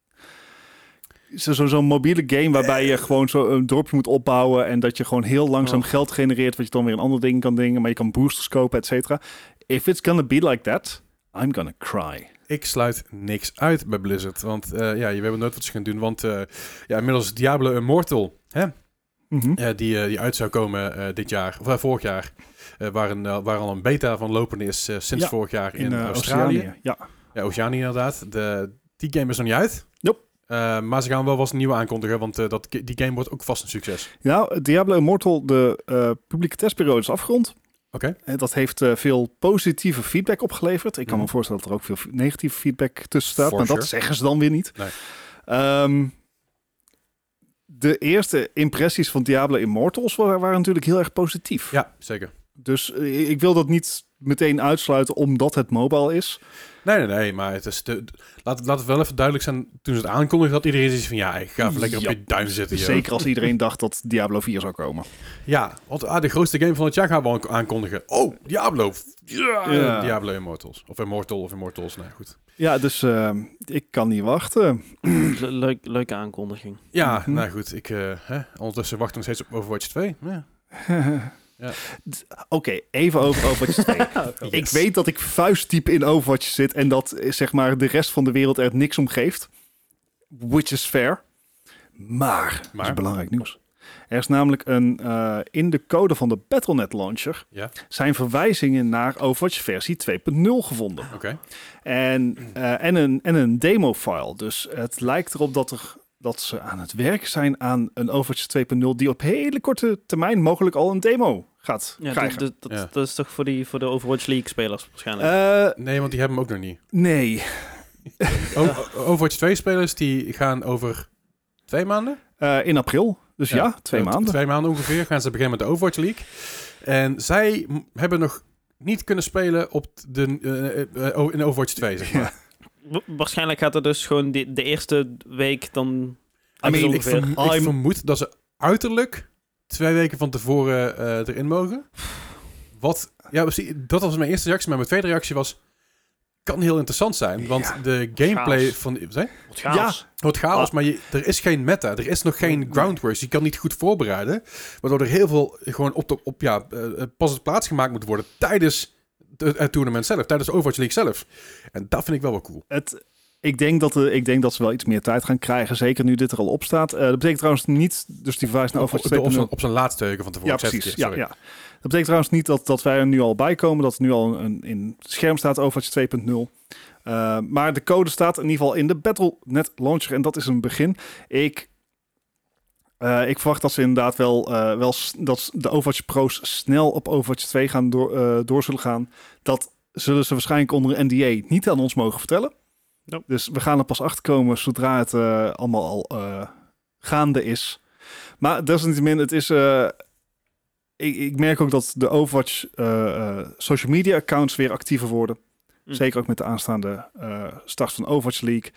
zo, zo, zo'n mobiele game waarbij je gewoon zo een dorpje moet opbouwen en dat je gewoon heel langzaam Oh. geld genereert, wat je dan weer een ander ding kan dingen, maar je kan boosters kopen, et cetera. If it's gonna be like that, I'm gonna cry. Ik sluit niks uit bij Blizzard. Want uh, ja, je weet nooit wat ze gaan doen. Want uh, ja, inmiddels Diablo Immortal, hè? Mm-hmm. Uh, die, uh, die uit zou komen uh, dit jaar, of uh, vorig jaar. Uh, waar, een, uh, waar al een beta van lopende is uh, sinds Ja, vorig jaar in, in uh, Australië. Oceanië, ja. Ja, Oceanië inderdaad. De, die game is nog niet uit. Nope. Uh, maar ze gaan wel wat nieuwe aankondigen, want uh, dat, die game wordt ook vast een succes. Nou, Diablo Immortal, de uh, publieke testperiode is afgerond. Oké. Okay. En dat heeft uh, veel positieve feedback opgeleverd. Ik kan Mm. me voorstellen dat er ook veel negatieve feedback tussen staat, For maar sure. dat zeggen ze dan weer niet. Nee. Um, de eerste impressies van Diablo Immortals waren, waren natuurlijk heel erg positief. Ja, zeker. Dus uh, ik wil dat niet meteen uitsluiten omdat het mobile is. Nee, nee, nee, maar het is de, laat, laat het wel even duidelijk zijn. Toen ze het aankondigden, dat iedereen zoiets van, ja, ik ga even lekker Ja. op je duim zitten. joh. Zeker als iedereen dacht dat Diablo vier zou komen. Ja, want ah, de grootste game van het jaar gaan we aan- aankondigen. Oh, Diablo. Ja. Ja. Diablo Immortals. Of Immortal of Immortals, nee, goed. Ja, dus uh, ik kan niet wachten. Le- leuk, leuke aankondiging. Ja, Mhm. nou goed. Ik, uh, hè, ondertussen wacht ik nog steeds op Overwatch twee. Ja. Ja. Oké, okay, even over Overwatch twee. Yes. Ik weet dat ik vuistdiep in Overwatch zit en dat eh, zeg maar de rest van de wereld er niks om geeft. Which is fair. Maar, dat Maar? is belangrijk nieuws. Er is namelijk een, uh, in de code van de Battle dot net launcher Ja, zijn verwijzingen naar Overwatch versie twee punt nul gevonden. oké. Okay. En, uh, en, een, en een demo-file. Dus het lijkt erop dat, er, dat ze aan het werken zijn aan een Overwatch twee punt nul die op hele korte termijn mogelijk al een demo gaat Ja, krijgen. dat, dat, Ja. dat is toch voor, die, voor de Overwatch League spelers waarschijnlijk. Uh, Nee, want die hebben hem ook nog niet. nee. O- Overwatch twee spelers die gaan over twee maanden? Uh, in april. Dus ja, ja twee uh, maanden. Twee maanden ongeveer gaan ze beginnen met de Overwatch League. En zij m- hebben nog niet kunnen spelen op de, uh, uh, uh, in Overwatch twee, zeg maar. Ja. Wa- Waarschijnlijk gaat het dus gewoon die, de eerste week dan... I mean, ik, ongeveer. verm- ik I'm- vermoed dat ze uiterlijk twee weken van tevoren uh, erin mogen. Wat, ja, precies, dat was mijn eerste reactie. Maar mijn tweede reactie was, kan heel interessant zijn. Want Ja. de gameplay Chaos. van... Zeg? Wat chaos. Wordt chaos, Ah. maar je, er is geen meta. Er is nog geen groundworks. Je kan niet goed voorbereiden. Waardoor er heel veel gewoon op, de, op ja, uh, pas op plaats gemaakt moet worden tijdens de, het tournament zelf. Tijdens de Overwatch League zelf. En dat vind ik wel wel cool. Het, ik, denk dat de, ik denk dat ze wel iets meer tijd gaan krijgen. Zeker nu dit er al op staat. Uh, dat betekent trouwens niet... Dus die verwijst naar Op, Overwatch op, twee op, punt nul. zijn, op zijn laatste weken van tevoren. Ja, Ik zei het precies. Ja, verkeerd, ja. Dat betekent trouwens niet dat, dat wij er nu al bij komen. Dat er nu al een, in het scherm staat Overwatch twee punt nul. Uh, maar de code staat in ieder geval in de Battle dot net launcher. En dat is een begin. Ik, uh, ik verwacht dat ze inderdaad wel, uh, wel s- dat de Overwatch Pro's snel op Overwatch twee gaan door, uh, door zullen gaan. Dat zullen ze waarschijnlijk onder een N D A niet aan ons mogen vertellen. Nope. Dus we gaan er pas achter komen zodra het uh, allemaal al uh, gaande is. Maar desalniettemin, het is... Uh, ik, ik merk ook dat de Overwatch uh, uh, social media accounts weer actiever worden. Hm. Zeker ook met de aanstaande uh, start van Overwatch League.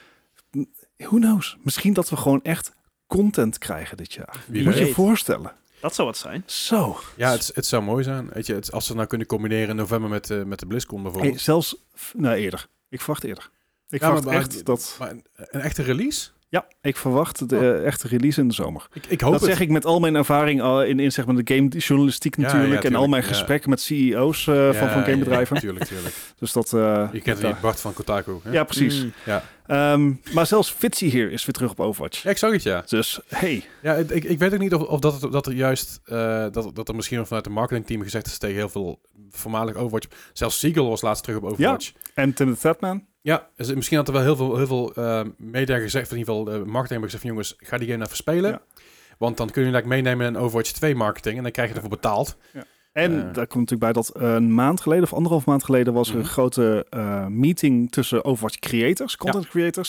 Who knows? Misschien dat we gewoon echt content krijgen dit jaar. Wie Moet je weet. je voorstellen. Dat zou wat zijn. Zo. Ja, het, het zou mooi zijn. Weet je, het, als ze nou kunnen combineren in november met, uh, met de BlizzCon bijvoorbeeld. Hey, zelfs... Nou, eerder. Ik verwacht eerder. Ik Ja, verwacht maar- maar- echt dat... Maar een, een echte release? Ja, ik verwacht de uh, echte release in de zomer. Ik, ik hoop Dat het. zeg ik met al mijn ervaring uh, in, in zeg maar de game journalistiek Ja, natuurlijk. ja, en al tuurlijk, mijn ja. gesprekken met C E O's uh, van, van gamebedrijven. Ja, tuurlijk, tuurlijk. Dus dat... Uh, Je kent ja. die Bart van Kotaku. Hè? Ja, precies. Mm. Ja. Um, maar zelfs Fitzy hier is weer terug op Overwatch. Ja, ik zag het, ja. Dus, hey. Ja, ik, ik weet ook niet of, of dat, het, dat er juist... Uh, dat, dat er misschien vanuit het marketingteam gezegd is tegen heel veel voormalig Overwatch. Zelfs Siegel was laatst terug op Overwatch. En Tim the Tatman? Ja, dus misschien had er wel heel veel, heel veel uh, media gezegd, in ieder geval uh, marketing hebben gezegd van jongens, ga die game even spelen. Ja. Want dan kun je like, meenemen in Overwatch twee marketing en dan krijg je ervoor betaald. Ja. En Uh. daar komt natuurlijk bij dat uh, een maand geleden of anderhalf maand geleden was er Mhm. een grote uh, meeting tussen Overwatch creators, content creators.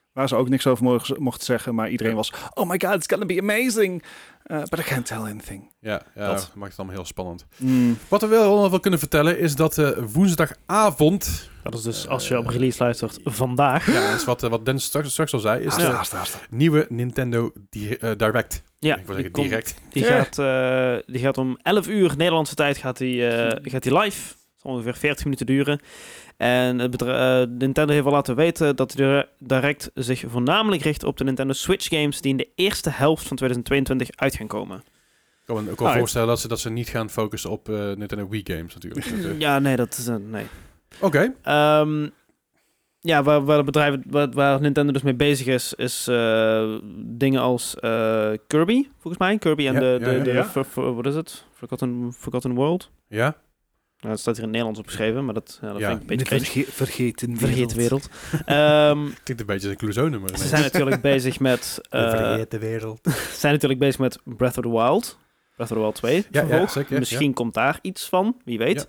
waar ze ook niks over mogen, mochten zeggen. Maar iedereen was, oh my god, it's gonna be amazing. Uh, but I can't tell anything. Ja, ja Dat. dat maakt het allemaal heel spannend. Mm. Wat we wel nog wel kunnen vertellen is dat uh, woensdagavond... Dat is dus, als je op release luistert, vandaag. Ja, dat is wat, uh, wat Dennis straks, straks al zei, is Haast, de haast, haast. nieuwe Nintendo di- uh, Direct. Ja, Ik wil die, zeggen komt- direct. die, Ja. gaat, uh, die gaat om elf uur Nederlandse tijd gaat die, uh, gaat die live. Het zal ongeveer veertig minuten duren. En het bedra- uh, Nintendo heeft al laten weten dat de Direct zich voornamelijk richt op de Nintendo Switch games die in de eerste helft van twintig tweeëntwintig uit gaan komen. Ik kan me ook wel Ah, ja. voorstellen dat ze, dat ze niet gaan focussen op uh, Nintendo Wii games natuurlijk. Dus, uh, Ja, nee, dat is... Uh, nee. Oké. Um, ja, waar, waar, het bedrijf, waar, waar Nintendo dus mee bezig is, is uh, dingen als uh, Kirby, volgens mij. Kirby en Ja, de, ja, de, ja. de Ja. for- for- wat is het? Forgotten, Forgotten World. Ja? Nou, dat staat hier in het Nederlands opgeschreven, maar dat, ja, dat Ja. vind ik een beetje De cringe. verge- vergeten Vergeten wereld. um, Klinkt een beetje als een Clouseau-nummer. ze zijn natuurlijk bezig met... Uh, wereld. ze zijn natuurlijk bezig met Breath of the Wild. Breath of the Wild twee. Ja, ja, vervolg. zeker, Misschien ja. komt daar iets van, wie weet.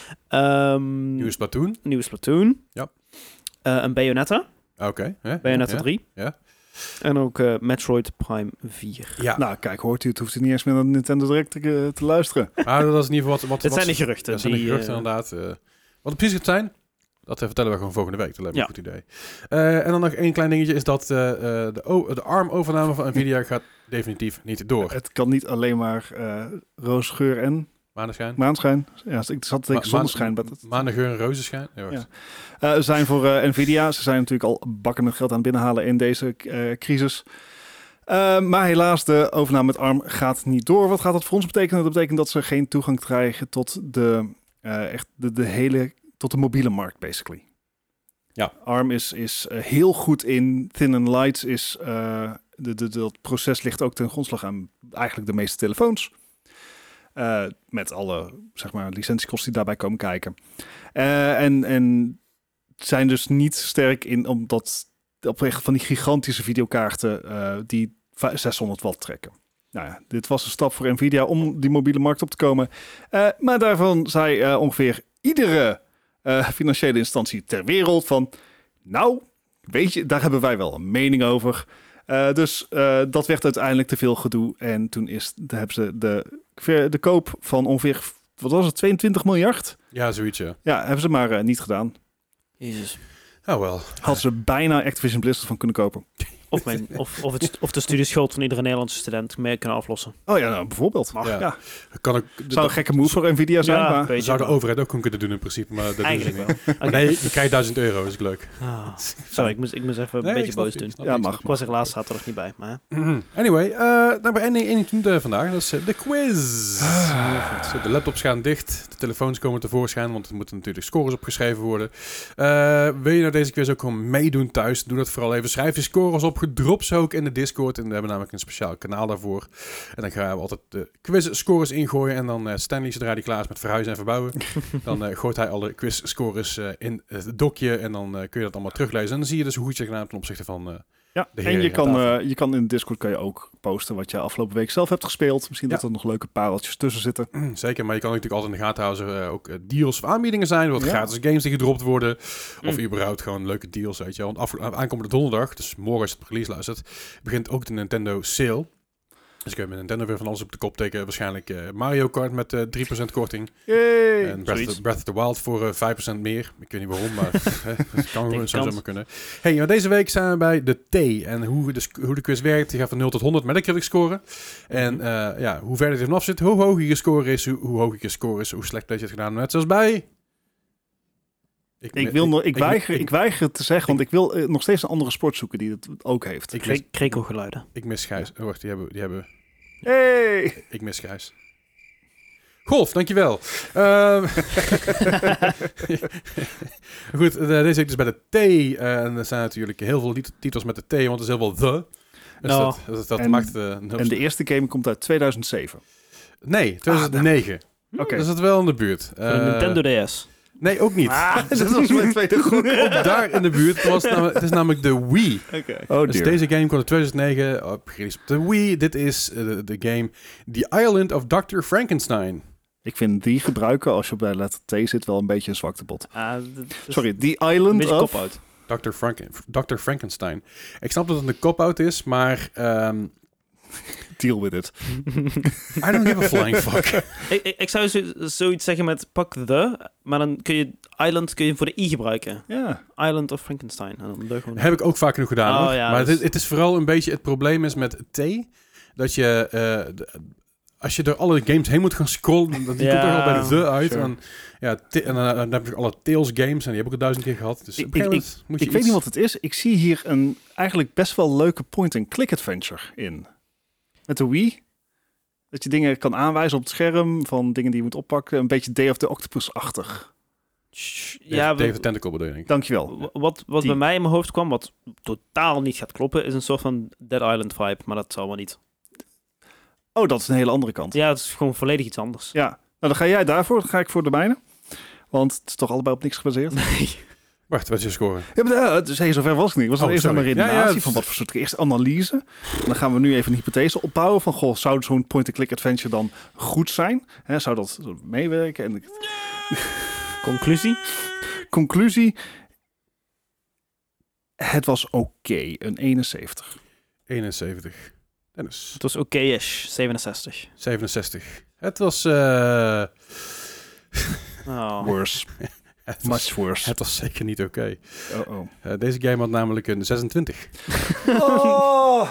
Um, Nieuwe Splatoon. nieuwe Splatoon. Ja. Uh, een Bayonetta. Oké. hè? Bayonetta ja. drie. Ja. En ook uh, Metroid Prime vier. Ja, Nou, kijk, hoort u, het hoeft u niet eens meer naar de Nintendo Direct te, te luisteren. maar dat is in ieder geval wat... wat Dit wat, zijn de geruchten. Dat zijn de die, geruchten uh, inderdaad. Uh, wat het precies gaat zijn, dat vertellen we gewoon volgende week. Dat lijkt me Ja. een goed idee. Uh, en dan nog één klein dingetje is dat uh, uh, de, o- de ARM-overname van Nvidia gaat definitief niet door. Het kan niet alleen maar uh, roze geur en Maandenschijn. maanschijn. Ja, ik zat te denken zonneschijn. maar dat- Maandengeur en rozenschijn. Ja, wacht. Ja. Uh, zijn voor uh, Nvidia. Ze zijn natuurlijk al bakken met geld aan het binnenhalen in deze uh, crisis. Uh, maar helaas, de overname met ARM gaat niet door. Wat gaat dat voor ons betekenen? Dat betekent dat ze geen toegang krijgen tot de, uh, echt de, de hele, tot de mobiele markt, basically. Ja. ARM is, is uh, heel goed in thin and light. Is, uh, de, de, de, dat proces ligt ook ten grondslag aan eigenlijk de meeste telefoons. Uh, met alle, zeg maar, licentiekosten die daarbij komen kijken. Uh, en, en zijn dus niet sterk in, omdat op echt van die gigantische videokaarten uh, die zeshonderd watt trekken. Nou ja, dit was een stap voor Nvidia om die mobiele markt op te komen. Uh, maar daarvan zei uh, ongeveer iedere uh, financiële instantie ter wereld van, nou, weet je, daar hebben wij wel een mening over. Uh, dus uh, dat werd uiteindelijk te veel gedoe. En toen is, hebben ze de, de koop van ongeveer, wat was het, tweeëntwintig miljard? Ja, zoiets, ja. Ja, hebben ze maar uh, niet gedaan. Jezus. Oh wel. Hadden ze bijna Activision Blizzard van kunnen kopen. Of, mijn, of, of, het, of de studieschuld van iedere Nederlandse student mee kunnen aflossen. Oh ja, nou, bijvoorbeeld. Ja. Ja. Kan ook, Zou een gekke move voor Nvidia zijn, Ja, maar... weet je zou de wel. overheid ook gewoon kunnen doen in principe, maar dat doen ze Eigenlijk niet. wel. Maar Oké. nee, je krijgt duizend euro, is leuk. Ah, sorry, ik moest, ik moest even een Nee, ik beetje snap boos je, doen. ik snap Ja, je, ik mag. snap Ik was er laatst zaten er nog niet bij, maar... je. Anyway, uh, nou bij één ding één ding te doen uh, vandaag, dat is uh, de quiz. Ah. De laptops gaan dicht, de telefoons komen tevoorschijn, want er moeten natuurlijk scores opgeschreven worden. Uh, wil je nou deze quiz ook gewoon meedoen thuis, doe dat vooral even. Schrijf je scores op, gedrop ze ook in de Discord en we hebben namelijk een speciaal kanaal daarvoor. En dan gaan we altijd de quiz-scores ingooien en dan uh, Stanley, zodra hij klaar is met verhuizen en verbouwen, dan uh, gooit hij alle quiz-scores uh, in het dokje en dan uh, kun je dat allemaal teruglezen. En dan zie je dus hoe goed je gedaan hebt ten opzichte van uh, Ja, de en heren je aan kan, tafel. uh, je kan in Discord kan je ook posten wat je afgelopen week zelf hebt gespeeld. Misschien Ja. dat er nog leuke pareltjes tussen zitten. Zeker, maar je kan natuurlijk altijd in de gaten houden als er uh, ook uh, deals of aanbiedingen zijn, wat Ja. gratis games die gedropt worden, of Mm. überhaupt gewoon leuke deals, weet je wel. Want af, aankomende donderdag, dus morgen als je het op release luistert, begint ook de Nintendo Sale. Dus ik heb met Nintendo weer van alles op de kop tekenen. Waarschijnlijk uh, Mario Kart met uh, drie procent korting. Yay! En Breath of, zoiets. the, Breath of the Wild voor uh, vijf procent meer. Ik weet niet waarom, maar hè, dat kan gewoon zo kans. zomaar kunnen. Hey, maar deze week zijn we bij de T. En hoe de, sc- hoe de quiz werkt, die gaat van nul tot honderd met een critic scoren. En uh, ja, hoe verder het er vanaf zit, hoe hoger je score is, hoe, hoe hoger je score is, hoe slecht dat je het gedaan hebt. Net zoals bij... Ik, wil nog, ik, weiger, ik, ik, weiger het te zeggen, want ik wil uh, nog steeds een andere sport zoeken die het ook heeft. ik, mis, Kre- krekelgeluiden. ik mis Gijs. Oh, wacht, die hebben, die hebben... Hey! Ik mis Gijs. Golf, dankjewel. Uh, Goed, uh, deze week dus bij de T. Uh, en er zijn natuurlijk heel veel tit- titels met de T, want er is heel veel the. Dus No. dat, dat, dat En- maakt... Uh, een En de eerste game komt uit tweeduizend zeven. Nee, tweeduizend negen. Oké. Okay. Dus dat wel in de buurt. Voor de Uh, Nintendo D S. Nee, ook niet. Ah, dat was mijn tweede goed. Ook daar in de buurt. Het, was namelijk, het is namelijk de Wii. Oké. Oh Dus dear. deze game kwam in tweeduizend negen op, gereleased op de Wii. Dit is uh, de, de game The Island of doctor Frankenstein. Ik vind die gebruiken als je bij letter T zit wel een beetje een zwaktebod. Ah, d- d- Sorry, The Een Island beetje of... kop uit. dokter Franken, dokter Frankenstein. Ik snap dat het een cop-out is, maar... Um, deal with it. I don't give a flying fuck. ik, ik, ik zou zo, zoiets zeggen met pak the, maar dan kun je Island kun je voor de i gebruiken. Ja. Island of Frankenstein. En dan de gewoon... Heb ik ook vaak genoeg gedaan. Oh, hoor. ja, maar dus... het, het is vooral een beetje het probleem is met T, dat je... Uh, de, als je door alle games heen moet gaan scrollen, dan die ja, komt er al bij de the uit. sure. En, ja, t- en dan, dan heb je alle Tales games en die heb ik al duizend keer gehad. Dus Ik- op een gegeven ik- moment moet je Ik weet iets- niet wat het is. Ik zie hier een eigenlijk best wel leuke point-and-click adventure in. Met de Wii. Dat je dingen kan aanwijzen op het scherm van dingen die je moet oppakken. Een beetje Day of the Octopus-achtig. Shh, Dave, ja, Dave we- the Tentacle bedoel ik. Dankjewel. w- wat, wat Die. bij mij in mijn hoofd kwam, wat totaal niet gaat kloppen, is een soort van Dead Island vibe, maar dat zal wel niet. Oh, dat is een hele andere kant. Ja, het is gewoon volledig iets anders. Ja, nou dan ga jij daarvoor, dan ga ik voor de mijne. Want het is toch allebei op niks gebaseerd. Wacht, wat is je score? Ja, maar uh, dus hey, zover was ik niet. Ik was al Oh, eerst aan mijn sorry. Ja, redenatie ja, van het- wat voor soort eerste analyse. En dan gaan we nu even een hypothese opbouwen van, goh, zou zo'n point-and-click adventure dan goed zijn? Hè, zou dat meewerken? En Conclusie? conclusie, het was oké, een eenenzeventig. eenenzeventig. Dennis. Het was oké-ish, zevenenzestig. zevenenzestig. Het was... Uh, Oh. Worse, het, was much worse. het was zeker niet oké. Oh, oh. Uh, deze game had namelijk een zesentwintig. Oh.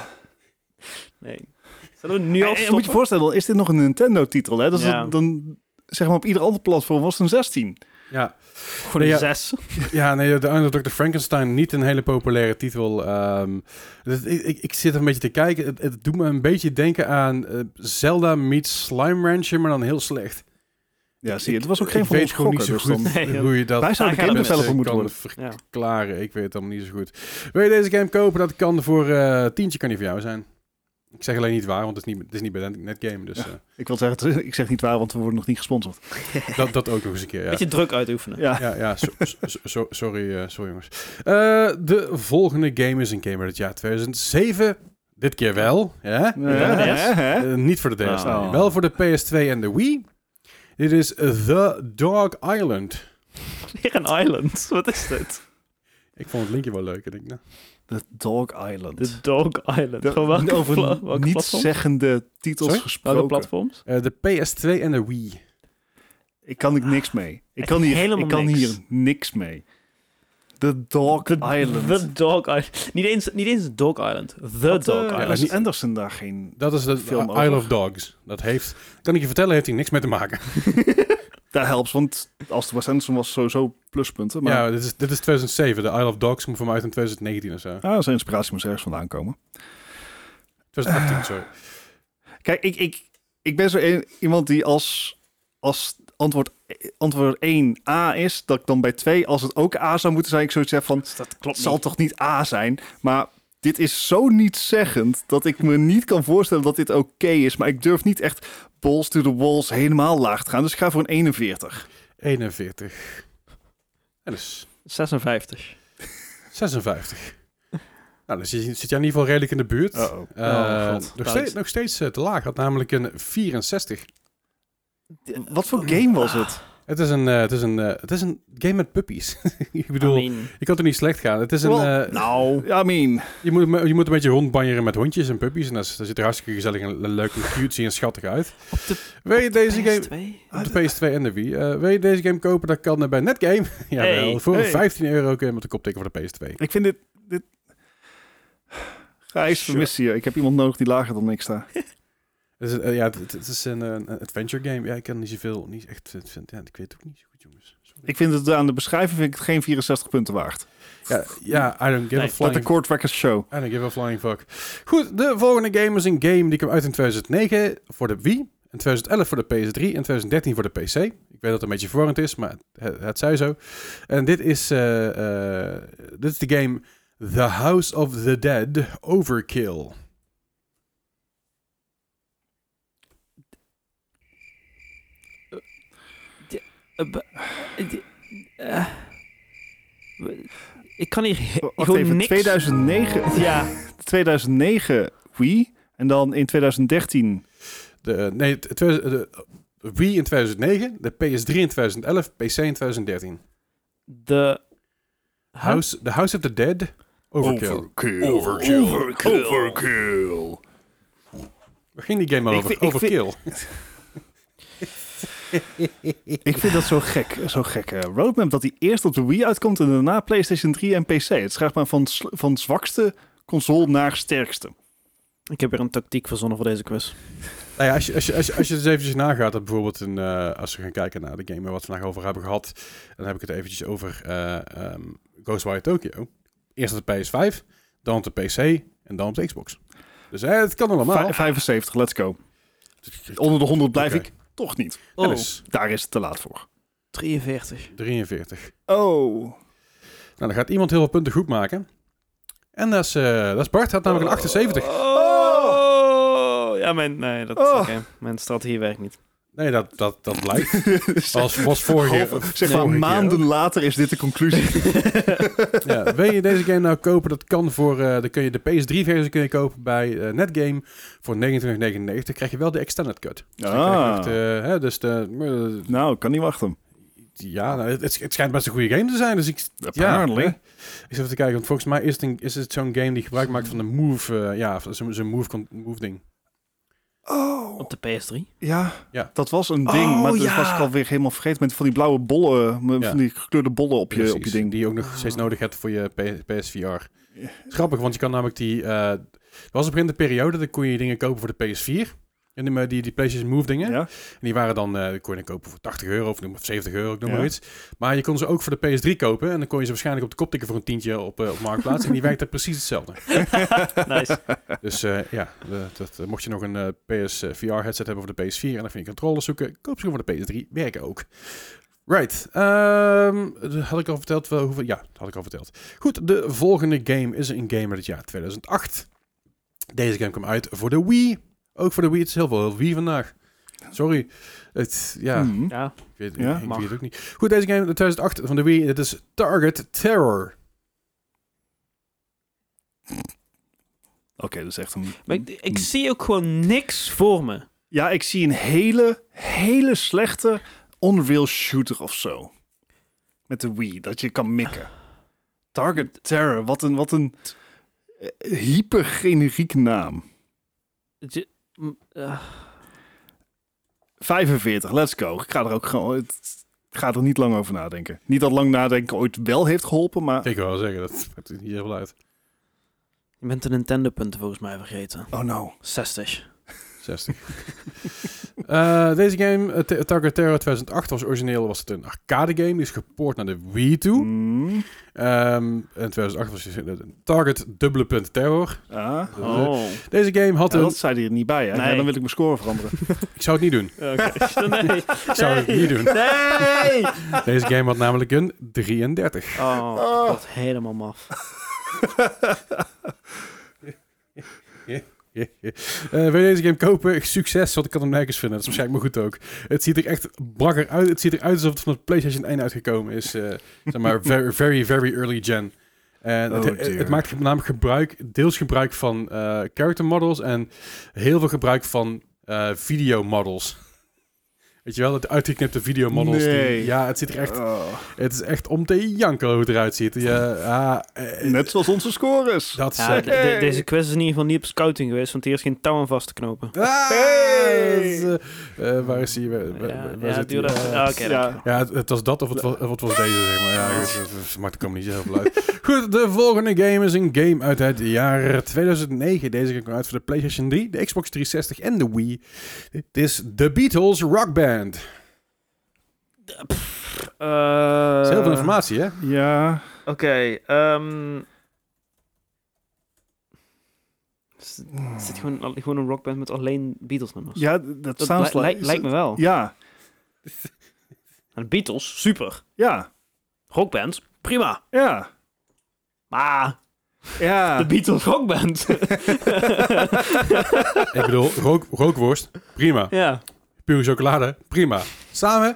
Nee. Zullen we nu al En, en stoppen? moet je je voorstellen, is dit nog een Nintendo-titel? Hè? Dus Ja. dat, dan, zeg maar, op ieder ander platform was het een zestien. Ja, Gewoon een Ja. zes. ja nee, de Island of dokter Frankenstein, niet een hele populaire titel. Um, dus ik, ik, ik zit een beetje te kijken. Het, het doet me een beetje denken aan uh, Zelda meets Slime Rancher, maar dan heel slecht. Ja, zie je, het was ook Ik geen van weet ons gewoon niet gokken. zo Dus goed dan, Nee, hoe je dat wij zouden Daar gaat game het developer kan moeten worden. Ja. verklaren. Ik weet het allemaal niet zo goed. Wil je deze game kopen? Dat kan voor uh, tientje kan die voor jou zijn. Ik zeg alleen niet waar, want het is niet, het is niet bij Netgame. Dus uh, Ik wil zeggen, het- ik zeg niet waar, want we worden nog niet gesponsord. dat, dat ook nog eens een keer. Ja. Beetje druk uitoefenen. Ja. Ja, ja so, so, so, sorry, uh, sorry jongens. Uh, de volgende game is een game uit het jaar tweeduizend zeven. Dit keer wel. Ja? Ja, Ja, de D S. hè? Uh, niet voor de D S. Oh. nee. Wel voor de P S twee en de Wii. Dit is The Dog Island. Weer een island. Wat is dit? Ik vond het linkje wel leuk. Ik denk, nou, The Dog Island. De Dog Island. De- Gewoon welke, over pla- welke niet platform? zeggende titels Sorry? gesproken. Welke platforms? uh, de P S twee en de Wii. Ik kan hier niks mee. Ik Echt kan hier, helemaal ik kan niks. hier niks mee. The Dog The, Island. The Dog Island. Niet eens, niet eens Dog Island. The Had, Dog eh, Island. Wes niet- Anderson daar geen... Dat is de Film uh, Isle over. of Dogs. Dat heeft, kan ik je vertellen, heeft hij niks mee te maken. Daar helpt, want als het Wes Anderson was, sowieso pluspunten. Maar Ja, dit is, dit is tweeduizend zeven. De Isle of Dogs komt voor mij uit in twintig negentien of zo. ah, zijn inspiratie moet ergens vandaan komen. twintig achttien, sorry. Kijk, ik, ik, ik ben zo een, iemand die als, als antwoord, antwoord één A is, dat ik dan bij twee, als het ook A zou moeten zijn, ik zoiets heb van, Dat klopt het zal toch niet A zijn, maar dit is zo nietszeggend dat ik me niet kan voorstellen dat dit oké is, maar ik durf niet echt balls to the walls helemaal laag te gaan, dus ik ga voor een eenenveertig. eenenveertig. En dus zesenvijftig. zesenvijftig. Nou, dan zit je, zit je in ieder geval redelijk in de buurt. Uh-oh. Uh, Oh, God. nog, Nou, steeds, het- nog steeds uh, te laag. Had namelijk een vierenzestig. Wat voor game was het? Het is een, uh, het is een, uh, het is een game met puppies. Ik bedoel, I mean, je kan toch niet slecht gaan. Het is een, Well, uh, nou, I mean, je, moet, je moet een beetje rondbanjeren met hondjes en puppies. En dat, is, dat ziet er hartstikke gezellig en leuk en cute en schattig uit. op de Wil je deze game... P S twee? Op de P S twee en de Wii. Uh, wil je deze game kopen? Dat kan uh, bij Netgame. Jawel, Hey. voor Hey. vijftien euro kun je met de kopteken voor de P S twee. ik vind dit... dit... Gijs, Sure. vermist hier. Ik heb iemand nodig die lager dan ik sta. Het is, uh, ja, het, het is een, een adventure game. Ja, ik kan niet zoveel, niet echt vind. Ja, ik weet het ook niet zo goed, jongens. Sorry. Ik vind het aan de beschrijving vind ik het geen vierenzestig punten waard. Ja, ja, I don't give Nee, a Let flying... the court records show. I don't give a flying fuck. Goed, de volgende game is een game die kwam uit in tweeduizend negen voor de Wii. In tweeduizend elf voor de P S drie en twintig dertien voor de P C. Ik weet dat het een beetje verwarrend is, maar het, het zij zo. En dit is, uh, uh, dit is de game The House of the Dead Overkill. Uh, be- uh, die- uh, we- ik kan hier he- Wacht gewoon even, niks... tweeduizend negen, Ja, tweeduizend negen Wii en dan in tweeduizend dertien. De, nee, t- twe- de Wii in tweeduizend negen, de P S drie in tweeduizend elf, P C in tweeduizend dertien. de... House, The House of the Dead. Overkill. Overkill. Overkill. Overkill. Overkill. Waar ging die game Ik over? vind- ik vind- Overkill. Ik vind dat zo gek. Zo gek. eh, roadmap dat die eerst op de Wii uitkomt en daarna PlayStation drie en P C. Het schrijft maar van, sl- van zwakste console naar sterkste. Ik heb weer een tactiek verzonnen voor deze quiz. Nou ja, als je, als je, als je, als je dus eventjes nagaat, dat bijvoorbeeld een, uh, als we gaan kijken naar de game waar we het vandaag over hebben gehad, dan heb ik het eventjes over uh, um, Ghostwire Tokyo. Eerst op de P S vijf, dan op de P C en dan op de Xbox. Dus uh, het kan allemaal. Vij- vijfenzeventig, let's go. Onder de honderd blijf Okay. ik toch niet. Oh, Ja, dus Daar is het te laat voor. drieënveertig. drieënveertig. Oh. Nou, dan gaat iemand heel veel punten goed maken. En dat is, uh, dat is Bart, had namelijk een achtenzeventig. Oh! Ja, mijn, nee, dat, Oh. okay. mijn strategie werkt niet. Nee, dat, dat, dat blijkt. Als was vorige Half- zeg maar, vorige keer maanden ook. later is dit de conclusie. Ja, wil je deze game nou kopen? Dat kan voor, uh, dan kun je de P S drie versie kun je kopen bij uh, Netgame voor negenentwintig negenennegentig. Krijg je wel de extended cut. Dus, dan krijg je echt, uh, hè, dus de, uh, Nou, ik kan niet wachten. ja, nou, het, het schijnt best een goede game te zijn. Dus ik, Apparently. ja, hè. Ik zit even te kijken, want volgens mij is het, een, is het zo'n game die gebruik maakt van de move, uh, ja, zo'n zo move, con- move ding. Oh. Op de P S drie? Ja, Ja. dat was een ding. Oh, maar dat ja. was ik alweer helemaal vergeten. Met van die blauwe bollen. Met Ja. van die gekleurde bollen op je, Precies, op je ding. die je ook nog steeds nodig hebt voor je P- P S V R. Grappig, want je kan namelijk die... Uh, er was op een de periode, dan kon je dingen kopen voor de P S vier. En die, die, die PlayStation Move dingen. Ja. En die waren dan, uh, kon je dan kopen voor tachtig euro of, noem, of zeventig euro, ik noem Ja. maar iets. Maar je kon ze ook voor de P S drie kopen. En dan kon je ze waarschijnlijk op de kop tikken voor een tientje op, uh, op Marktplaats. En die werkte precies hetzelfde. Nice. Dus uh, ja, de, dat, uh, mocht je nog een uh, P S V R headset hebben voor de P S vier... en dan vind je controllers zoeken, koop ze gewoon voor de P S drie. Werken ook. Right. Um, had ik al verteld? Wel, hoeveel? Ja, dat had ik al verteld. Goed, de volgende game is een game uit het jaar tweeduizend acht. Deze game kwam uit voor de Wii. Ook voor de Wii. Het is heel veel Wii vandaag. Sorry. Het, ja, Mhm. Ja, ik weet, Ja, ik, ik mag. weet het ook niet. Goed, deze game tweeduizend acht van de Wii. Het is Target Terror. Oké, dat is echt een... maar ik, ik zie ook gewoon niks voor me. Ja, ik zie een hele, hele slechte Unreal shooter of zo. Met de Wii, dat je kan mikken. Target Terror, wat een, wat een eh, hypergenerieke naam. Je- mm, uh, vijfenveertig, let's go. Ik ga er ook gewoon... het- Ik ga er niet lang over nadenken. Niet dat lang nadenken ooit wel heeft geholpen, maar... Ik wil wel zeggen, dat maakt niet heel veel uit. je bent de Nintendo-punten volgens mij vergeten. Oh no. zestig. zestig. uh, deze game, uh, T- Target Terror tweeduizend acht, was origineel was het een arcade game. Die is gepoord naar de Wii toe. Mm. Um, en tweeduizend acht was het een Target dubbele punt terror. Ah. Oh. Deze game had Ja, een... dat zei hij er niet bij, hè? Nee. Ja, dan wil ik mijn score veranderen. Ik zou het niet doen. Oké. Nee. Ik zou het niet doen. Nee! Deze game had namelijk een drieëndertig. Oh, Oh. dat helemaal maf. Uh, wil je deze game kopen? Succes, want ik kan hem nergens vinden. Dat is waarschijnlijk maar goed ook. Het ziet er echt brakker uit. Het ziet eruit alsof het van de PlayStation één uitgekomen is. Uh, zeg maar, very, very, very early gen. En Oh, het, het, dear. het maakt namelijk gebruik, deels gebruik van uh, character models en heel veel gebruik van uh, videomodels. Weet je wel, het uitgeknipte videomodels. Nee. Die, ja, het ziet er echt, Oh. het is echt om te janken hoe het eruit ziet. Ja, ah, eh, Net zoals onze scores. dat is Ja, uh, de- de- deze quiz is in ieder geval niet op scouting geweest, want hier is geen touw aan vast te knopen. Ah, Hey! dat is, uh, uh, waar is hij? Waar, waar, Ja, waar ja, zit duur hij? dat- Uh, ah, oké, Ja. ja, het, het was dat of het was, of het was deze, zeg maar. Ja, het, het, het maakt er niet zo heel veel uit. Goed, de volgende game is een game uit het jaar tweeduizend negen. Deze game kwam uit voor de PlayStation drie, de Xbox driehonderdzestig en de Wii. Het is The Beatles Rock Band. Uh, Dat is heel veel informatie, hè? Ja. Oké, ehm... is is dit gewoon, al- gewoon een rockband met alleen Beatles-nummers? Ja, dat Dat sounds li- like... li- lijkt me wel. Ja. En Beatles, super. Ja. Rockband, prima. Ja. Maar Ja. de Beatles rockband. Ik bedoel, rook, rookworst, prima. ja. Pure chocolade, prima. Samen?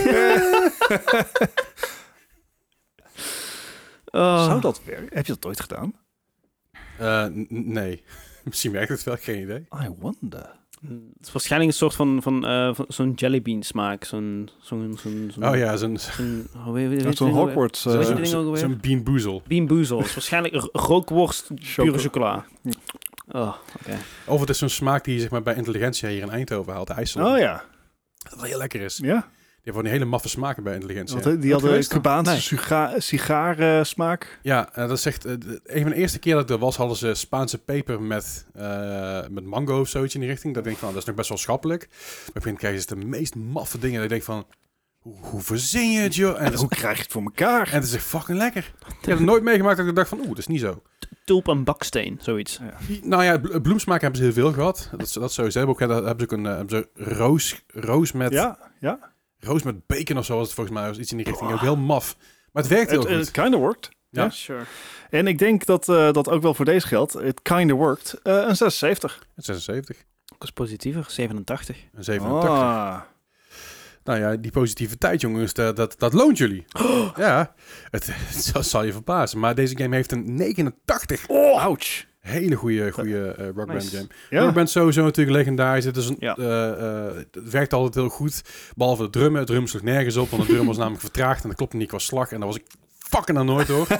Oh. Zou dat werken? Heb je dat ooit gedaan? Uh, n- nee. Misschien werkt het wel, geen idee. I wonder. Het is waarschijnlijk een soort van, van, uh, van zo'n jellybean smaak. Zo'n, zo'n, zo'n, zo'n, Oh ja, zo'n... zo'n, oh, weet, weet, Ja, zo'n Hogwarts. Zo, Uh, zo, Zo'n zo Bean Boozle. Bean Boozle. Het is waarschijnlijk r- rookworst, pure Chocola. chocola. Oh, oké. Okay. Of het is zo'n smaak die je zeg maar, bij Intelligentia hier in Eindhoven haalt, de IJssel. Oh ja. Dat wel heel lekker is. Ja. Die hebben van die hele maffe smaken bij Intelligentia. Want, die hadden geweest, Cubaanse Nee. siga- sigaar smaak. Ja, uh, dat is echt... Uh, de, een van de eerste keer dat ik er was, hadden ze Spaanse peper met, uh, met mango of zoiets in die richting. Dat denk ik van, dat is nog best wel schappelijk. Maar op een gegeven moment krijg je de meest maffe dingen. Dat ik denk van, hoe, hoe verzin je het, joh? En, En hoe krijg je het voor elkaar? en het is echt fucking lekker. Ik heb het nooit meegemaakt dat ik dacht van, oeh, dat is niet zo. Tulp en baksteen, zoiets. Ja. Nou ja, bl- bloemsmaak hebben ze heel veel gehad. Dat, is- dat is sowieso. Ook, hebben ze ook een uh, hebben ze roos, roos met... Ja, ja. Roos met bacon of zo was het volgens mij. Was iets in die richting. Ook heel maf. Maar het werkt heel Het goed. het kinda worked. Ja. Ja. Sure. En ik denk dat uh, dat ook wel voor deze geldt. Het kinda worked. Uh, een zesenzeventig. Een zesenzeventig. Ook eens positiever, zevenentachtig. Een zevenentachtig. Ah. Nou ja, die positiviteit, jongens, dat, dat, dat loont jullie. Oh. Ja, het, het zal, zal je verbazen. Maar deze game heeft een negenentachtig. Oh, ouch. Hele goede, goede uh, Rock Band Nice. game. Ja. Rock Band sowieso natuurlijk legendarisch. Het, is een, Ja. uh, uh, het werkt altijd heel goed. Behalve de drummen. Het drum sloeg nergens op. Want de drum was namelijk vertraagd. En dat klopte niet qua slag. En daar was ik fucking aan nooit hoor.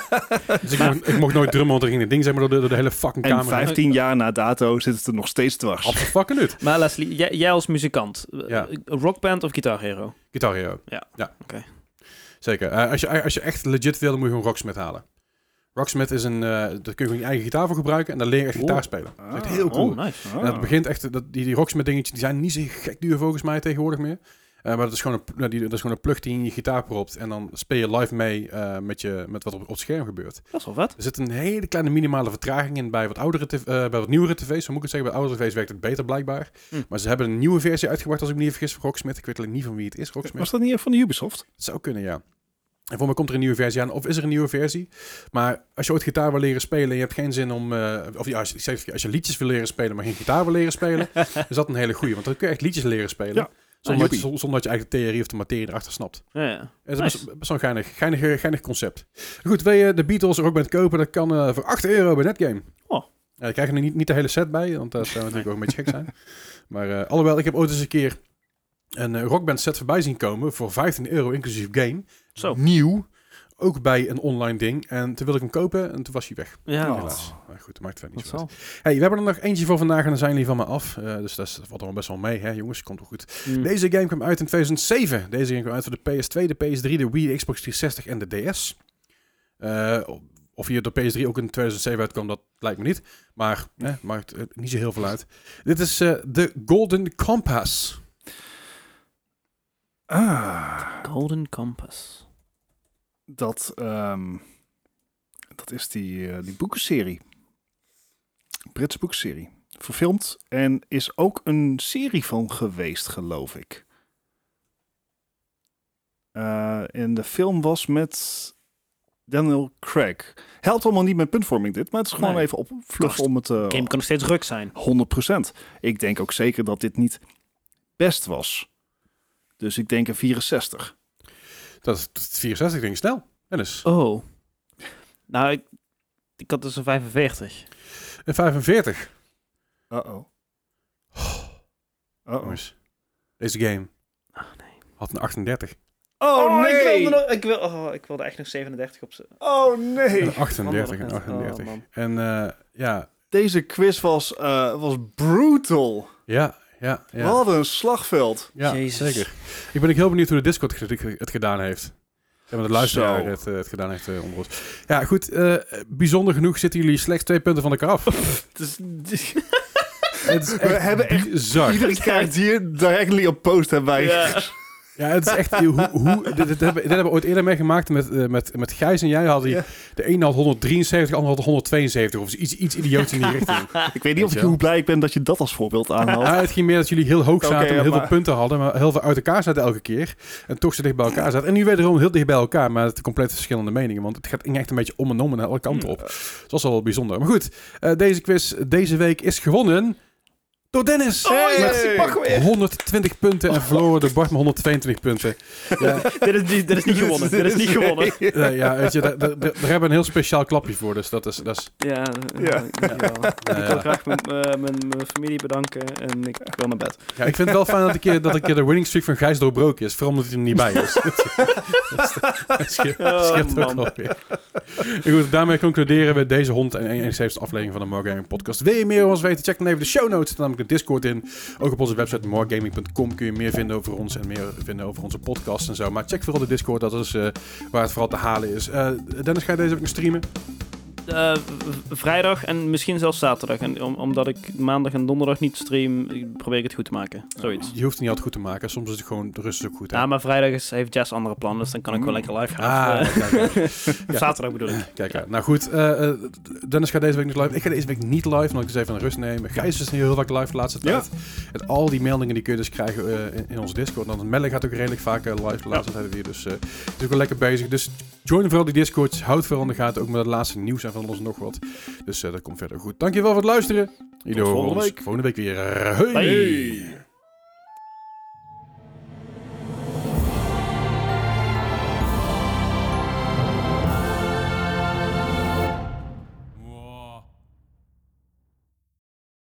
Dus ik mocht, ik mocht nooit drummen. Want er ging het ding zeg maar door de, door de hele fucking En kamer. vijftien jaar na dato zit het er nog steeds dwars. Absoluut fucking uit. Maar Leslie, jij, jij als muzikant, Ja. uh, rockband of Guitar Hero? Guitar Hero. Ja. ja. Oké. Zeker. Uh, als, je, als je echt legit wil, dan moet je gewoon Rocksmith halen. Rocksmith is een... Uh, daar kun je gewoon je eigen gitaar voor gebruiken. En dan leer je echt Oh. gitaar spelen. Dat is echt heel Ah. cool. Oh, nice. En dat begint echt... Dat, die, die Rocksmith dingetjes, die zijn niet zo gek duur volgens mij tegenwoordig meer. Uh, maar dat is, gewoon een, nou, die, dat is gewoon een plug die in je gitaar propt. En dan speel je live mee uh, met, je, met wat op, op het scherm gebeurt. Dat is wel vet. Er zit een hele kleine minimale vertraging in bij wat, oudere tv, uh, bij wat nieuwere tv's. Zo moet ik het zeggen. Bij oudere tv's werkt het beter blijkbaar. Hm. Maar ze hebben een nieuwe versie uitgebracht, als ik me niet vergis, van Rocksmith. Ik weet alleen niet van wie het is, Rocksmith. Was dat niet van de Ubisoft? Het zou kunnen, ja. En voor mij komt er een nieuwe versie aan. Of is er een nieuwe versie. Maar als je ooit gitaar wil leren spelen en je hebt geen zin om... Uh, of ja, als, je, als je liedjes wil leren spelen, maar geen gitaar wil leren spelen... is dat een hele goeie. Want dan kun je echt liedjes leren spelen. Ja. Zonder, Ah, dat je, zonder dat je eigenlijk de theorie of de materie erachter snapt. Ja, ja. Het is Nice. best, best wel een geinig, geinig, geinig concept. Goed, wil je de Beatles er ook bent kopen? Dat kan uh, voor acht euro bij Netgame. Oh. Uh, daar krijg je er niet, niet de hele set bij, want dat zou natuurlijk ook een beetje gek zijn. Maar uh, alhoewel, ik heb ooit eens een keer een uh, rockband set voorbij zien komen voor vijftien euro inclusief game. Zo. Nieuw. Ook bij een online ding. En toen wilde ik hem kopen en toen was hij weg. Ja, Oh. Helaas. Maar goed, dat maakt het niet dat zo uit. zal. Hey, we hebben er nog eentje voor vandaag en dan zijn jullie van me af. Uh, dus dat, is, dat valt er wel best wel mee, hè jongens. Komt wel goed. Mm. Deze game kwam uit in tweeduizend zeven. Deze game kwam uit voor de P S twee, de P S drie, de Wii, de Xbox driehonderdzestig en de D S. Uh, of hier de P S drie ook in tweeduizend zeven uitkwam, dat lijkt me niet. Maar eh, maakt uh, niet zo heel veel uit. Dit is uh, de Golden Compass. Ah. Golden Compass. Dat, um, dat is die, uh, die boekenserie. Britse boekenserie. Verfilmd en is ook een serie van geweest, geloof ik. Uh, en de film was met Daniel Craig. Helpt allemaal niet met puntvorming dit, maar het is gewoon Nee. even opfluffen om het... Uh, De game kan nog steeds ruk zijn. honderd procent. Ik denk ook zeker dat dit niet best was. Dus ik denk een vierenzestig. Dat is vierenzestig, denk ik snel. Dennis. Oh. Nou, ik, ik had dus een vijfenveertig. Een vijfenveertig. Uh-oh. Uh-oh. Jongens, deze game Oh, nee. had een achtendertig. Oh, Ik nee! wilde, nog- ik, wil, oh, ik wilde echt nog zevenendertig op zetten. Oh nee! Een achtendertig, een Oh, achtendertig. man. En uh, ja, Deze quiz was, uh, was brutal. ja, ja, We ja. hadden een slagveld. Ja, Jezus. zeker. Ik ben ook heel benieuwd hoe de Discord het, het gedaan heeft. Ja, maar de luisteraar Zo. het, uh, het gedaan heeft uh, onder ons. Ja, goed. Uh, bijzonder genoeg zitten jullie slechts twee punten van elkaar af. Het is, Het is We echt hebben echt bizar. Iedere kaart hier directly op post hebben wij. ja. Ja, het is echt... Hoe, hoe, dit, dit, hebben, dit hebben we ooit eerder meegemaakt met, uh, met, met Gijs en jij. Hadden Ja. De ene had honderddrieënzeventig, de andere had honderdtweeënzeventig. Of iets, iets idiots in die richting. Ik weet niet of ik hoe blij ik ben dat je dat als voorbeeld aanhaalt. Ah, het ging meer dat jullie heel hoog zaten Oké, en ja, heel maar- veel punten hadden, maar heel veel uit elkaar zaten elke keer. En toch zo dicht bij elkaar zaten. En nu wederom heel dicht bij elkaar, maar het compleet verschillende meningen. Want het gaat echt een beetje om en om en naar alle kanten op. Dus dat is wel bijzonder. Maar goed, uh, deze quiz deze week is gewonnen Door Dennis! Oh, yes, Met ik mag weer. honderdtwintig punten en verloren door Bart met honderdtweeëntwintig punten. Ja, dit, is niet, dit is niet gewonnen. Dit is niet gewonnen. uh, ja weet je, daar, daar, daar hebben we een heel speciaal klapje voor, dus dat is... Dat is Ja, Ja. ja. ja. Ik ja. wil graag mijn, uh, mijn, mijn familie bedanken en ik wil naar bed. Ja, ik vind het wel fijn dat een keer, dat een keer de winning streak van Gijs doorbroken is. Vooral omdat hij er niet bij is. Dat scheelt Oh, scheelt ook man. wel weer. En goed, daarmee concluderen we deze honderdeenenzeventigste aflevering van de More Gaming Podcast. Wil je meer over ons weten? Check dan even de show notes. Dan namelijk de Discord in. Ook op onze website moregaming punt com kun je meer vinden over ons en meer vinden over onze podcast en zo. Maar check vooral de Discord. Dat is uh, waar het vooral te halen is. Uh, Dennis, ga je deze week nog streamen? Uh, v- vrijdag en misschien zelfs zaterdag. En om, omdat ik maandag en donderdag niet stream, probeer ik het goed te maken. Zoiets. Je hoeft het niet altijd goed te maken. Soms is het gewoon de rust is ook goed. Hè? Ja, maar vrijdag is, heeft Jess andere plannen, dus dan kan ik wel lekker live gaan. Ah, Uh, kijk, kijk. Ja. Zaterdag bedoel ik. Kijk uit. Nou goed, uh, uh, Dennis gaat deze week niet live. Ik ga deze week niet live, omdat ik dus even een rust neem. Gijs is heel vaak live de laatste tijd. Ja. En al die meldingen die kun je dus krijgen uh, in, in onze Discord. Dan Melle gaat ook redelijk vaak uh, live de laatste ja. tijd weer. Dus uh, is ook wel lekker bezig. Dus join vooral die Discord. Houd vooral in de gaten. Ook met het laatste nieuws en van alles nog wat. Dus uh, dat komt verder goed. Dankjewel voor het luisteren. Jullie horen ons volgende week weer. Hey! Bye.